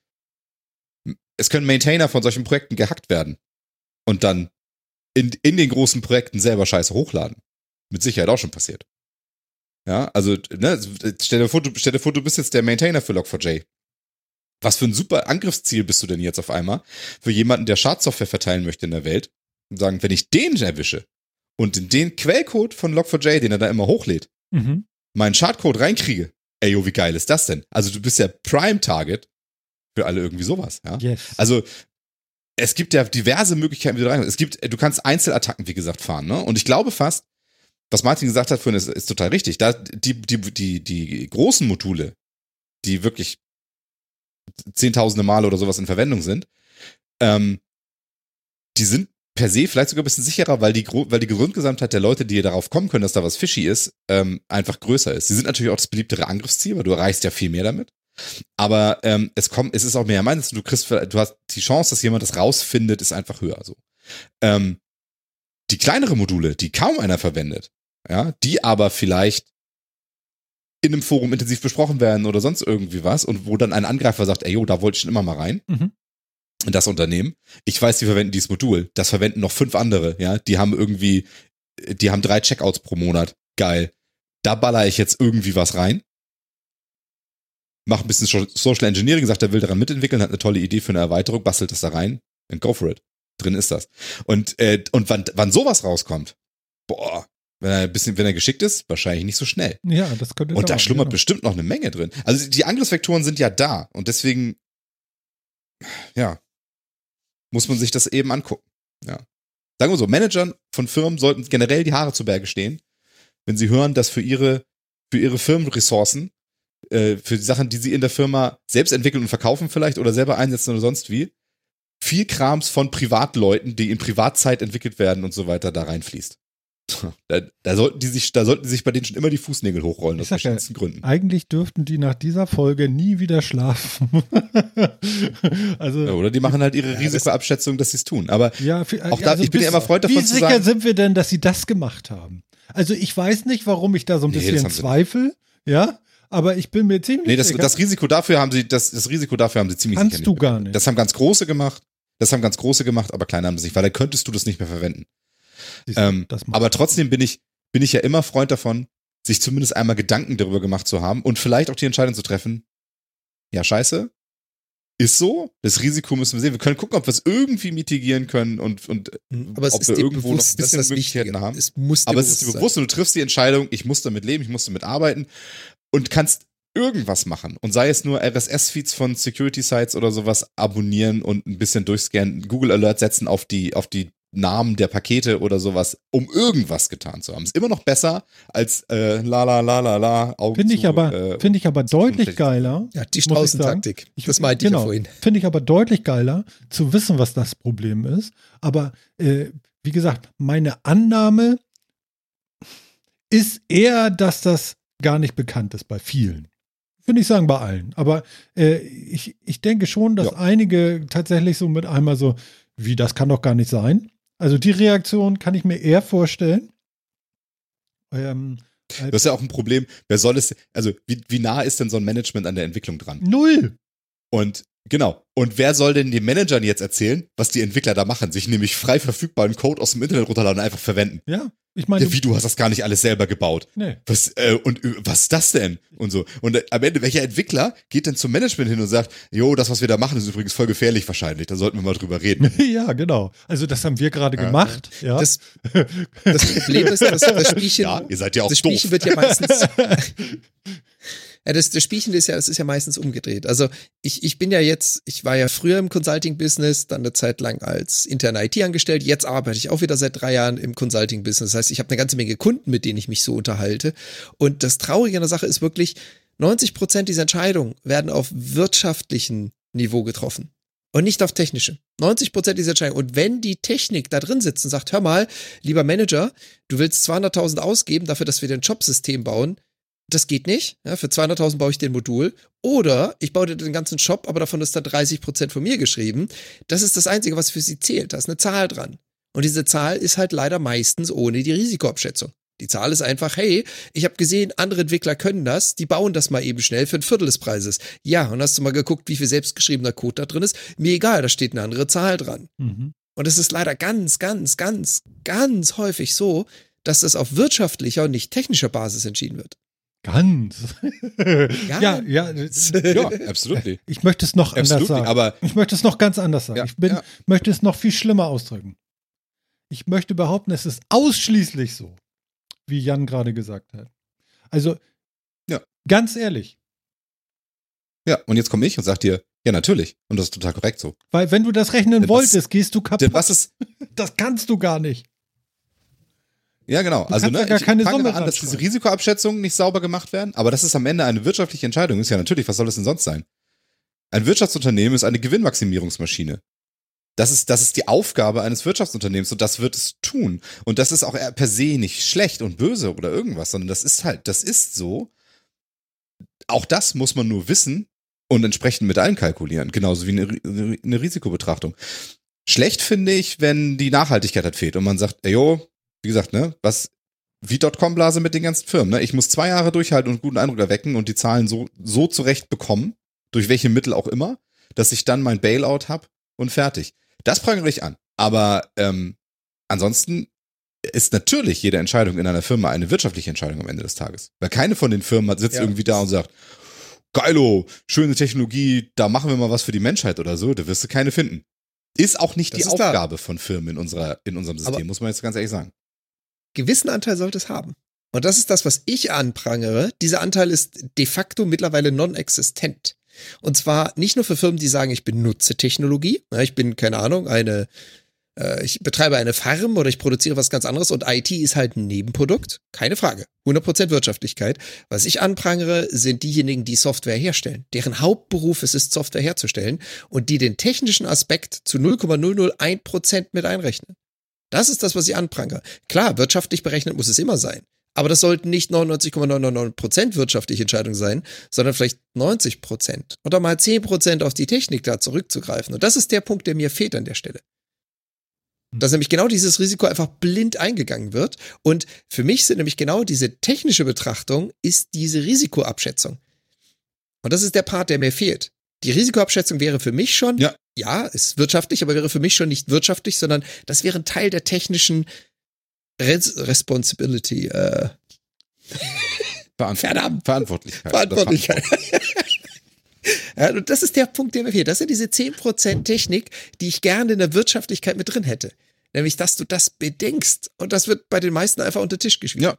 S3: es können Maintainer von solchen Projekten gehackt werden. Und dann in, in den großen Projekten selber Scheiße hochladen. Mit Sicherheit auch schon passiert. Ja, also, ne, stell dir vor, du, stell dir vor, du bist jetzt der Maintainer für log four j. Was für ein super Angriffsziel bist du denn jetzt auf einmal für jemanden, der Schadsoftware verteilen möchte in der Welt und sagen, wenn ich den erwische und in den Quellcode von log four j, den er da immer hochlädt,
S1: Mhm.
S3: meinen Schadcode reinkriege, ey, jo, wie geil ist das denn? Also du bist ja Prime-Target für alle irgendwie sowas, ja.
S1: Yes.
S3: Also es gibt ja diverse Möglichkeiten, wie du reinkommst. Es gibt, du kannst Einzelattacken, wie gesagt, fahren, ne? Und ich glaube fast, was Martin gesagt hat vorhin, ist, ist total richtig. Da die, die, die, die großen Module, die wirklich zehntausende Male oder sowas in Verwendung sind, ähm, die sind per se vielleicht sogar ein bisschen sicherer, weil die, weil die Grundgesamtheit der Leute, die darauf kommen können, dass da was fishy ist, ähm, einfach größer ist. Sie sind natürlich auch das beliebtere Angriffsziel, weil du erreichst ja viel mehr damit. Aber ähm, es kommt, es ist auch mehr meines, du kriegst, du hast die Chance, dass jemand das rausfindet, ist einfach höher. So. Ähm, die kleinere Module, die kaum einer verwendet, ja, die aber vielleicht in einem Forum intensiv besprochen werden oder sonst irgendwie was und wo dann ein Angreifer sagt, ey, jo, da wollte ich schon immer mal rein.
S1: Mhm.
S3: In das Unternehmen. Ich weiß, die verwenden dieses Modul. Das verwenden noch fünf andere, ja. Die haben irgendwie, die haben drei Checkouts pro Monat. Geil. Da baller ich jetzt irgendwie was rein. Mach ein bisschen Social Engineering, sagt, er will daran mitentwickeln, hat eine tolle Idee für eine Erweiterung, bastelt das da rein and go for it. Drin ist das. Und, äh, und wann, wann sowas rauskommt, boah, wenn er ein bisschen, wenn er geschickt ist, wahrscheinlich nicht so schnell.
S1: Ja, das könnte
S3: Und da
S1: dauern,
S3: schlummert
S1: genau.
S3: bestimmt noch eine Menge drin. Also die Angriffsvektoren sind ja da und deswegen, ja, muss man sich das eben angucken. Ja. Sagen wir so, Managern von Firmen sollten generell die Haare zu Berge stehen, wenn sie hören, dass für ihre, für ihre Firmenressourcen, äh, für die Sachen, die sie in der Firma selbst entwickeln und verkaufen vielleicht oder selber einsetzen oder sonst wie, viel Krams von Privatleuten, die in Privatzeit entwickelt werden und so weiter, da reinfließt. Da, da sollten die sich, da sollten die sich bei denen schon immer die Fußnägel hochrollen, aus
S1: Ich sag ja,
S3: verschiedensten Gründen.
S1: Eigentlich dürften die nach dieser Folge nie wieder schlafen. also,
S3: Ja, oder die machen halt ihre
S2: Ja,
S3: Risikoabschätzung, dass sie es tun. Aber
S1: ja, für,
S3: auch da,
S1: also
S3: ich bin ja
S1: bis-
S3: immer Freund davon
S1: Wie
S3: zu
S1: sicher
S3: sagen,
S1: sind wir denn, dass sie das gemacht haben? Also ich weiß nicht, warum ich da so ein
S3: Nee, das
S1: bisschen
S3: haben sie
S1: zweifle, ja, aber ich bin mir ziemlich
S3: nee, das,
S1: sicher.
S3: das Risiko dafür haben sie, das, das Risiko dafür haben sie ziemlich
S1: Kannst
S3: sicher
S1: du
S3: nicht
S1: gar
S3: begangen.
S1: nicht.
S3: Das haben ganz große gemacht. Das haben ganz große gemacht, aber kleine haben sie nicht, weil dann könntest du das nicht mehr verwenden.
S1: Siehst du,
S3: Ähm,
S1: das macht-
S3: aber trotzdem bin ich, bin ich ja immer Freund davon, sich zumindest einmal Gedanken darüber gemacht zu haben und vielleicht auch die Entscheidung zu treffen, ja, scheiße, ist so, das Risiko müssen wir sehen. Wir können gucken, ob wir es irgendwie mitigieren können und, und
S2: Aber es
S3: ob
S2: ist
S3: wir
S2: dir
S3: irgendwo noch ein
S2: bewusst, dass
S3: bisschen
S2: das
S3: Möglichkeiten
S2: Wichtige.
S3: haben.
S2: Es muss dir
S3: Aber es ist dir
S2: bewusst
S3: bewusst und du triffst die Entscheidung, ich muss damit leben, ich muss damit arbeiten und kannst irgendwas machen. Und sei es nur R S S-Feeds von Security-Sites oder sowas abonnieren und ein bisschen durchscannen, Google Alert setzen auf die, auf die Namen der Pakete oder sowas, um irgendwas getan zu haben. Ist immer noch besser als äh, la la la la la Augen
S1: Finde ich
S3: zu,
S1: aber,
S3: äh,
S1: finde ich aber deutlich
S3: schlecht.
S1: geiler.
S2: Ja, die
S1: muss ich sagen.
S2: Straußentaktik. Das meinte ich
S1: genau,
S2: ja vorhin.
S1: Finde ich aber deutlich geiler, zu wissen, was das Problem ist. Aber äh, wie gesagt, meine Annahme ist eher, dass das gar nicht bekannt ist bei vielen. Würde ich sagen, bei allen. Aber äh, ich, ich denke schon, dass
S3: Ja.
S1: einige tatsächlich so mit einmal so, wie, das kann doch gar nicht sein. Also die Reaktion kann ich mir eher vorstellen. Ähm,
S3: Das ist ja auch ein Problem. Wer soll es, also wie, wie nah ist denn so ein Management an der Entwicklung dran?
S1: Null.
S3: Und genau. Und wer soll denn den Managern jetzt erzählen, was die Entwickler da machen? Sich nämlich frei verfügbaren Code aus dem Internet runterladen und einfach verwenden.
S1: Ja, ich meine.
S3: Ja, wie, du hast das gar nicht alles selber gebaut.
S1: Nee.
S3: Was, äh, und äh, was ist das denn? Und so. Und äh, am Ende, welcher Entwickler geht denn zum Management hin und sagt, jo, das, was wir da machen, ist übrigens voll gefährlich wahrscheinlich. Da sollten wir mal drüber reden.
S1: Ja, genau. Also das haben wir gerade
S3: Ja.
S1: gemacht. Ja.
S2: Das, das Problem ist, dass das Spielchen,
S3: Ja, ihr seid ja auch
S2: das
S3: doof.
S2: Spielchen wird ja meistens. Ja, das, das Spielchen ist ja, das ist ja meistens umgedreht. Also ich, ich bin ja jetzt, ich war ja früher im Consulting-Business, dann eine Zeit lang als interne I T angestellt. Jetzt arbeite ich auch wieder seit drei Jahren im Consulting-Business. Das heißt, ich habe eine ganze Menge Kunden, mit denen ich mich so unterhalte. Und das Traurige an der Sache ist wirklich, neunzig Prozent dieser Entscheidungen werden auf wirtschaftlichem Niveau getroffen und nicht auf technischem. neunzig Prozent dieser Entscheidungen. Und wenn die Technik da drin sitzt und sagt, hör mal, lieber Manager, du willst zweihunderttausend ausgeben dafür, dass wir ein Jobsystem bauen, das geht nicht. Ja, für zweihunderttausend baue ich den Modul. Oder ich baue dir den ganzen Shop, aber davon ist da dreißig Prozent von mir geschrieben. Das ist das Einzige, was für sie zählt. Da ist eine Zahl dran. Und diese Zahl ist halt leider meistens ohne die Risikoabschätzung. Die Zahl ist einfach, hey, ich habe gesehen, andere Entwickler können das, die bauen das mal eben schnell für ein Viertel des Preises. Ja, und hast du mal geguckt, wie viel selbstgeschriebener Code da drin ist? Mir egal, da steht eine andere Zahl dran.
S1: Mhm.
S2: Und es ist leider ganz, ganz, ganz, ganz häufig so, dass das auf wirtschaftlicher und nicht technischer Basis entschieden wird.
S1: Ganz. ja, ja.
S3: Ja, absolut.
S1: Ich möchte es noch anders
S3: Absolut,
S1: sagen.
S3: aber
S1: Ich möchte es noch ganz anders sagen.
S3: Ja,
S1: ich bin,
S3: ja.
S1: möchte es noch viel schlimmer ausdrücken. Ich möchte behaupten, es ist ausschließlich so, wie Jan gerade gesagt hat. Also,
S3: Ja.
S1: ganz ehrlich,
S3: ja, und jetzt komme ich und sag dir, ja, natürlich. Und das ist total korrekt so.
S1: weil wenn du das rechnen
S3: Denn was-
S1: wolltest, gehst du kaputt.
S3: Denn was ist,
S1: Das kannst du gar nicht.
S3: ja, genau.
S1: Du
S3: Also,
S1: kannst
S3: ne,
S1: ja gar
S3: ich
S1: keine
S3: fange
S1: Summe
S3: an, dass
S1: dran
S3: diese
S1: schreiben.
S3: Risikoabschätzungen nicht sauber gemacht werden, aber das ist am Ende eine wirtschaftliche Entscheidung. Ist ja natürlich, was soll das denn sonst sein? Ein Wirtschaftsunternehmen ist eine Gewinnmaximierungsmaschine. Das ist, das ist die Aufgabe eines Wirtschaftsunternehmens und das wird es tun. Und das ist auch per se nicht schlecht und böse oder irgendwas, sondern das ist halt, das ist so. Auch das muss man nur wissen und entsprechend mit einkalkulieren. Genauso wie eine, eine Risikobetrachtung. Schlecht finde ich, wenn die Nachhaltigkeit halt fehlt und man sagt, ey, yo, wie gesagt, ne, was, wie Dotcom-Blase mit den ganzen Firmen, ne? Ich muss zwei Jahre durchhalten und einen guten Eindruck erwecken und die Zahlen so, so zurecht bekommen, durch welche Mittel auch immer, dass ich dann mein Bailout habe und fertig. Das prangere ich an. Aber ähm, ansonsten ist natürlich jede Entscheidung in einer Firma eine wirtschaftliche Entscheidung am Ende des Tages. Weil keine von den Firmen sitzt
S2: Ja.
S3: irgendwie da und sagt, geilo, schöne Technologie, da machen wir mal was für die Menschheit oder so, da wirst du keine finden. Ist auch nicht
S2: Das
S3: die
S2: ist klar.
S3: Aufgabe von Firmen in unserer, in unserem System,
S2: Aber-
S3: muss man jetzt ganz ehrlich sagen.
S2: Gewissen Anteil sollte es haben. Und das ist das, was ich anprangere. Dieser Anteil ist de facto mittlerweile non-existent. Und zwar nicht nur für Firmen, die sagen, ich benutze Technologie. Ja, ich bin, keine Ahnung, eine, äh, ich betreibe eine Farm oder ich produziere was ganz anderes und I T ist halt ein Nebenprodukt. Keine Frage. hundert Prozent Wirtschaftlichkeit. Was ich anprangere, sind diejenigen, die Software herstellen. Deren Hauptberuf es ist, Software herzustellen und die den technischen Aspekt zu null Komma null null eins Prozent mit einrechnen. Das ist das, was ich anprangere. Klar, wirtschaftlich berechnet muss es immer sein. Aber das sollten nicht neunundneunzig Komma neun neun neun Prozent wirtschaftliche Entscheidungen sein, sondern vielleicht neunzig Prozent. Oder mal zehn Prozent auf die Technik da zurückzugreifen. Und das ist der Punkt, der mir fehlt an der Stelle. Dass nämlich genau dieses Risiko einfach blind eingegangen wird. Und für mich sind nämlich genau diese technische Betrachtung ist diese Risikoabschätzung. Und das ist der Part, der mir fehlt. Die Risikoabschätzung wäre für mich schon,
S3: Ja.
S2: ja, ist wirtschaftlich, aber wäre für mich schon nicht wirtschaftlich, sondern das wäre ein Teil der technischen Res Responsibility, äh,
S3: Verantw-
S2: Verdammt.
S3: Verantwortlichkeit.
S2: Verantwortlichkeit. Ja, und das ist der Punkt, der mir fehlt. Das sind diese zehn Prozent Technik, die ich gerne in der Wirtschaftlichkeit mit drin hätte. Nämlich, dass du das bedenkst. Und das wird bei den meisten einfach unter den Tisch gespielt.
S3: Ja.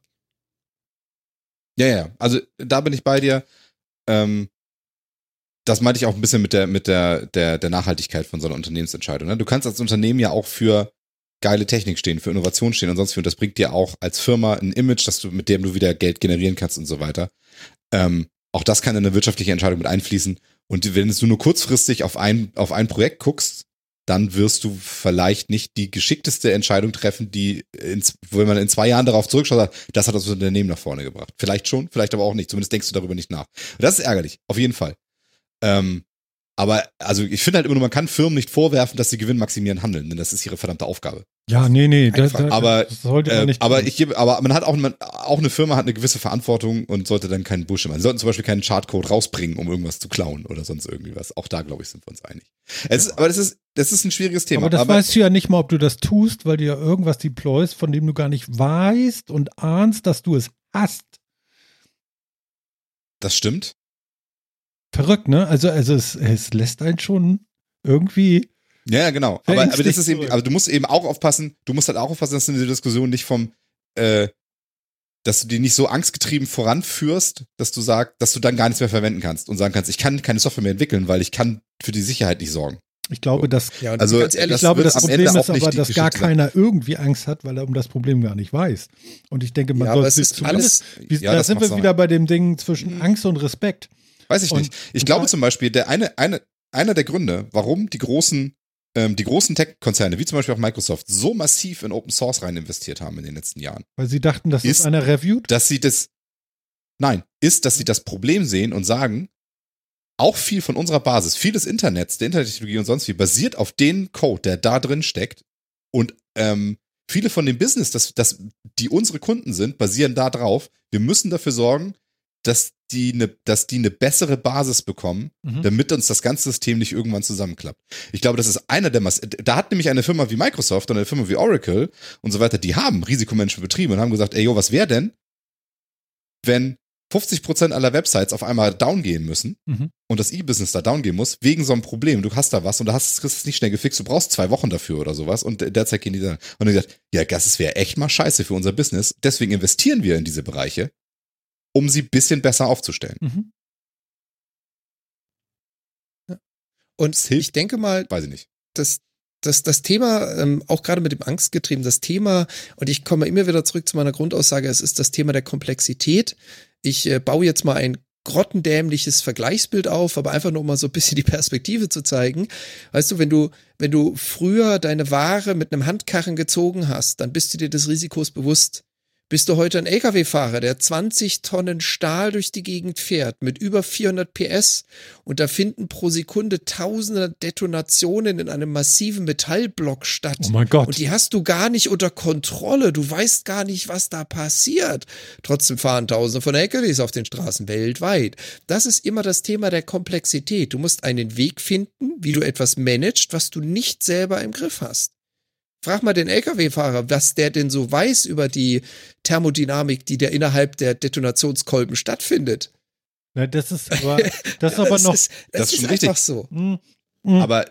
S3: Ja, ja, also da bin ich bei dir. Ähm, das meinte ich auch ein bisschen mit der, mit der, der, der Nachhaltigkeit von so einer Unternehmensentscheidung. Ne? Du kannst als Unternehmen ja auch für geile Technik stehen, für Innovation stehen und sonst viel. Und das bringt dir auch als Firma ein Image, dass du, mit dem du wieder Geld generieren kannst und so weiter. Ähm, auch das kann in eine wirtschaftliche Entscheidung mit einfließen. Und wenn du nur kurzfristig auf ein, auf ein Projekt guckst, dann wirst du vielleicht nicht die geschickteste Entscheidung treffen, die, in, wenn man in zwei Jahren darauf zurückschaut, sagt, das hat das Unternehmen nach vorne gebracht. Vielleicht schon, vielleicht aber auch nicht. Zumindest denkst du darüber nicht nach. Und das ist ärgerlich, auf jeden Fall. Ähm, aber also ich finde halt immer nur, man kann Firmen nicht vorwerfen, dass sie gewinnmaximierend handeln, denn das ist ihre verdammte Aufgabe.
S1: Ja, nee, nee, das, das,
S3: aber,
S1: das sollte man nicht
S3: äh, aber
S1: tun.
S3: ich gebe, aber man hat auch, man, auch eine Firma hat eine gewisse Verantwortung und sollte dann keinen Bullshit machen. Sie sollten zum Beispiel keinen Chartcode rausbringen, um irgendwas zu klauen oder sonst irgendwie was. Auch da, glaube ich, sind wir uns einig. Es ist, aber das ist, das ist ein schwieriges Thema.
S1: Aber das
S3: aber,
S1: weißt du ja nicht mal, ob du das tust, weil du ja irgendwas deployst, von dem du gar nicht weißt und ahnst, dass du es hast.
S3: Das stimmt.
S1: Verrückt, ne? Also, also es, es lässt einen schon irgendwie.
S3: Ja, ja, genau. Aber, aber das ist eben,
S1: zurück.
S3: aber du musst eben auch aufpassen, du musst halt auch aufpassen, dass du diese Diskussion nicht vom, äh, dass du die nicht so angstgetrieben voranführst, dass du sagst, dass du dann gar nichts mehr verwenden kannst und sagen kannst, ich kann keine Software mehr entwickeln, weil ich kann für die Sicherheit nicht sorgen.
S1: Ich glaube, dass,
S2: Ja, und
S3: Also,
S2: ganz ehrlich,
S1: ich glaube,
S3: wird
S1: das
S3: am
S1: Problem
S3: Ende
S1: ist
S3: auch nicht
S1: aber,
S3: die
S1: dass gar
S3: Geschichte sein.
S1: keiner irgendwie Angst hat, weil er um das Problem gar nicht weiß. Und ich denke, man
S2: ja, aber
S1: sollte
S2: es ist
S1: zumindest,
S2: alles,
S1: wie,
S3: Ja,
S1: da
S3: das
S1: sind
S3: mag
S1: wir
S3: sein.
S1: wieder bei dem Ding zwischen
S2: Mhm.
S1: Angst und Respekt.
S3: Weiß ich
S1: Und-
S3: nicht. Ich
S1: und
S3: glaube
S1: da-
S3: zum Beispiel, der eine, eine, einer der Gründe, warum die großen, ähm, die großen Tech-Konzerne, wie zum Beispiel auch Microsoft, so massiv in Open Source rein investiert haben in den letzten Jahren,
S1: Weil sie dachten, dass
S3: Ist-
S1: das einer reviewt.
S3: dass sie das, nein, ist, dass sie das Problem sehen und sagen, auch viel von unserer Basis, viel des Internets, der Internettechnologie und sonst wie, basiert auf den Code, der da drin steckt. Und ähm, viele von dem Business, das, das, die unsere Kunden sind, basieren da drauf. Wir müssen dafür sorgen, dass die eine, dass die eine bessere Basis bekommen,
S1: Mhm.
S3: damit uns das ganze System nicht irgendwann zusammenklappt. Ich glaube, das ist einer der Mass da hat nämlich eine Firma wie Microsoft und eine Firma wie Oracle und so weiter, die haben Risikomanagement betrieben und haben gesagt, ey, jo, was wäre denn, wenn fünfzig Prozent aller Websites auf einmal down gehen müssen
S1: Mhm.
S3: und das E-Business da down gehen muss, wegen so einem Problem. Du hast da was und du hast, kriegst es nicht schnell gefixt, du brauchst zwei Wochen dafür oder sowas und derzeit gehen die dann. Und dann gesagt, ja, das wäre echt mal scheiße für unser Business, deswegen investieren wir in diese Bereiche, um sie ein bisschen besser aufzustellen.
S1: Mhm.
S2: und
S3: hilft.
S2: ich denke mal,
S3: Weiß ich nicht.
S2: das, das, das Thema, ähm, auch gerade mit dem Angstgetrieben, das Thema, und ich komme immer wieder zurück zu meiner Grundaussage, es ist das Thema der Komplexität. Ich äh, baue jetzt mal ein grottendämliches Vergleichsbild auf, aber einfach nur mal so ein bisschen die Perspektive zu zeigen. Weißt du, wenn du, wenn du früher deine Ware mit einem Handkarren gezogen hast, dann bist du dir des Risikos bewusst. Bist du heute ein L K W-Fahrer, der zwanzig Tonnen Stahl durch die Gegend fährt mit über vierhundert P S und da finden pro Sekunde tausende Detonationen in einem massiven Metallblock statt.
S1: Oh mein Gott.
S2: Und die hast du gar nicht unter Kontrolle. Du weißt gar nicht, was da passiert. Trotzdem fahren Tausende von L K Ws auf den Straßen weltweit. Das ist immer das Thema der Komplexität. Du musst einen Weg finden, wie du etwas managst, was du nicht selber im Griff hast. Frag mal den L K W-Fahrer, was der denn so weiß über die Thermodynamik, die da innerhalb der Detonationskolben stattfindet.
S1: Na, das ist aber, das ist aber noch.
S2: ist,
S3: das
S2: das
S3: ist schon
S2: ist
S3: richtig.
S2: einfach so.
S1: Mm, mm.
S3: Aber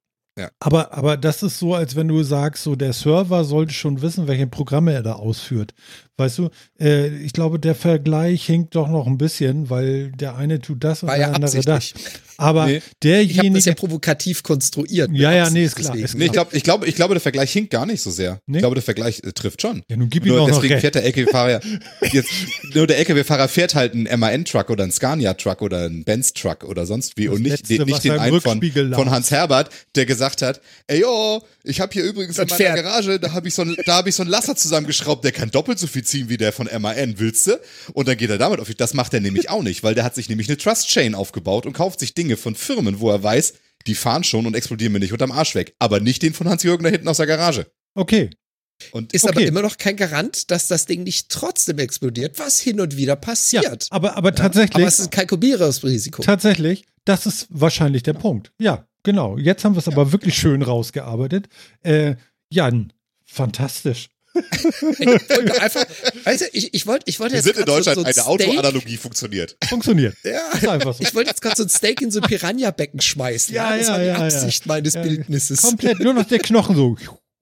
S1: Aber, aber das ist so, als wenn du sagst, so der Server sollte schon wissen, welche Programme er da ausführt. Weißt du, äh, ich glaube, der Vergleich hinkt doch noch ein bisschen, weil der eine tut das und
S2: War
S1: der
S2: ja
S1: andere das.
S2: absichtlich.
S1: Aber
S3: Nee.
S2: Ich habe
S1: derjenige.
S2: das ja provokativ konstruiert. mit
S1: Ja, ja,
S2: Absicht,
S1: nee, ist klar,
S2: deswegen.
S1: ist
S3: nee, ich glaube, ich glaube, ich glaube, der Vergleich hinkt gar nicht so sehr.
S1: Nee?
S3: Ich glaube, der Vergleich äh, trifft schon.
S1: ja, nun gib ihm
S3: Nur
S1: auch noch
S3: deswegen
S1: recht.
S3: fährt der L K W-Fahrer jetzt, nur der L K W-Fahrer fährt halt einen M A N-Truck oder einen Scania-Truck oder einen Benz-Truck oder sonst wie
S1: Das
S3: und nicht,
S1: Letzte,
S3: den,
S1: was
S3: nicht den
S1: er im
S3: einen von,
S1: Rückspiegel las.
S3: von Hans Herbert, der gesagt hat, ey yo, ich habe hier übrigens
S2: Das
S3: in meiner
S2: Pferd.
S3: Garage, da habe ich so ein, da habe ich so einen Lasser zusammengeschraubt, der kann doppelt so viel ziehen wie der von M A N, willst du? Und dann geht er damit auf. Das macht er nämlich auch nicht, weil der hat sich nämlich eine Trust-Chain aufgebaut und kauft sich Dinge von Firmen, wo er weiß, die fahren schon und explodieren mir nicht unterm Arsch weg. Aber nicht den von Hans-Jürgen da hinten aus der Garage.
S1: Okay.
S3: Und
S2: Ist
S1: Okay.
S2: aber immer noch kein Garant, dass das Ding nicht trotzdem explodiert, was hin und wieder
S1: Ja,
S2: passiert.
S1: aber, aber tatsächlich.
S2: Aber es ist ein kalkulierbares Risiko.
S1: Tatsächlich, das ist wahrscheinlich der Punkt. Ja, genau. Jetzt haben wir es aber wirklich schön rausgearbeitet. Äh, Jan, fantastisch.
S2: Ich wollte einfach, weißt du, ich, ich wollte ich wollte
S3: wir
S2: jetzt
S3: sind in
S2: grad
S3: Deutschland,
S2: so, so ein
S3: eine
S2: Steak,
S3: Autoanalogie funktioniert.
S1: Funktioniert.
S2: Ja.
S1: Ist einfach so.
S2: Ich wollte jetzt gerade so ein Steak in so ein Piranha-Becken schmeißen.
S1: Ja,
S2: das
S1: ja,
S2: war die
S1: ja, ja.
S2: Absicht meines
S1: Ja,
S2: Bildnisses.
S1: Komplett, nur noch der Knochen so.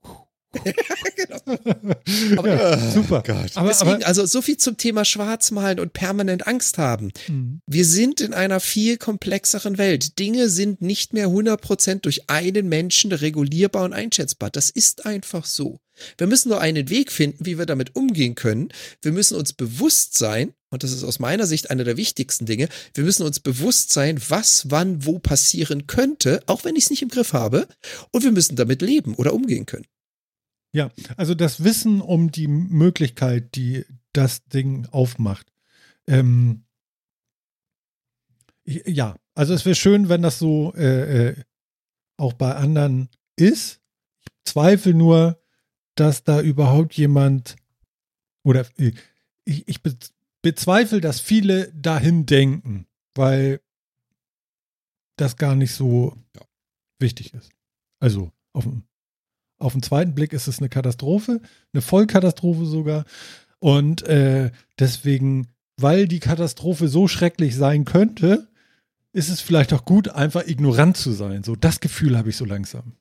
S2: Aber
S1: Ja, super.
S3: Gott.
S1: Aber,
S2: deswegen,
S1: aber,
S2: also so viel zum Thema Schwarzmalen und permanent Angst haben.
S1: Mhm.
S2: Wir sind in einer viel komplexeren Welt. Dinge sind nicht mehr hundert Prozent durch einen Menschen regulierbar und einschätzbar. Das ist einfach so. Wir müssen nur einen Weg finden, wie wir damit umgehen können. Wir müssen uns bewusst sein, und das ist aus meiner Sicht einer der wichtigsten Dinge, wir müssen uns bewusst sein, was wann wo passieren könnte, auch wenn ich es nicht im Griff habe, und wir müssen damit leben oder umgehen können.
S1: Ja, also das Wissen um die Möglichkeit, die das Ding aufmacht. Ähm, ja, also es wäre schön, wenn das so äh, äh, auch bei anderen ist. Ich zweifle nur, dass da überhaupt jemand oder äh, ich, ich be- bezweifle, dass viele dahin denken, weil das gar nicht so
S3: Ja.
S1: wichtig ist. Also auf dem Auf den zweiten Blick ist es eine Katastrophe, eine Vollkatastrophe sogar. Und äh, deswegen, weil die Katastrophe so schrecklich sein könnte, ist es vielleicht auch gut, einfach ignorant zu sein. So, das Gefühl habe ich so langsam.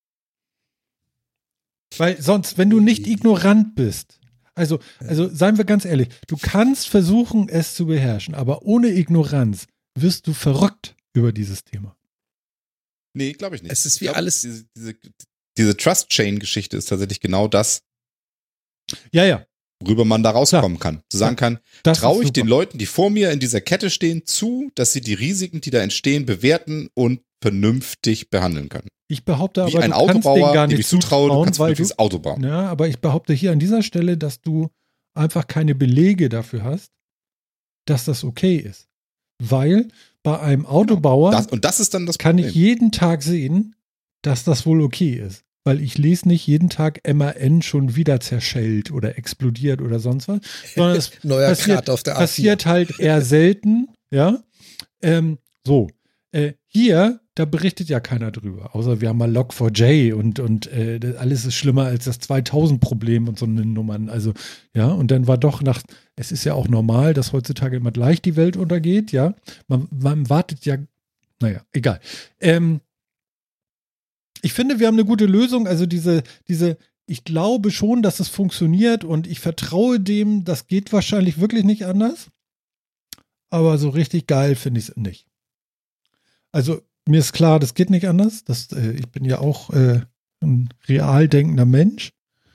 S1: Weil sonst, wenn du nicht ignorant bist, also, also seien wir ganz ehrlich, du kannst versuchen, es zu beherrschen, aber ohne Ignoranz wirst du verrückt über dieses Thema.
S3: Nee, glaube ich nicht.
S2: Es ist wie
S3: ich glaub,
S2: alles-
S3: Diese, diese, diese Trust-Chain-Geschichte ist tatsächlich genau das,
S1: Ja, ja.
S3: worüber man da rauskommen kann. Zu sagen kann,
S1: Das ist
S3: traue ich
S1: super.
S3: den Leuten, die vor mir in dieser Kette stehen, zu, dass sie die Risiken, die da entstehen, bewerten und vernünftig behandeln können.
S1: Ich behaupte
S3: Wie
S1: aber,
S3: ein
S1: du kannst denen
S3: Autobauer,
S1: gar
S3: dem
S1: nicht
S3: ich zutraue, du
S1: zutrauen,
S3: kannst
S1: weil
S3: ein
S1: du,
S3: vernünftiges Auto bauen.
S1: ja, aber ich behaupte hier an dieser Stelle, dass du einfach keine Belege dafür hast, dass das okay ist. Weil bei einem Autobauer
S3: Das, und das ist dann das
S1: kann
S3: Problem.
S1: ich jeden Tag sehen, dass das wohl okay ist. Weil ich lese nicht jeden Tag M A N schon wieder zerschellt oder explodiert oder sonst was, sondern es
S2: Neuer
S1: passiert,
S2: Cut auf der A vier.
S1: passiert halt eher selten, ja. Ähm, so, äh, hier, da berichtet ja keiner drüber, außer wir haben mal Log four j und, und äh, das alles ist schlimmer als das zweitausend-Problem und so eine Nummern. Also, ja, und dann war doch nach, es ist ja auch normal, dass heutzutage immer gleich die Welt untergeht, ja. Man, man wartet ja, naja, egal. Ähm, ich finde, wir haben eine gute Lösung. Also diese, diese, ich glaube schon, dass es funktioniert und ich vertraue dem, das geht wahrscheinlich wirklich nicht anders. Aber so richtig geil finde ich es nicht. Also mir ist klar, das geht nicht anders. Das, äh, ich bin ja auch äh, ein real denkender Mensch.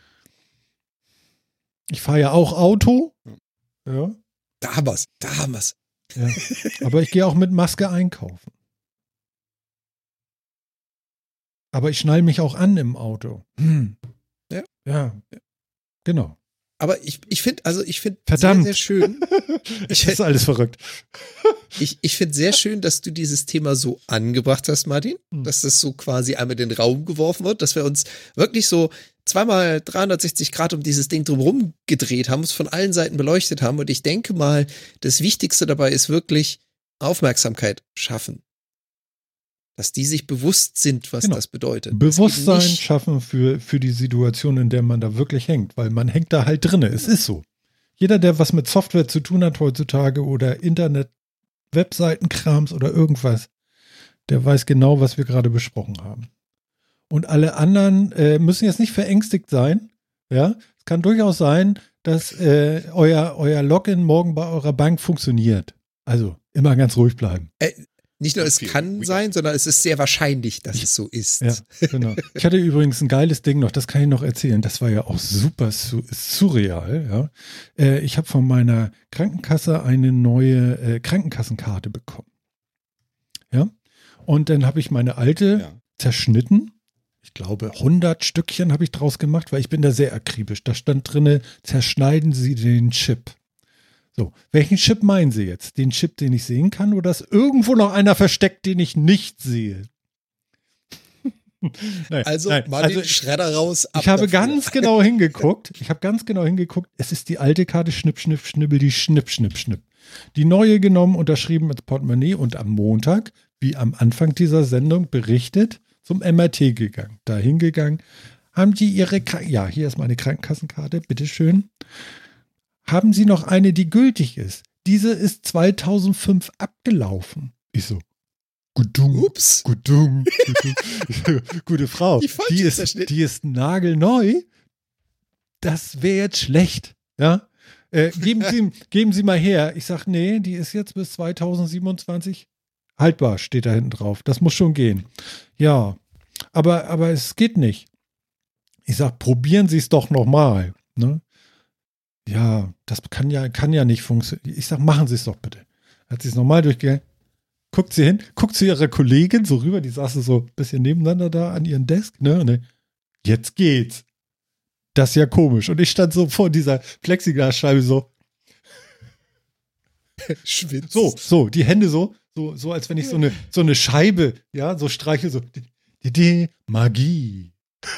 S1: Ich fahre ja auch Auto. Ja,
S2: Da haben wir's, da haben wir's.
S1: ja. Aber ich gehe auch mit Maske einkaufen. Aber ich schnall mich auch an im Auto. Hm.
S2: Ja.
S1: Ja. Genau.
S2: Aber ich, ich finde, also ich finde sehr,
S1: Verdammt.
S2: sehr schön.
S1: Das ist alles verrückt.
S2: Ich, ich finde sehr schön, dass du dieses Thema so angebracht hast, Martin,
S1: Hm.
S2: dass das so quasi einmal in den Raum geworfen wird, dass wir uns wirklich so zweimal dreihundertsechzig Grad um dieses Ding drumherum gedreht haben, es von allen Seiten beleuchtet haben. Und ich denke mal, das Wichtigste dabei ist wirklich Aufmerksamkeit schaffen. Dass die sich bewusst sind, was
S1: Genau.
S2: das bedeutet. Es
S1: Bewusstsein
S2: geht nicht-
S1: schaffen für, für die Situation, in der man da wirklich hängt, weil man hängt da halt drinne. Es ist so. Jeder, der was mit Software zu tun hat heutzutage oder Internet, Webseitenkrams oder irgendwas, der weiß genau, was wir gerade besprochen haben. Und alle anderen äh, müssen jetzt nicht verängstigt sein. Ja, es kann durchaus sein, dass äh, euer, euer Login morgen bei eurer Bank funktioniert. Also immer ganz ruhig bleiben.
S2: Äh, nicht nur es
S3: Okay,
S2: kann
S3: we-
S2: sein, sondern es ist sehr wahrscheinlich, dass es so ist.
S1: Ja, genau. Ich hatte übrigens ein geiles Ding noch, das kann ich noch erzählen. Das war ja auch super su surreal. Ja. Äh, ich habe von meiner Krankenkasse eine neue äh, Krankenkassenkarte bekommen. Ja. Und dann habe ich meine alte
S3: Ja.
S1: zerschnitten. Ich glaube, hundert Stückchen habe ich draus gemacht, weil ich bin da sehr akribisch. Da stand drinne, zerschneiden Sie den Chip. So, welchen Chip meinen Sie jetzt? Den Chip, den ich sehen kann, oder ist irgendwo noch einer versteckt, den ich nicht sehe? Nein,
S2: Also,
S1: nein,
S2: Martin,
S1: also
S2: Schredder raus. ab
S1: ich habe
S2: dafür.
S1: ganz genau hingeguckt. Ich habe ganz genau hingeguckt. Es ist die alte Karte Schnipp, Schnipp, Schnibbel, die Schnipp, Schnipp, Schnipp. Die neue genommen, unterschrieben ins Portemonnaie und am Montag, wie am Anfang dieser Sendung berichtet, zum M R T gegangen. Da hingegangen. Haben die ihre, Krank ja, hier ist meine Krankenkassenkarte, bitteschön. Haben Sie noch eine, die gültig ist? Diese ist zweitausendfünf abgelaufen. Ich so, gudung,
S2: Ups.
S1: gudung, gudung. Gute Frau.
S2: Die falsche
S1: Die ist,
S2: zerschnitten.
S1: die ist nagelneu. Das wäre jetzt schlecht. Ja? Äh, geben, Sie, geben Sie mal her. Ich sag, nee, die ist jetzt bis zweitausendsiebenundzwanzig haltbar, steht da hinten drauf. Das muss schon gehen. Ja, aber, aber es geht nicht. Ich sag, probieren Sie es doch nochmal. Ne? ja, das kann ja, kann ja nicht funktionieren. Ich sag, machen Sie es doch bitte. Hat sie es nochmal durchgegangen, guckt sie hin, guckt zu ihrer Kollegin so rüber, die saß so ein bisschen nebeneinander da an ihrem Desk, ne? Und dann, jetzt geht's. Das ist ja komisch. Und ich stand so vor dieser Plexiglasscheibe so.
S2: Schwitzt.
S1: So, so, die Hände so, so, so, als wenn ich so eine, so eine Scheibe, ja, so streiche, so, die, die, die Magie.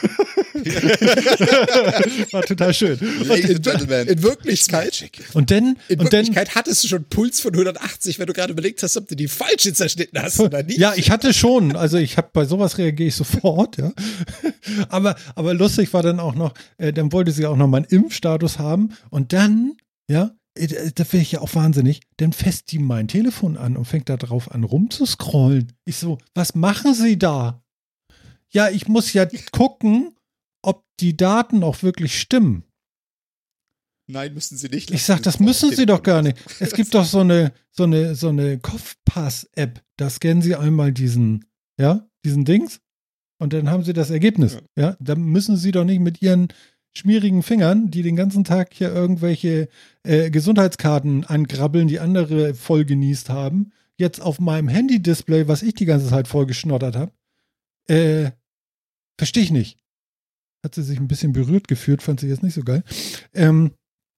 S1: War total schön.
S2: Ladies and Gentlemen, in Wirklichkeit,
S1: und dann,
S2: in
S1: und dann,
S2: Wirklichkeit hattest du schon einen Puls von hundertachtzig, wenn du gerade überlegt hast, ob du die falsche zerschnitten hast oder nicht.
S1: Ja, ich hatte schon. Also ich habe bei sowas reagiere ich sofort, ja. Aber, aber lustig war dann auch noch, äh, dann wollte sie auch noch meinen Impfstatus haben und dann, ja, äh, da wäre ich ja auch wahnsinnig, dann fässt die mein Telefon an und fängt da drauf an rumzuscrollen. Ich so, was machen Sie da? Ja, ich muss ja gucken, ob die Daten auch wirklich stimmen.
S3: Nein, müssen Sie nicht.
S1: Ich sag, das müssen Sie doch gar nicht. Es gibt doch so eine, so eine, so eine Kopfpass-App. Da scannen Sie einmal diesen, ja, diesen Dings und dann haben Sie das Ergebnis. Ja, ja? Da müssen Sie doch nicht mit Ihren schmierigen Fingern, die den ganzen Tag hier irgendwelche äh, Gesundheitskarten angrabbeln, die andere voll genießt haben, jetzt auf meinem Handy-Display, was ich die ganze Zeit voll geschnoddert habe, äh, verstehe ich nicht. Hat sie sich ein bisschen berührt gefühlt, fand sie jetzt nicht so geil. Ähm,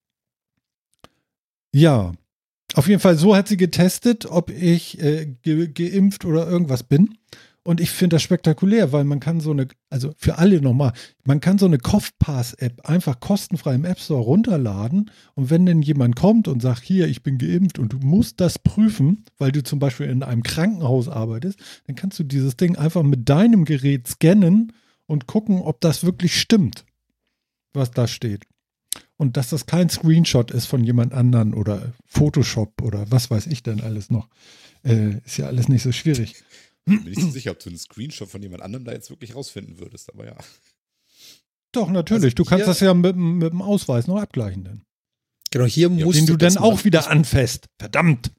S1: ja, auf jeden Fall, so hat sie getestet, ob ich äh, ge- geimpft oder irgendwas bin. Und ich finde das spektakulär, weil man kann so eine, also für alle nochmal, man kann so eine Kopfpass-App einfach kostenfrei im App Store runterladen und wenn dann jemand kommt und sagt, hier, ich bin geimpft und du musst das prüfen, weil du zum Beispiel in einem Krankenhaus arbeitest, dann kannst du dieses Ding einfach mit deinem Gerät scannen und gucken, ob das wirklich stimmt, was da steht. Und dass das kein Screenshot ist von jemand anderen oder Photoshop oder was weiß ich denn alles noch, äh, ist ja alles nicht so schwierig.
S3: Bin ich nicht sicher, ob du einen Screenshot von jemand anderem da jetzt wirklich rausfinden würdest, aber ja.
S1: Doch, natürlich.
S2: Also
S1: du kannst
S2: hier-
S1: das ja mit, mit dem Ausweis noch abgleichen dann.
S2: Genau, hier musst
S1: Den du
S2: das
S1: dann auch
S2: machen.
S1: wieder anfasst. Verdammt.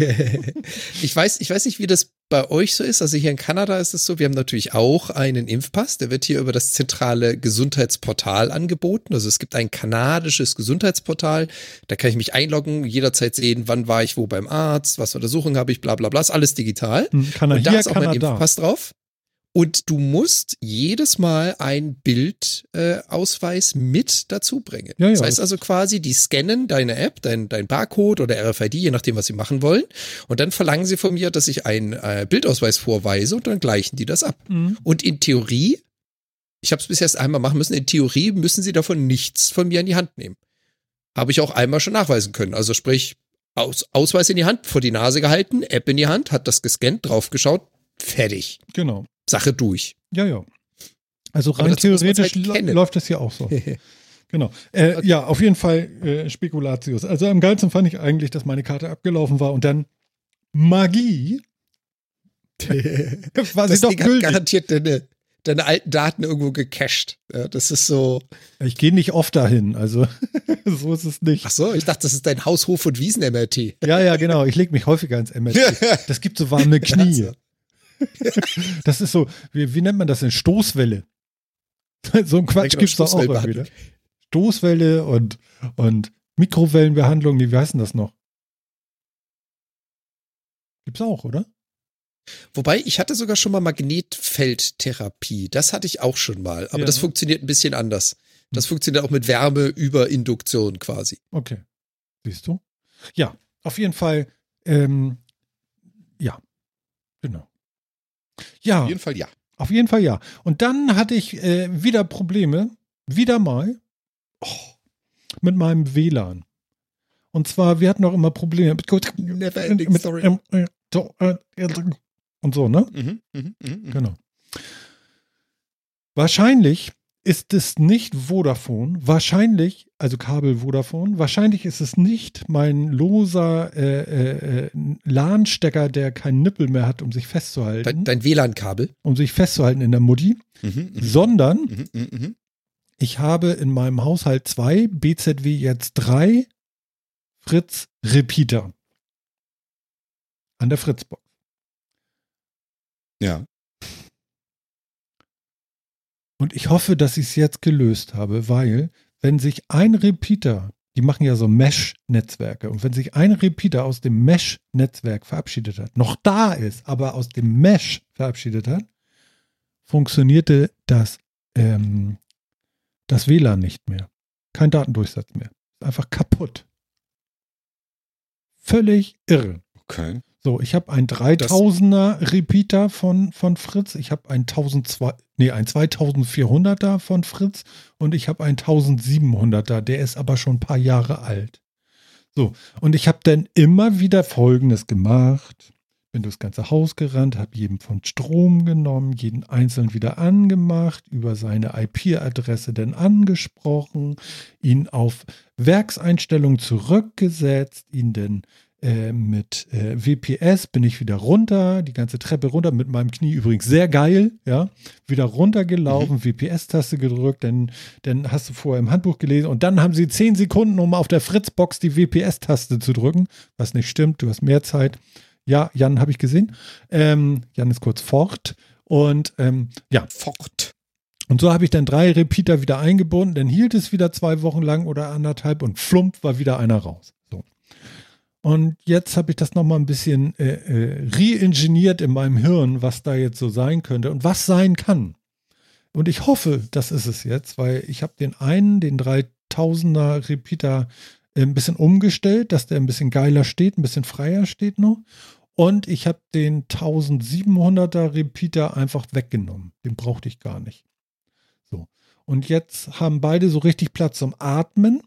S2: ich weiß, ich weiß nicht, wie das bei euch so ist. Also hier in Kanada ist es so, wir haben natürlich auch einen Impfpass. Der wird hier über das zentrale Gesundheitsportal angeboten. Also es gibt ein kanadisches Gesundheitsportal. Da kann ich mich einloggen, jederzeit sehen, wann war ich wo beim Arzt, was für Untersuchungen habe ich, bla bla bla. Ist alles digital.
S1: Hm, Kann er
S2: Und da
S1: hier,
S2: ist auch
S1: kann
S2: mein
S1: er da.
S2: Impfpass drauf. Und du musst jedes Mal ein Bildausweis äh, Ausweis mit dazu bringen.
S1: Ja, ja.
S2: Das heißt also quasi, die scannen deine App, dein, dein Barcode oder R F I D, je nachdem, was sie machen wollen. Und dann verlangen sie von mir, dass ich einen äh, Bildausweis vorweise und dann gleichen die das ab.
S1: Mhm.
S2: Und in Theorie, ich habe es bis jetzt einmal machen müssen, in Theorie müssen sie davon nichts von mir in die Hand nehmen. Habe ich auch einmal schon nachweisen können. Also sprich, Aus, Ausweis in die Hand, vor die Nase gehalten, App in die Hand, hat das gescannt, draufgeschaut, fertig.
S1: Genau.
S2: Sache durch.
S1: Ja, ja. Also
S2: Aber
S1: rein
S2: dazu muss man's
S1: theoretisch
S2: halt
S1: la-
S2: kennen.
S1: läuft das hier auch so. Genau. Äh,
S2: Okay.
S1: Ja, auf jeden Fall äh, Spekulatius. Also am geilsten fand ich eigentlich, dass meine Karte abgelaufen war und dann Magie. War sie
S2: Das
S1: doch
S2: Ding hat
S1: gültig.
S2: garantiert deine, deine alten Daten irgendwo gecached. Ja, das ist so.
S1: Ich gehe nicht oft dahin, also so ist es nicht.
S2: Ach so, ich dachte, das ist dein Haus-, Hof- und Wiesen-M R T.
S1: Ja, ja, genau. Ich lege mich häufiger ins M R T. Das gibt so warme Knie. Das ist so, wie, wie nennt man das denn? Stoßwelle. So ein Quatsch
S2: genau,
S1: gibt es doch auch irgendwie.
S2: Stoßwellenbehandlung.
S1: Ne? Stoßwelle und, und Mikrowellenbehandlung, wie heißt denn das noch? Gibt's auch, oder?
S2: Wobei, ich hatte sogar schon mal Magnetfeldtherapie. Das hatte ich auch schon mal. Aber
S1: Ja.
S2: das funktioniert ein bisschen anders. Das
S1: Hm.
S2: funktioniert auch mit Wärme über Induktion quasi.
S1: Okay. Siehst du? Ja, auf jeden Fall, ähm, ja, genau. Ja,
S3: Auf jeden Fall ja.
S1: auf jeden Fall ja. Und dann hatte ich äh, wieder Probleme, wieder mal, oh, mit meinem W L A N. Und zwar, wir hatten auch immer Probleme mit,
S2: Never ending
S1: mit,
S2: story.
S1: ähm, äh, so, äh, und so, ne?
S3: Mhm, mhm, mhm, mhm.
S1: Genau. Wahrscheinlich ist es nicht Vodafone, wahrscheinlich, also Kabel Vodafone, wahrscheinlich ist es nicht mein loser äh, äh, äh, L A N-Stecker, der keinen Nippel mehr hat, um sich festzuhalten,
S2: Dein, dein W L A N-Kabel.
S1: um sich festzuhalten in der Mutti,
S3: Mhm, mhm,
S1: sondern
S3: mhm, mhm, mhm.
S1: ich habe in meinem Haushalt zwei, B Z W jetzt drei Fritz Repeater an der Fritzbox.
S3: Ja.
S1: Und ich hoffe, dass ich es jetzt gelöst habe, weil wenn sich ein Repeater die machen ja so Mesh-Netzwerke. Und wenn sich ein Repeater aus dem Mesh-Netzwerk verabschiedet hat, noch da ist, aber aus dem Mesh verabschiedet hat, funktionierte das, ähm, das W L A N nicht mehr. Kein Datendurchsatz mehr. Einfach kaputt. Völlig irre.
S3: Okay.
S1: So, ich habe einen dreitausender Repeater von, von Fritz, ich habe einen zwölfhundert, nee, einen zweitausendvierhunderter von Fritz und ich habe einen eintausendsiebenhunderter, der ist aber schon ein paar Jahre alt. So, und ich habe dann immer wieder Folgendes gemacht. Bin durchs ganze Haus gerannt, habe jedem von Strom genommen, jeden einzeln wieder angemacht, über seine I P-Adresse dann angesprochen, ihn auf Werkseinstellungen zurückgesetzt, ihn dann äh, mit äh, W P S bin ich wieder runter, die ganze Treppe runter, mit meinem Knie übrigens sehr geil, ja, wieder runtergelaufen, mhm. W P S-Taste gedrückt, dann, dann hast du vorher im Handbuch gelesen und dann haben sie zehn Sekunden, um auf der Fritzbox die W P S-Taste zu drücken, was nicht stimmt, du hast mehr Zeit. Ja, Jan habe ich gesehen. Ähm, Jan ist kurz fort. Und ähm, ja.
S3: Fort.
S1: Und so habe ich dann drei Repeater wieder eingebunden. Dann hielt es wieder zwei Wochen lang oder anderthalb und flump war wieder einer raus. So. Und jetzt habe ich das nochmal ein bisschen äh, äh, reingeniert in meinem Hirn, was da jetzt so sein könnte und was sein kann. Und ich hoffe, das ist es jetzt, weil ich habe den einen, den dreitausender Repeater äh, ein bisschen umgestellt, dass der ein bisschen geiler steht, ein bisschen freier steht noch. Und ich habe den eintausendsiebenhunderter Repeater einfach weggenommen. Den brauchte ich gar nicht. So. Und jetzt haben beide so richtig Platz zum Atmen.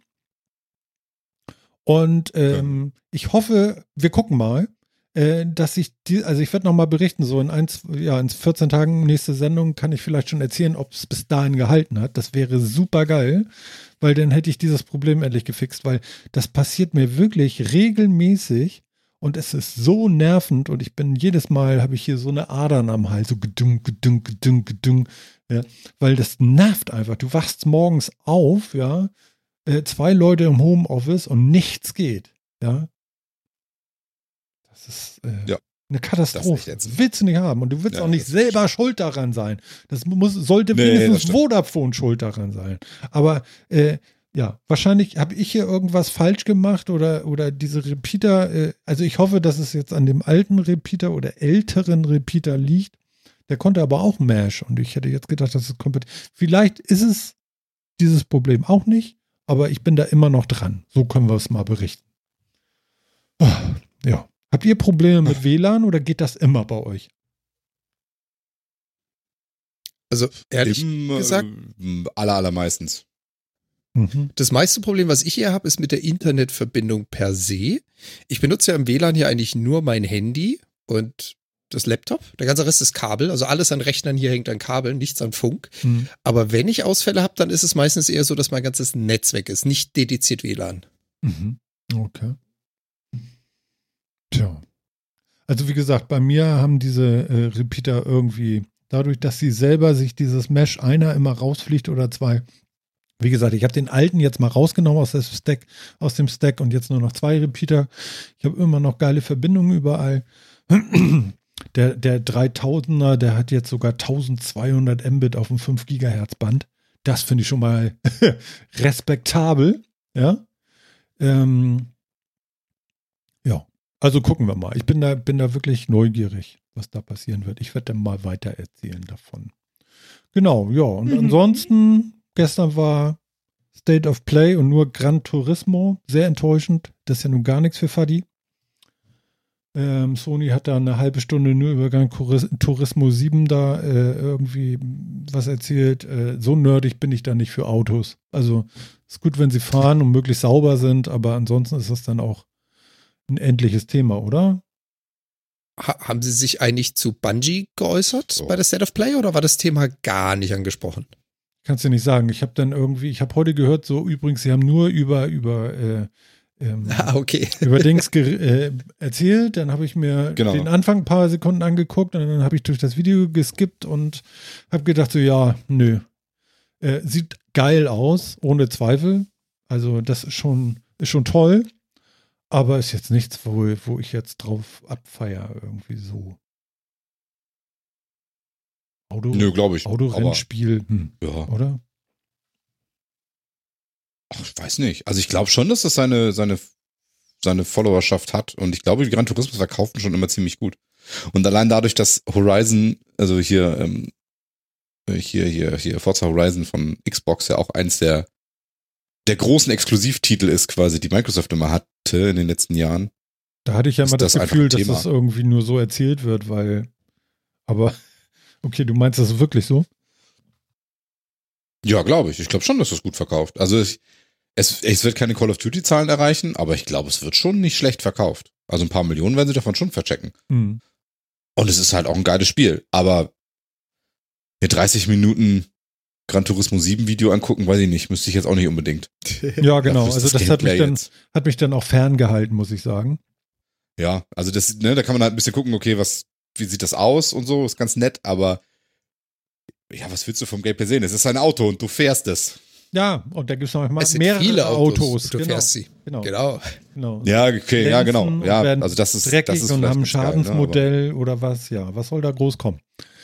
S1: Und ähm, ja. ich hoffe, wir gucken mal, äh, dass ich die, also ich werde nochmal berichten, so in eins, ja, in vierzehn Tagen, nächste Sendung, kann ich vielleicht schon erzählen, ob es bis dahin gehalten hat. Das wäre super geil, weil dann hätte ich dieses Problem endlich gefixt, weil das passiert mir wirklich regelmäßig. Und es ist so nervend und ich bin jedes Mal, habe ich hier so eine Adern am Hals, so gedung, gedung, gedung, gedung, ja, weil das nervt einfach. Du wachst morgens auf, ja, äh, zwei Leute im Homeoffice und nichts geht, ja. Das ist äh,
S3: ja,
S1: eine Katastrophe. Das willst du nicht haben und du willst ja, auch nicht selber schuld daran sein. Das muss, sollte nee, wenigstens Vodafone schuld daran sein. Aber äh, ja, wahrscheinlich habe ich hier irgendwas falsch gemacht oder, oder diese Repeater, äh, also ich hoffe, dass es jetzt an dem alten Repeater oder älteren Repeater liegt. Der konnte aber auch Mesh und ich hätte jetzt gedacht, das ist komplett. Vielleicht ist es dieses Problem auch nicht, aber ich bin da immer noch dran. So können wir es mal berichten. Oh, ja. Habt ihr Probleme mit W L A N oder geht das immer bei euch?
S2: Also ehrlich
S3: Im,
S2: gesagt,
S3: äh, aller, allermeistens.
S2: Das meiste Problem, was ich hier habe, ist mit der Internetverbindung per se. Ich benutze ja im W L A N hier eigentlich nur mein Handy und das Laptop. Der ganze Rest ist Kabel. Also alles an Rechnern hier hängt an Kabeln, nichts an Funk. Mhm. Aber wenn ich Ausfälle habe, dann ist es meistens eher so, dass mein ganzes Netz weg ist, nicht dediziert W L A N.
S1: Mhm. Okay. Tja. Also wie gesagt, bei mir haben diese äh, Repeater irgendwie, dadurch, dass sie selber sich dieses Mesh einer immer rausfliegt oder zwei. Wie gesagt, ich habe den alten jetzt mal rausgenommen aus dem Stack, aus dem Stack und jetzt nur noch zwei Repeater. Ich habe immer noch geile Verbindungen überall. Der, der dreitausender, der hat jetzt sogar eintausendzweihundert Mbit auf dem fünf Gigahertz Band. Das finde ich schon mal respektabel. Ja. Ähm, ja. Also gucken wir mal. Ich bin da, bin da wirklich neugierig, was da passieren wird. Ich werde dann mal weiter erzählen davon. Genau, ja. Und mhm. ansonsten gestern war State of Play und nur Gran Turismo. Sehr enttäuschend. Das ist ja nun gar nichts für Fadi. Ähm, Sony hat da eine halbe Stunde nur über Gran Turismo sieben da äh, irgendwie was erzählt. Äh, so nerdig bin ich da nicht für Autos. Also ist gut, wenn sie fahren und möglichst sauber sind, aber ansonsten ist das dann auch ein endliches Thema, oder?
S2: Ha- haben Sie sich eigentlich zu Bungie geäußert so. bei der State of Play oder war das Thema gar nicht angesprochen?
S1: Kannst du nicht sagen. Ich habe dann irgendwie, ich habe heute gehört, so übrigens, sie haben nur über, über, äh, ähm,
S2: ah, okay.
S1: über Dings äh, erzählt. Dann habe ich mir genau. den Anfang ein paar Sekunden angeguckt und dann habe ich durch das Video geskippt und habe gedacht, so ja, nö. Äh, sieht geil aus, ohne Zweifel. Also das ist schon, ist schon toll. Aber ist jetzt nichts, wo, wo ich jetzt drauf abfeier, irgendwie so. Auto,
S3: Nö, glaube ich.
S1: Autorennspiel, hm,
S3: ja.
S1: oder?
S3: Ach, ich weiß nicht. Also ich glaube schon, dass das seine, seine, seine Followerschaft hat. Und ich glaube, die Gran Turismo verkaufen schon immer ziemlich gut. Und allein dadurch, dass Horizon, also hier, ähm, hier, hier, hier, Forza Horizon von Xbox ja auch eins der, der großen Exklusivtitel ist quasi, die Microsoft immer hatte in den letzten Jahren.
S1: Da hatte ich ja immer das,
S3: das
S1: Gefühl, dass
S3: Thema.
S1: das irgendwie nur so erzählt wird, weil, aber, okay, du meinst das wirklich so?
S3: Ja, glaube ich. Ich glaube schon, dass das gut verkauft. Also ich, es, es wird keine Call of Duty-Zahlen erreichen, aber ich glaube, es wird schon nicht schlecht verkauft. Also ein paar Millionen werden sie davon schon verchecken.
S1: Mhm.
S3: Und es ist halt auch ein geiles Spiel. Aber mir dreißig Minuten Gran Turismo sieben Video angucken, weiß ich nicht. Müsste ich jetzt auch nicht unbedingt.
S1: Ja, genau.
S3: Dafür ist
S1: Also
S3: das
S1: das hat mich,
S3: Gameplay
S1: dann,
S3: jetzt.
S1: hat mich dann auch ferngehalten, muss ich sagen.
S3: Ja, also das, ne, da kann man halt ein bisschen gucken, okay, was, wie sieht das aus und so, ist ganz nett, aber ja, was willst du vom Gameplay sehen? Es ist ein Auto und du fährst es.
S1: Ja, und da gibt es noch mal
S2: Es sind
S1: mehrere
S2: viele Autos.
S1: Autos.
S2: Du
S1: genau.
S2: fährst sie.
S1: Genau.
S2: Genau.
S1: genau.
S3: Ja, okay, ja, genau.
S1: Glänzen
S3: Ja,
S1: und werden
S3: also das ist
S1: dreckig
S3: das ist
S1: und
S3: vielleicht
S1: haben ein
S3: ganz geil, ne,
S1: Schadensmodell oder was. Ja, was soll da groß kommen?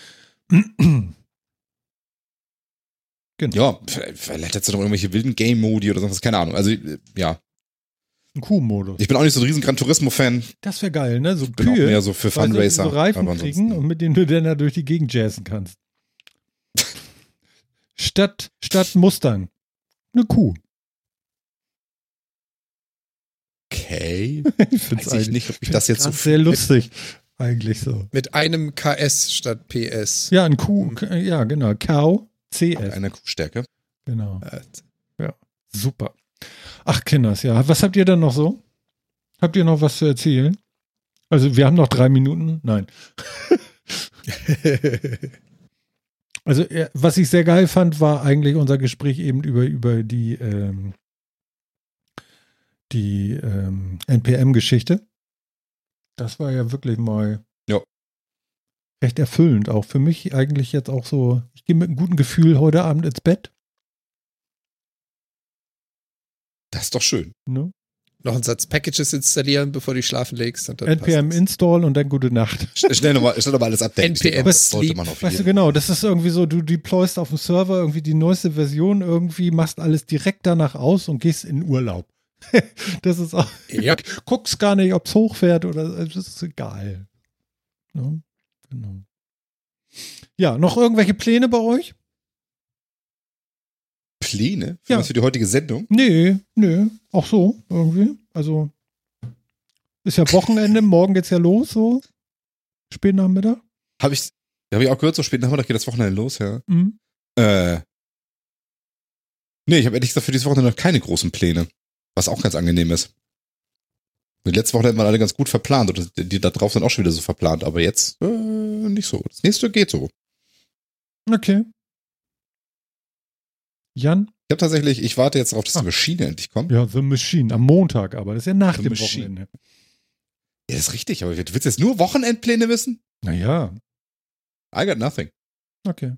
S1: Genau.
S3: Ja, vielleicht hat sie noch irgendwelche wilden Game-Modi oder sonst was, keine Ahnung. Also, ja.
S1: Ein Kuhmodus.
S3: Ich bin auch nicht so ein riesen Gran Turismo-Fan.
S1: Das wäre geil, ne? So
S3: Bin auch
S1: Kühe,
S3: mehr so für
S1: weißt du, die
S3: Funracer.
S1: so Reifen
S3: aber
S1: kriegen
S3: ansonsten-
S1: und mit denen du dann da durch die Gegend jazzen kannst. statt, statt Mustang. Eine Kuh.
S3: Okay.
S1: Ich find's
S3: Weiß ich
S1: eigentlich-
S3: nicht, ob ich
S1: find's
S3: das jetzt so
S1: grad sehr lustig. Eigentlich so.
S2: Mit einem K S statt P S.
S1: Ja, ein Kuh. Ja, genau. Cow. C S.
S3: einer Kuhstärke.
S1: Genau.
S2: Äh,
S1: Super. Ach, Kinders, ja. Was habt ihr denn noch so? Habt ihr noch was zu erzählen? Also, wir haben noch drei Minuten. Nein. Also, äh, was ich sehr geil fand, war eigentlich unser Gespräch eben über, über die, ähm, die ähm, N P M-Geschichte. Das war ja wirklich mal
S3: Ja.
S1: recht erfüllend. Auch für mich eigentlich jetzt auch so, ich gehe mit einem guten Gefühl heute Abend ins Bett.
S3: Das ist doch schön.
S1: Ne?
S2: Noch einen Satz Packages installieren, bevor du dich schlafen legst. Und dann
S1: N P M
S2: passt's.
S1: install und dann gute Nacht.
S3: Sch- Schnell nochmal schnell noch mal alles updaten.
S2: N P M
S3: das sollte
S2: Sleep.
S3: man auf
S1: Weißt du
S3: jeden
S1: genau, das ist irgendwie so, du deployst auf dem Server irgendwie die neueste Version, irgendwie machst alles direkt danach aus und gehst in Urlaub. Das ist auch,
S2: Ja.
S1: guckst gar nicht, ob es hochfährt oder, das ist egal. Ja, genau. Ja, noch irgendwelche Pläne bei euch?
S3: Pläne für,
S1: Ja.
S3: was für die heutige Sendung.
S1: Nee, nee, auch so irgendwie. Also ist ja Wochenende, morgen geht's ja los, so spät Nachmittag.
S3: Habe ich, hab ich auch gehört, so spät Nachmittag geht das Wochenende los, ja.
S1: Mhm.
S3: Äh, nee, ich habe ehrlich gesagt für dieses Wochenende noch keine großen Pläne. Was auch ganz angenehm ist. Die letzte Woche hatten wir alle ganz gut verplant und die da drauf sind auch schon wieder so verplant, aber jetzt äh, nicht so. Das nächste geht so.
S1: Okay. Jan?
S3: Ich habe tatsächlich, ich warte jetzt darauf, dass
S1: Ah.
S3: die Maschine endlich kommt.
S1: Ja, The Machine, am Montag, aber das ist ja nach
S3: The
S1: dem
S3: Machine.
S1: Wochenende.
S3: Ja, das ist richtig, aber du willst jetzt nur Wochenendpläne wissen?
S1: Naja,
S3: I got nothing.
S1: okay.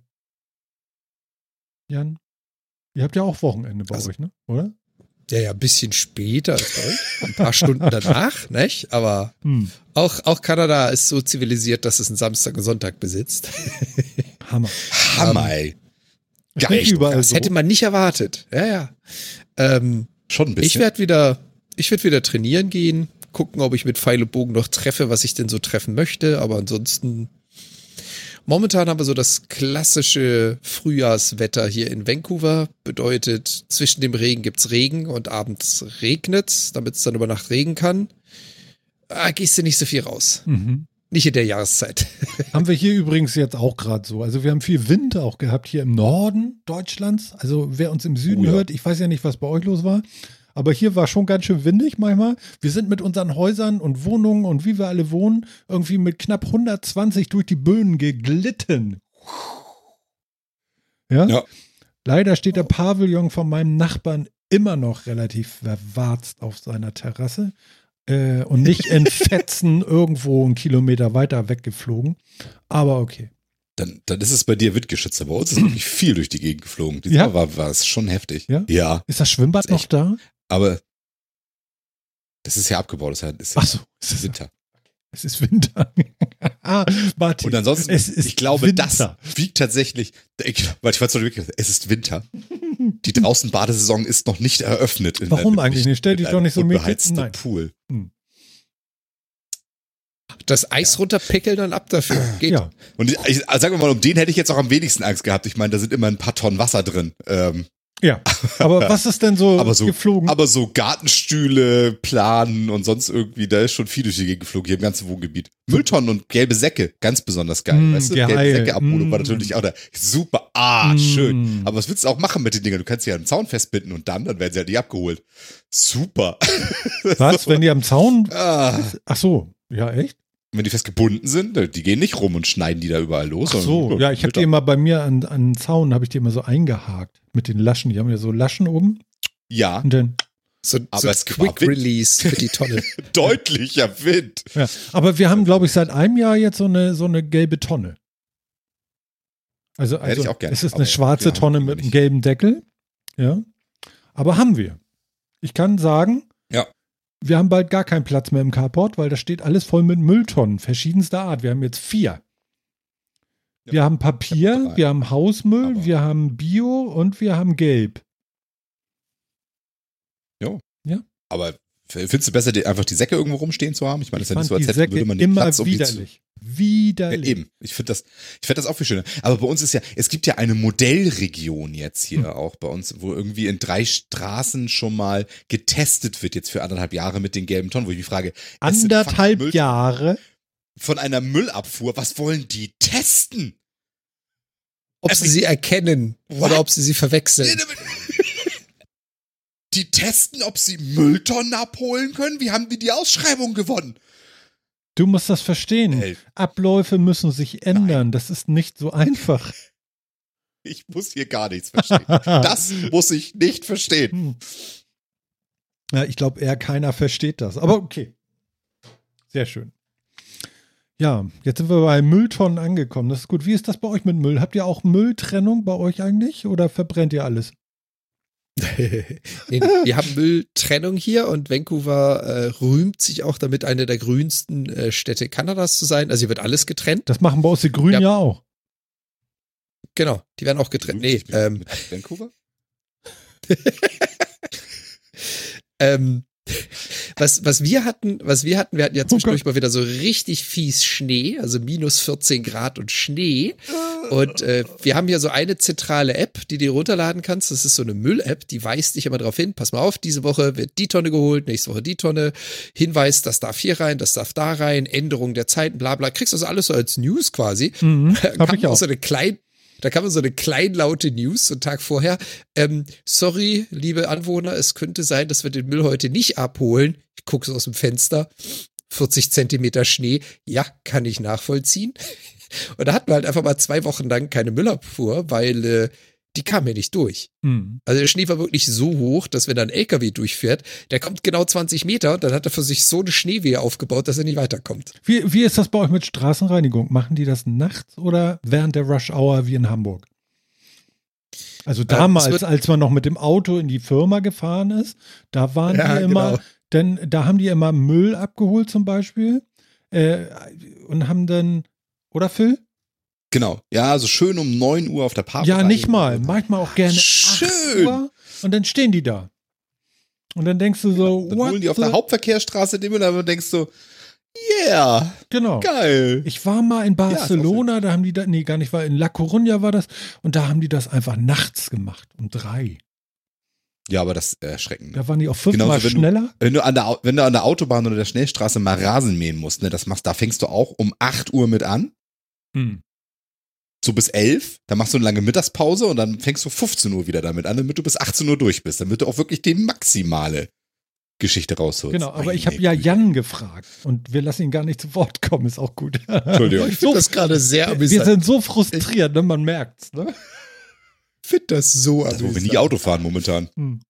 S1: Jan? Ihr habt ja auch Wochenende bei
S2: Also-
S1: euch, ne? Oder?
S2: Ja, ja, ein bisschen später als bei euch. Ein paar Stunden danach, nicht? Aber
S1: Hm.
S2: auch, auch Kanada ist so zivilisiert, dass es einen Samstag und Sonntag besitzt.
S1: Hammer.
S3: Hammer, ey.
S1: Ich
S3: Geil,
S1: denke überall
S2: Das
S1: so.
S2: hätte man nicht erwartet. Ja, ja. Ähm,
S3: Schon ein bisschen.
S2: ich werde wieder, ich werde wieder trainieren gehen, gucken, ob ich mit Pfeil und Bogen noch treffe, was ich denn so treffen möchte. Aber ansonsten, momentan haben wir so das klassische Frühjahrswetter hier in Vancouver. Bedeutet, zwischen dem Regen gibt's Regen und abends regnet's, damit es dann über Nacht regen kann. Ah, gehst du nicht so viel raus.
S1: Mhm.
S2: Nicht in der Jahreszeit.
S1: Haben wir hier übrigens jetzt auch gerade so. Also wir haben viel Wind auch gehabt hier im Norden Deutschlands. Also wer uns im Süden
S3: Oh ja.
S1: hört, ich weiß ja nicht, was bei euch los war. Aber hier war schon ganz schön windig manchmal. Wir sind mit unseren Häusern und Wohnungen und wie wir alle wohnen, irgendwie mit knapp hundertzwanzig durch die Böen geglitten. Ja?
S3: Ja.
S1: Leider steht der Pavillon von meinem Nachbarn immer noch relativ verwarzt auf seiner Terrasse äh, und nicht in Fetzen irgendwo einen Kilometer weiter weggeflogen. Aber okay.
S3: Dann, dann ist es bei dir windgeschützt. Bei uns ist wirklich viel durch die Gegend geflogen. Diesmal
S1: Ja?
S3: war, war es schon heftig.
S1: Ja?
S3: Ja,
S1: Ist das Schwimmbad
S3: Ist
S1: noch
S3: echt-
S1: da?
S3: aber das ist ja abgebaut. Das ist ja, ist ja
S1: Ach so. Ist das
S3: Winter.
S1: Es ist Winter. ah, Martin,
S3: Und ansonsten,
S1: es ist
S3: ich glaube,
S1: Winter.
S3: das wiegt tatsächlich, ich, weil ich weiß noch wirklich, es ist Winter. Die draußen Badesaison ist noch nicht eröffnet. In
S1: Warum
S3: einem
S1: eigentlich nicht? Stell dich doch nicht so mit.
S3: unbeheizten
S1: Nein.
S3: Pool.
S1: Hm.
S2: Das Eis ja. runterpickeln und ab dafür. Geht.
S1: Ja.
S3: Und ich, ich, sagen wir mal, um den hätte ich jetzt auch am wenigsten Angst gehabt. Ich meine, da sind immer ein paar Tonnen Wasser drin. Ähm,
S1: Ja, aber was ist denn so,
S3: aber so
S1: geflogen?
S3: Aber so Gartenstühle, Planen und sonst irgendwie, da ist schon viel durch die Gegend geflogen, hier im ganzen Wohngebiet. Mülltonnen und gelbe Säcke, ganz besonders geil.
S1: Mm,
S3: weißt du?
S1: geil.
S3: Gelbe Säcke-Abholung
S1: Mm.
S3: war natürlich auch da. Super, ah,
S1: Mm.
S3: schön. Aber was willst du auch machen mit den Dingern? Du kannst sie ja am Zaun festbinden und dann, dann werden sie halt nicht abgeholt. Super.
S1: Was, wenn die am Zaun?
S3: Ah.
S1: Ach so, ja, echt?
S3: Wenn die festgebunden sind, die gehen nicht rum und schneiden die da überall los.
S1: Ach so,
S3: sondern-
S1: ja, ich habe die immer bei mir an, an den Zaun, habe ich die immer so eingehakt mit den Laschen. Die haben ja so Laschen oben
S3: Ja,
S1: und dann,
S2: So,
S3: Aber
S2: so
S3: es
S2: Quick
S3: war Wind.
S2: Release für die Tonne.
S3: deutlicher Wind.
S1: ja. Aber wir haben, glaube ich, seit einem Jahr jetzt so eine, so eine gelbe Tonne. Also,
S3: Hätte
S1: also
S3: ich auch gerne,
S1: es ist
S3: aber
S1: eine schwarze
S3: wir haben
S1: Tonne
S3: die
S1: mit einem
S3: nicht.
S1: gelben Deckel. Ja. Aber haben wir. Ich kann sagen,
S3: Ja.
S1: wir haben bald gar keinen Platz mehr im Carport, weil da steht alles voll mit Mülltonnen verschiedenster Art. Wir haben jetzt vier.
S3: Ja.
S1: Wir haben Papier,
S3: Ich hab drei.
S1: wir haben Hausmüll,
S3: Aber-
S1: wir haben Bio und wir haben Gelb.
S3: Aber findest du besser, die, einfach die Säcke irgendwo rumstehen zu haben? Ich meine, das ist ja nicht so, als
S1: die
S3: hätte,
S1: Säcke
S3: würde man den
S1: immer
S3: Platz um die zu,
S1: widerlich. Widerlich.
S3: Ja, eben. Ich finde das, ich finde das auch viel schöner. Aber bei uns ist ja, es gibt ja eine Modellregion jetzt hier
S1: Hm.
S3: auch bei uns, wo irgendwie in drei Straßen schon mal getestet wird jetzt für anderthalb Jahre mit den gelben Tonnen, wo ich mich frage, es sind
S1: Anderthalb
S3: fucking Müll-
S1: Jahre.
S3: von einer Müllabfuhr, was wollen die testen?
S2: Ob sie sie erkennen
S3: What?
S2: oder ob sie sie verwechseln.
S3: Die testen, ob sie Mülltonnen abholen können? Wie haben die die Ausschreibung gewonnen?
S1: Du musst das verstehen.
S3: Ey,
S1: Abläufe müssen sich ändern. Das ist nicht so einfach.
S3: ich muss hier gar nichts verstehen. Das muss ich nicht verstehen.
S1: Hm. Ja, ich glaube, eher keiner versteht das. Aber okay. Sehr schön. Ja, jetzt sind wir bei Mülltonnen angekommen. Das ist gut. Wie ist das bei euch mit Müll? Habt ihr auch Mülltrennung bei euch eigentlich oder verbrennt ihr alles?
S2: Nee, wir haben Mülltrennung hier und Vancouver äh, rühmt sich auch damit, eine der grünsten äh, Städte Kanadas zu sein. Also hier wird alles getrennt.
S1: Das machen bei uns die Grünen ja,
S2: Ja.
S1: auch.
S2: Genau, die werden auch getrennt. Nee,
S3: Mit
S2: ähm,
S3: Vancouver?
S2: ähm, was, was wir hatten, was wir hatten, wir hatten ja zwischendurch
S1: Gott.
S2: mal wieder so richtig fies Schnee, also minus vierzehn Grad und Schnee. Und äh, wir haben hier so eine zentrale App, die du dir runterladen kannst. Das ist so eine Müll-App, die weist dich immer darauf hin, pass mal auf, diese Woche wird die Tonne geholt, nächste Woche die Tonne. Hinweis, das darf hier rein, das darf da rein, Änderung der Zeiten, bla bla. Kriegst du also alles so als News quasi.
S1: Mhm,
S2: Da
S1: hab
S2: kam
S1: ich auch.
S2: So eine klein, da kam so eine kleinlaute News so einen Tag vorher. Ähm, sorry, liebe Anwohner, es könnte sein, dass wir den Müll heute nicht abholen. Ich gucke so aus dem Fenster. vierzig Zentimeter Schnee. Ja, kann ich nachvollziehen. Und da hatten wir halt einfach mal zwei Wochen lang keine Müllabfuhr, weil äh, die kam ja nicht durch.
S1: Mhm.
S2: Also der Schnee war wirklich so hoch, dass wenn da ein L K W durchfährt, der kommt genau zwanzig Meter und dann hat er für sich so eine Schneewehe aufgebaut, dass er nicht weiterkommt.
S1: Wie, wie ist das bei euch mit Straßenreinigung? Machen die das nachts oder während der Rush Hour wie in Hamburg? Also damals,
S2: wird-
S1: als man noch mit dem Auto in die Firma gefahren ist, da waren
S2: Ja,
S1: die immer,
S2: genau.
S1: denn da haben die immer Müll abgeholt zum Beispiel äh, und haben dann, oder Phil?
S3: Genau. Ja, also schön um neun Uhr auf der Party.
S1: Ja, nicht mal. Manchmal auch gerne
S3: Schön.
S1: acht Uhr und dann stehen die da. Und dann denkst du so,
S3: Dann
S1: what
S3: holen die auf
S1: the-
S3: der Hauptverkehrsstraße den Müll ab und denkst so, yeah,
S1: Genau.
S3: geil.
S1: Ich war mal in Barcelona, da haben die da, nee, gar nicht, war in La Coruña war das, und da haben die das einfach nachts gemacht, um drei.
S3: Ja, aber das ist erschreckend.
S1: Da waren die auch fünfmal
S3: Genauso, wenn du-
S1: schneller.
S3: Wenn du, an der, Au- wenn du an der Autobahn oder der Schnellstraße mal Rasen mähen musst, ne, das machst, da fängst du auch um acht Uhr mit an,
S1: Hm.
S3: so bis elf, dann machst du eine lange Mittagspause und dann fängst du fünfzehn Uhr wieder damit an, damit du bis achtzehn Uhr durch bist, damit du auch wirklich die maximale Geschichte rausholst.
S1: Genau, aber
S3: Meine
S1: ich habe ja
S3: Güte.
S1: Jan gefragt und wir lassen ihn gar nicht zu Wort kommen, ist auch gut.
S3: Entschuldigung.
S2: Ich finde das gerade sehr
S1: Wir
S2: amüsant.
S1: sind so frustriert, ne? Man merkt's. Ne?
S2: Ich finde das so
S3: Also, wo wir
S2: amüsant.
S3: nie Auto fahren momentan.
S1: Hm.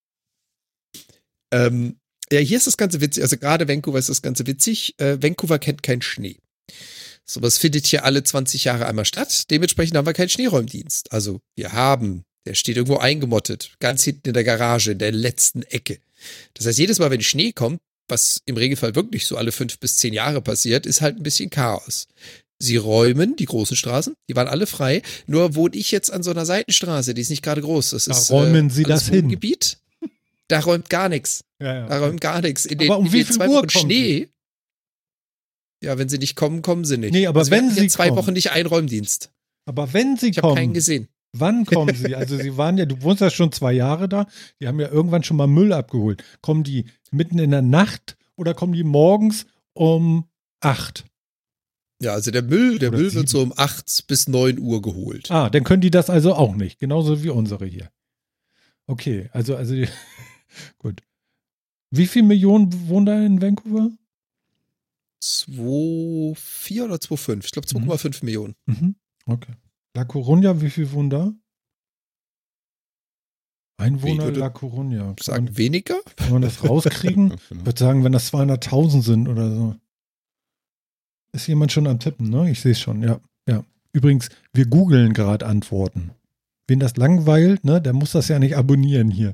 S2: Ähm, ja, hier ist das Ganze witzig. Also gerade Vancouver ist das Ganze witzig. Äh, Vancouver kennt keinen Schnee. Sowas findet hier alle zwanzig Jahre einmal statt. Dementsprechend haben wir keinen Schneeräumdienst. Also wir haben, der steht irgendwo eingemottet, ganz hinten in der Garage, in der letzten Ecke. Das heißt, jedes Mal, wenn Schnee kommt, was im Regelfall wirklich so alle fünf bis zehn Jahre passiert, ist halt ein bisschen Chaos. Sie räumen die großen Straßen, die waren alle frei, nur wohne ich jetzt an so einer Seitenstraße, die ist nicht gerade groß. Das
S1: da
S2: ist
S1: räumen
S2: äh,
S1: Sie das hin.
S2: Gebiet. Da räumt gar nichts.
S1: Ja, ja.
S2: Da räumt gar nichts. In den,
S1: aber um
S2: in
S1: wie
S2: den
S1: viel
S2: zwei
S1: Uhr
S2: Wochen
S1: kommen
S2: Schnee.
S1: Sie?
S2: Ja, wenn sie nicht kommen, kommen sie nicht.
S1: Nee, aber
S2: also wir
S1: wenn
S2: hatten
S1: sie
S2: jetzt zwei
S1: kommen.
S2: Wochen nicht Einräumdienst.
S1: Aber wenn Sie
S2: Ich habe keinen
S1: kommen,
S2: gesehen.
S1: wann kommen Sie? Also Sie waren ja, du wohnst ja schon zwei Jahre da, die haben ja irgendwann schon mal Müll abgeholt. Kommen die mitten in der Nacht oder kommen die morgens um acht?
S2: Ja, also der Müll, der
S1: Oder
S2: Müll
S1: sieben.
S2: wird so um acht bis neun Uhr geholt.
S1: Ah, dann können die das also auch nicht, genauso wie unsere hier. Okay, also, also gut. Wie viele Millionen wohnen da in Vancouver?
S2: zwei Komma vier oder zwei Komma fünf? Ich glaube zwei Komma fünf Millionen.
S1: Mhm. Okay. La Coruña, wie viel wohnen da? Einwohner
S2: würde
S1: La Coruña. Kann
S2: Sagen
S1: man,
S2: weniger?
S1: kann man das rauskriegen? Ich würde sagen, wenn das zweihunderttausend sind oder so. Ist jemand schon am Tippen, ne? Ich sehe es schon, ja. ja. Übrigens, wir googeln gerade Antworten. Wen das langweilt, ne, der muss das ja nicht abonnieren hier.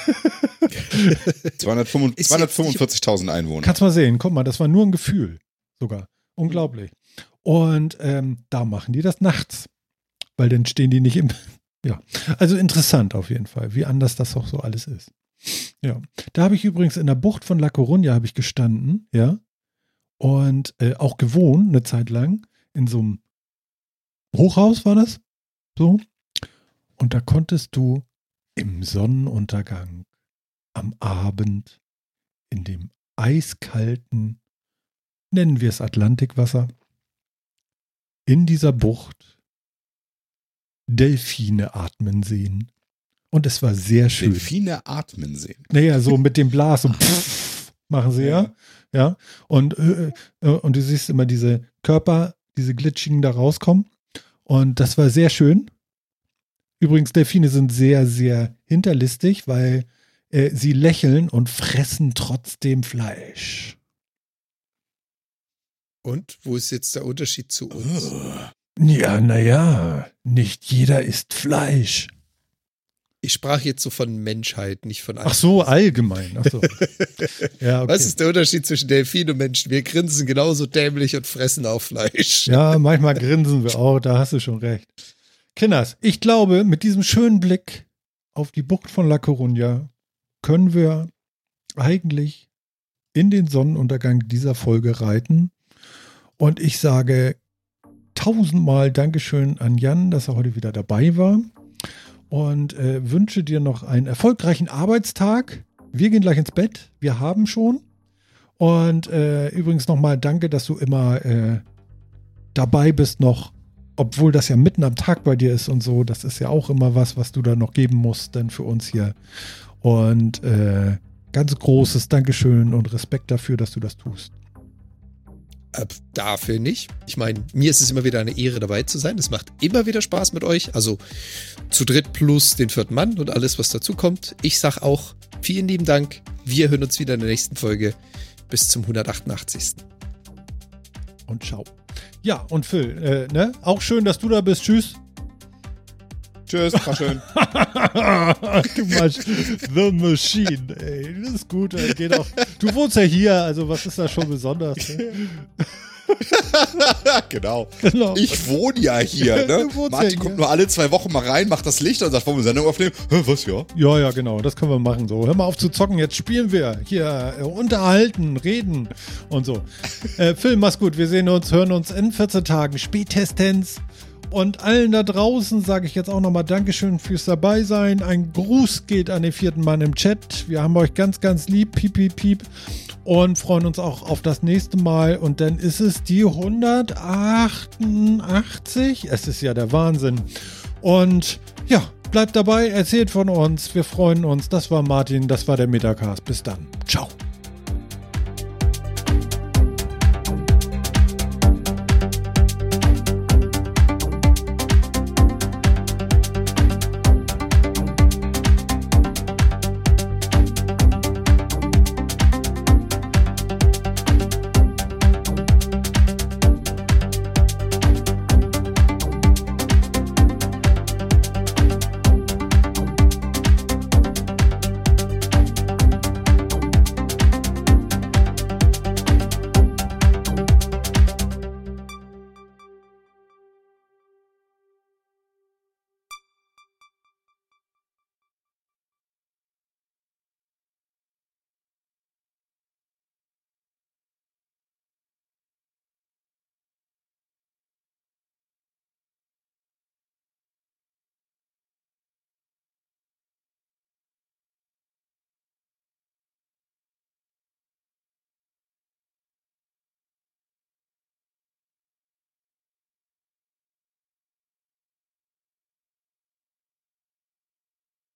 S3: zweihundertfünfundvierzigtausend Einwohner.
S1: Kannst mal sehen, guck mal, das war nur ein Gefühl sogar. Unglaublich. Und ähm, da machen die das nachts. Weil dann stehen die nicht im... Ja, also interessant auf jeden Fall, wie anders das auch so alles ist. Ja, da habe ich übrigens in der Bucht von La Coruña habe ich gestanden, ja, und äh, auch gewohnt eine Zeit lang in so einem Hochhaus war das, so. Und da konntest du im Sonnenuntergang am Abend in dem eiskalten, nennen wir es Atlantikwasser, in dieser Bucht Delfine atmen sehen. Und es war sehr schön.
S3: Delfine atmen sehen.
S1: Naja, so mit dem Blas und pff, machen sie ja. Ja. Und, äh, äh, und du siehst immer diese Körper, diese glitschigen da rauskommen. Und das war sehr schön. Übrigens, Delfine sind sehr, sehr hinterlistig, weil äh, sie lächeln und fressen trotzdem Fleisch.
S2: Und wo ist jetzt der Unterschied zu uns?
S1: Ja, naja, nicht jeder isst Fleisch.
S2: Ich sprach jetzt so von Menschheit, nicht von
S1: Ach so, allgemein. Ach so. Ja, okay.
S2: Was ist der Unterschied zwischen Delfin und Menschen? Wir grinsen genauso dämlich und fressen auch Fleisch.
S1: Ja, manchmal grinsen wir auch, da hast du schon recht. Kinders, ich glaube, mit diesem schönen Blick auf die Bucht von La Coruña können wir eigentlich in den Sonnenuntergang dieser Folge reiten. Und ich sage tausendmal Dankeschön an Jan, dass er heute wieder dabei war. Und äh, wünsche dir noch einen erfolgreichen Arbeitstag. Wir gehen gleich ins Bett. Wir haben schon. Und äh, übrigens nochmal danke, dass du immer äh, dabei bist noch, obwohl das ja mitten am Tag bei dir ist und so. Das ist ja auch immer was, was du da noch geben musst, denn für uns hier. Und äh, ganz großes Dankeschön und Respekt dafür, dass du das tust.
S2: Äh, dafür nicht. Ich meine, mir ist es immer wieder eine Ehre, dabei zu sein. Es macht immer wieder Spaß mit euch. Also zu dritt plus den vierten Mann und alles, was dazu kommt. Ich sag auch vielen lieben Dank. Wir hören uns wieder in der nächsten Folge. Bis zum hundertachtundachtzigsten
S1: Und ciao. Ja, und Phil, äh, ne? Auch schön, dass du da bist. Tschüss.
S3: Tschüss, war schön.
S1: Du meinst The Machine, ey. Das ist gut. Ey. Geht auch. Du wohnst ja hier, also was ist da schon besonders? Ne?
S3: Genau.
S1: Genau.
S3: Ich wohne ja hier, ne?
S1: Du wohnst
S3: Martin
S1: ja
S3: kommt
S1: hier.
S3: nur alle zwei Wochen mal rein, macht das Licht und sagt, wollen wir Sendung aufnehmen? Hä, was, ja?
S1: Ja, ja, genau. Das können wir machen so. Hör mal auf zu zocken. Jetzt spielen wir. Hier, äh, unterhalten, reden und so. Äh, Phil, mach's gut. Wir sehen uns, hören uns in vierzehn Tagen spätestens. Und allen da draußen sage ich jetzt auch nochmal Dankeschön fürs Dabeisein. Ein Gruß geht an den vierten Mann im Chat. Wir haben euch ganz, ganz lieb. Piep, piep, piep. Und freuen uns auch auf das nächste Mal. Und dann ist es die hundertachtundachtzig. Es ist ja der Wahnsinn. Und ja, bleibt dabei, erzählt von uns. Wir freuen uns. Das war Martin, das war der Metacast. Bis dann. Ciao.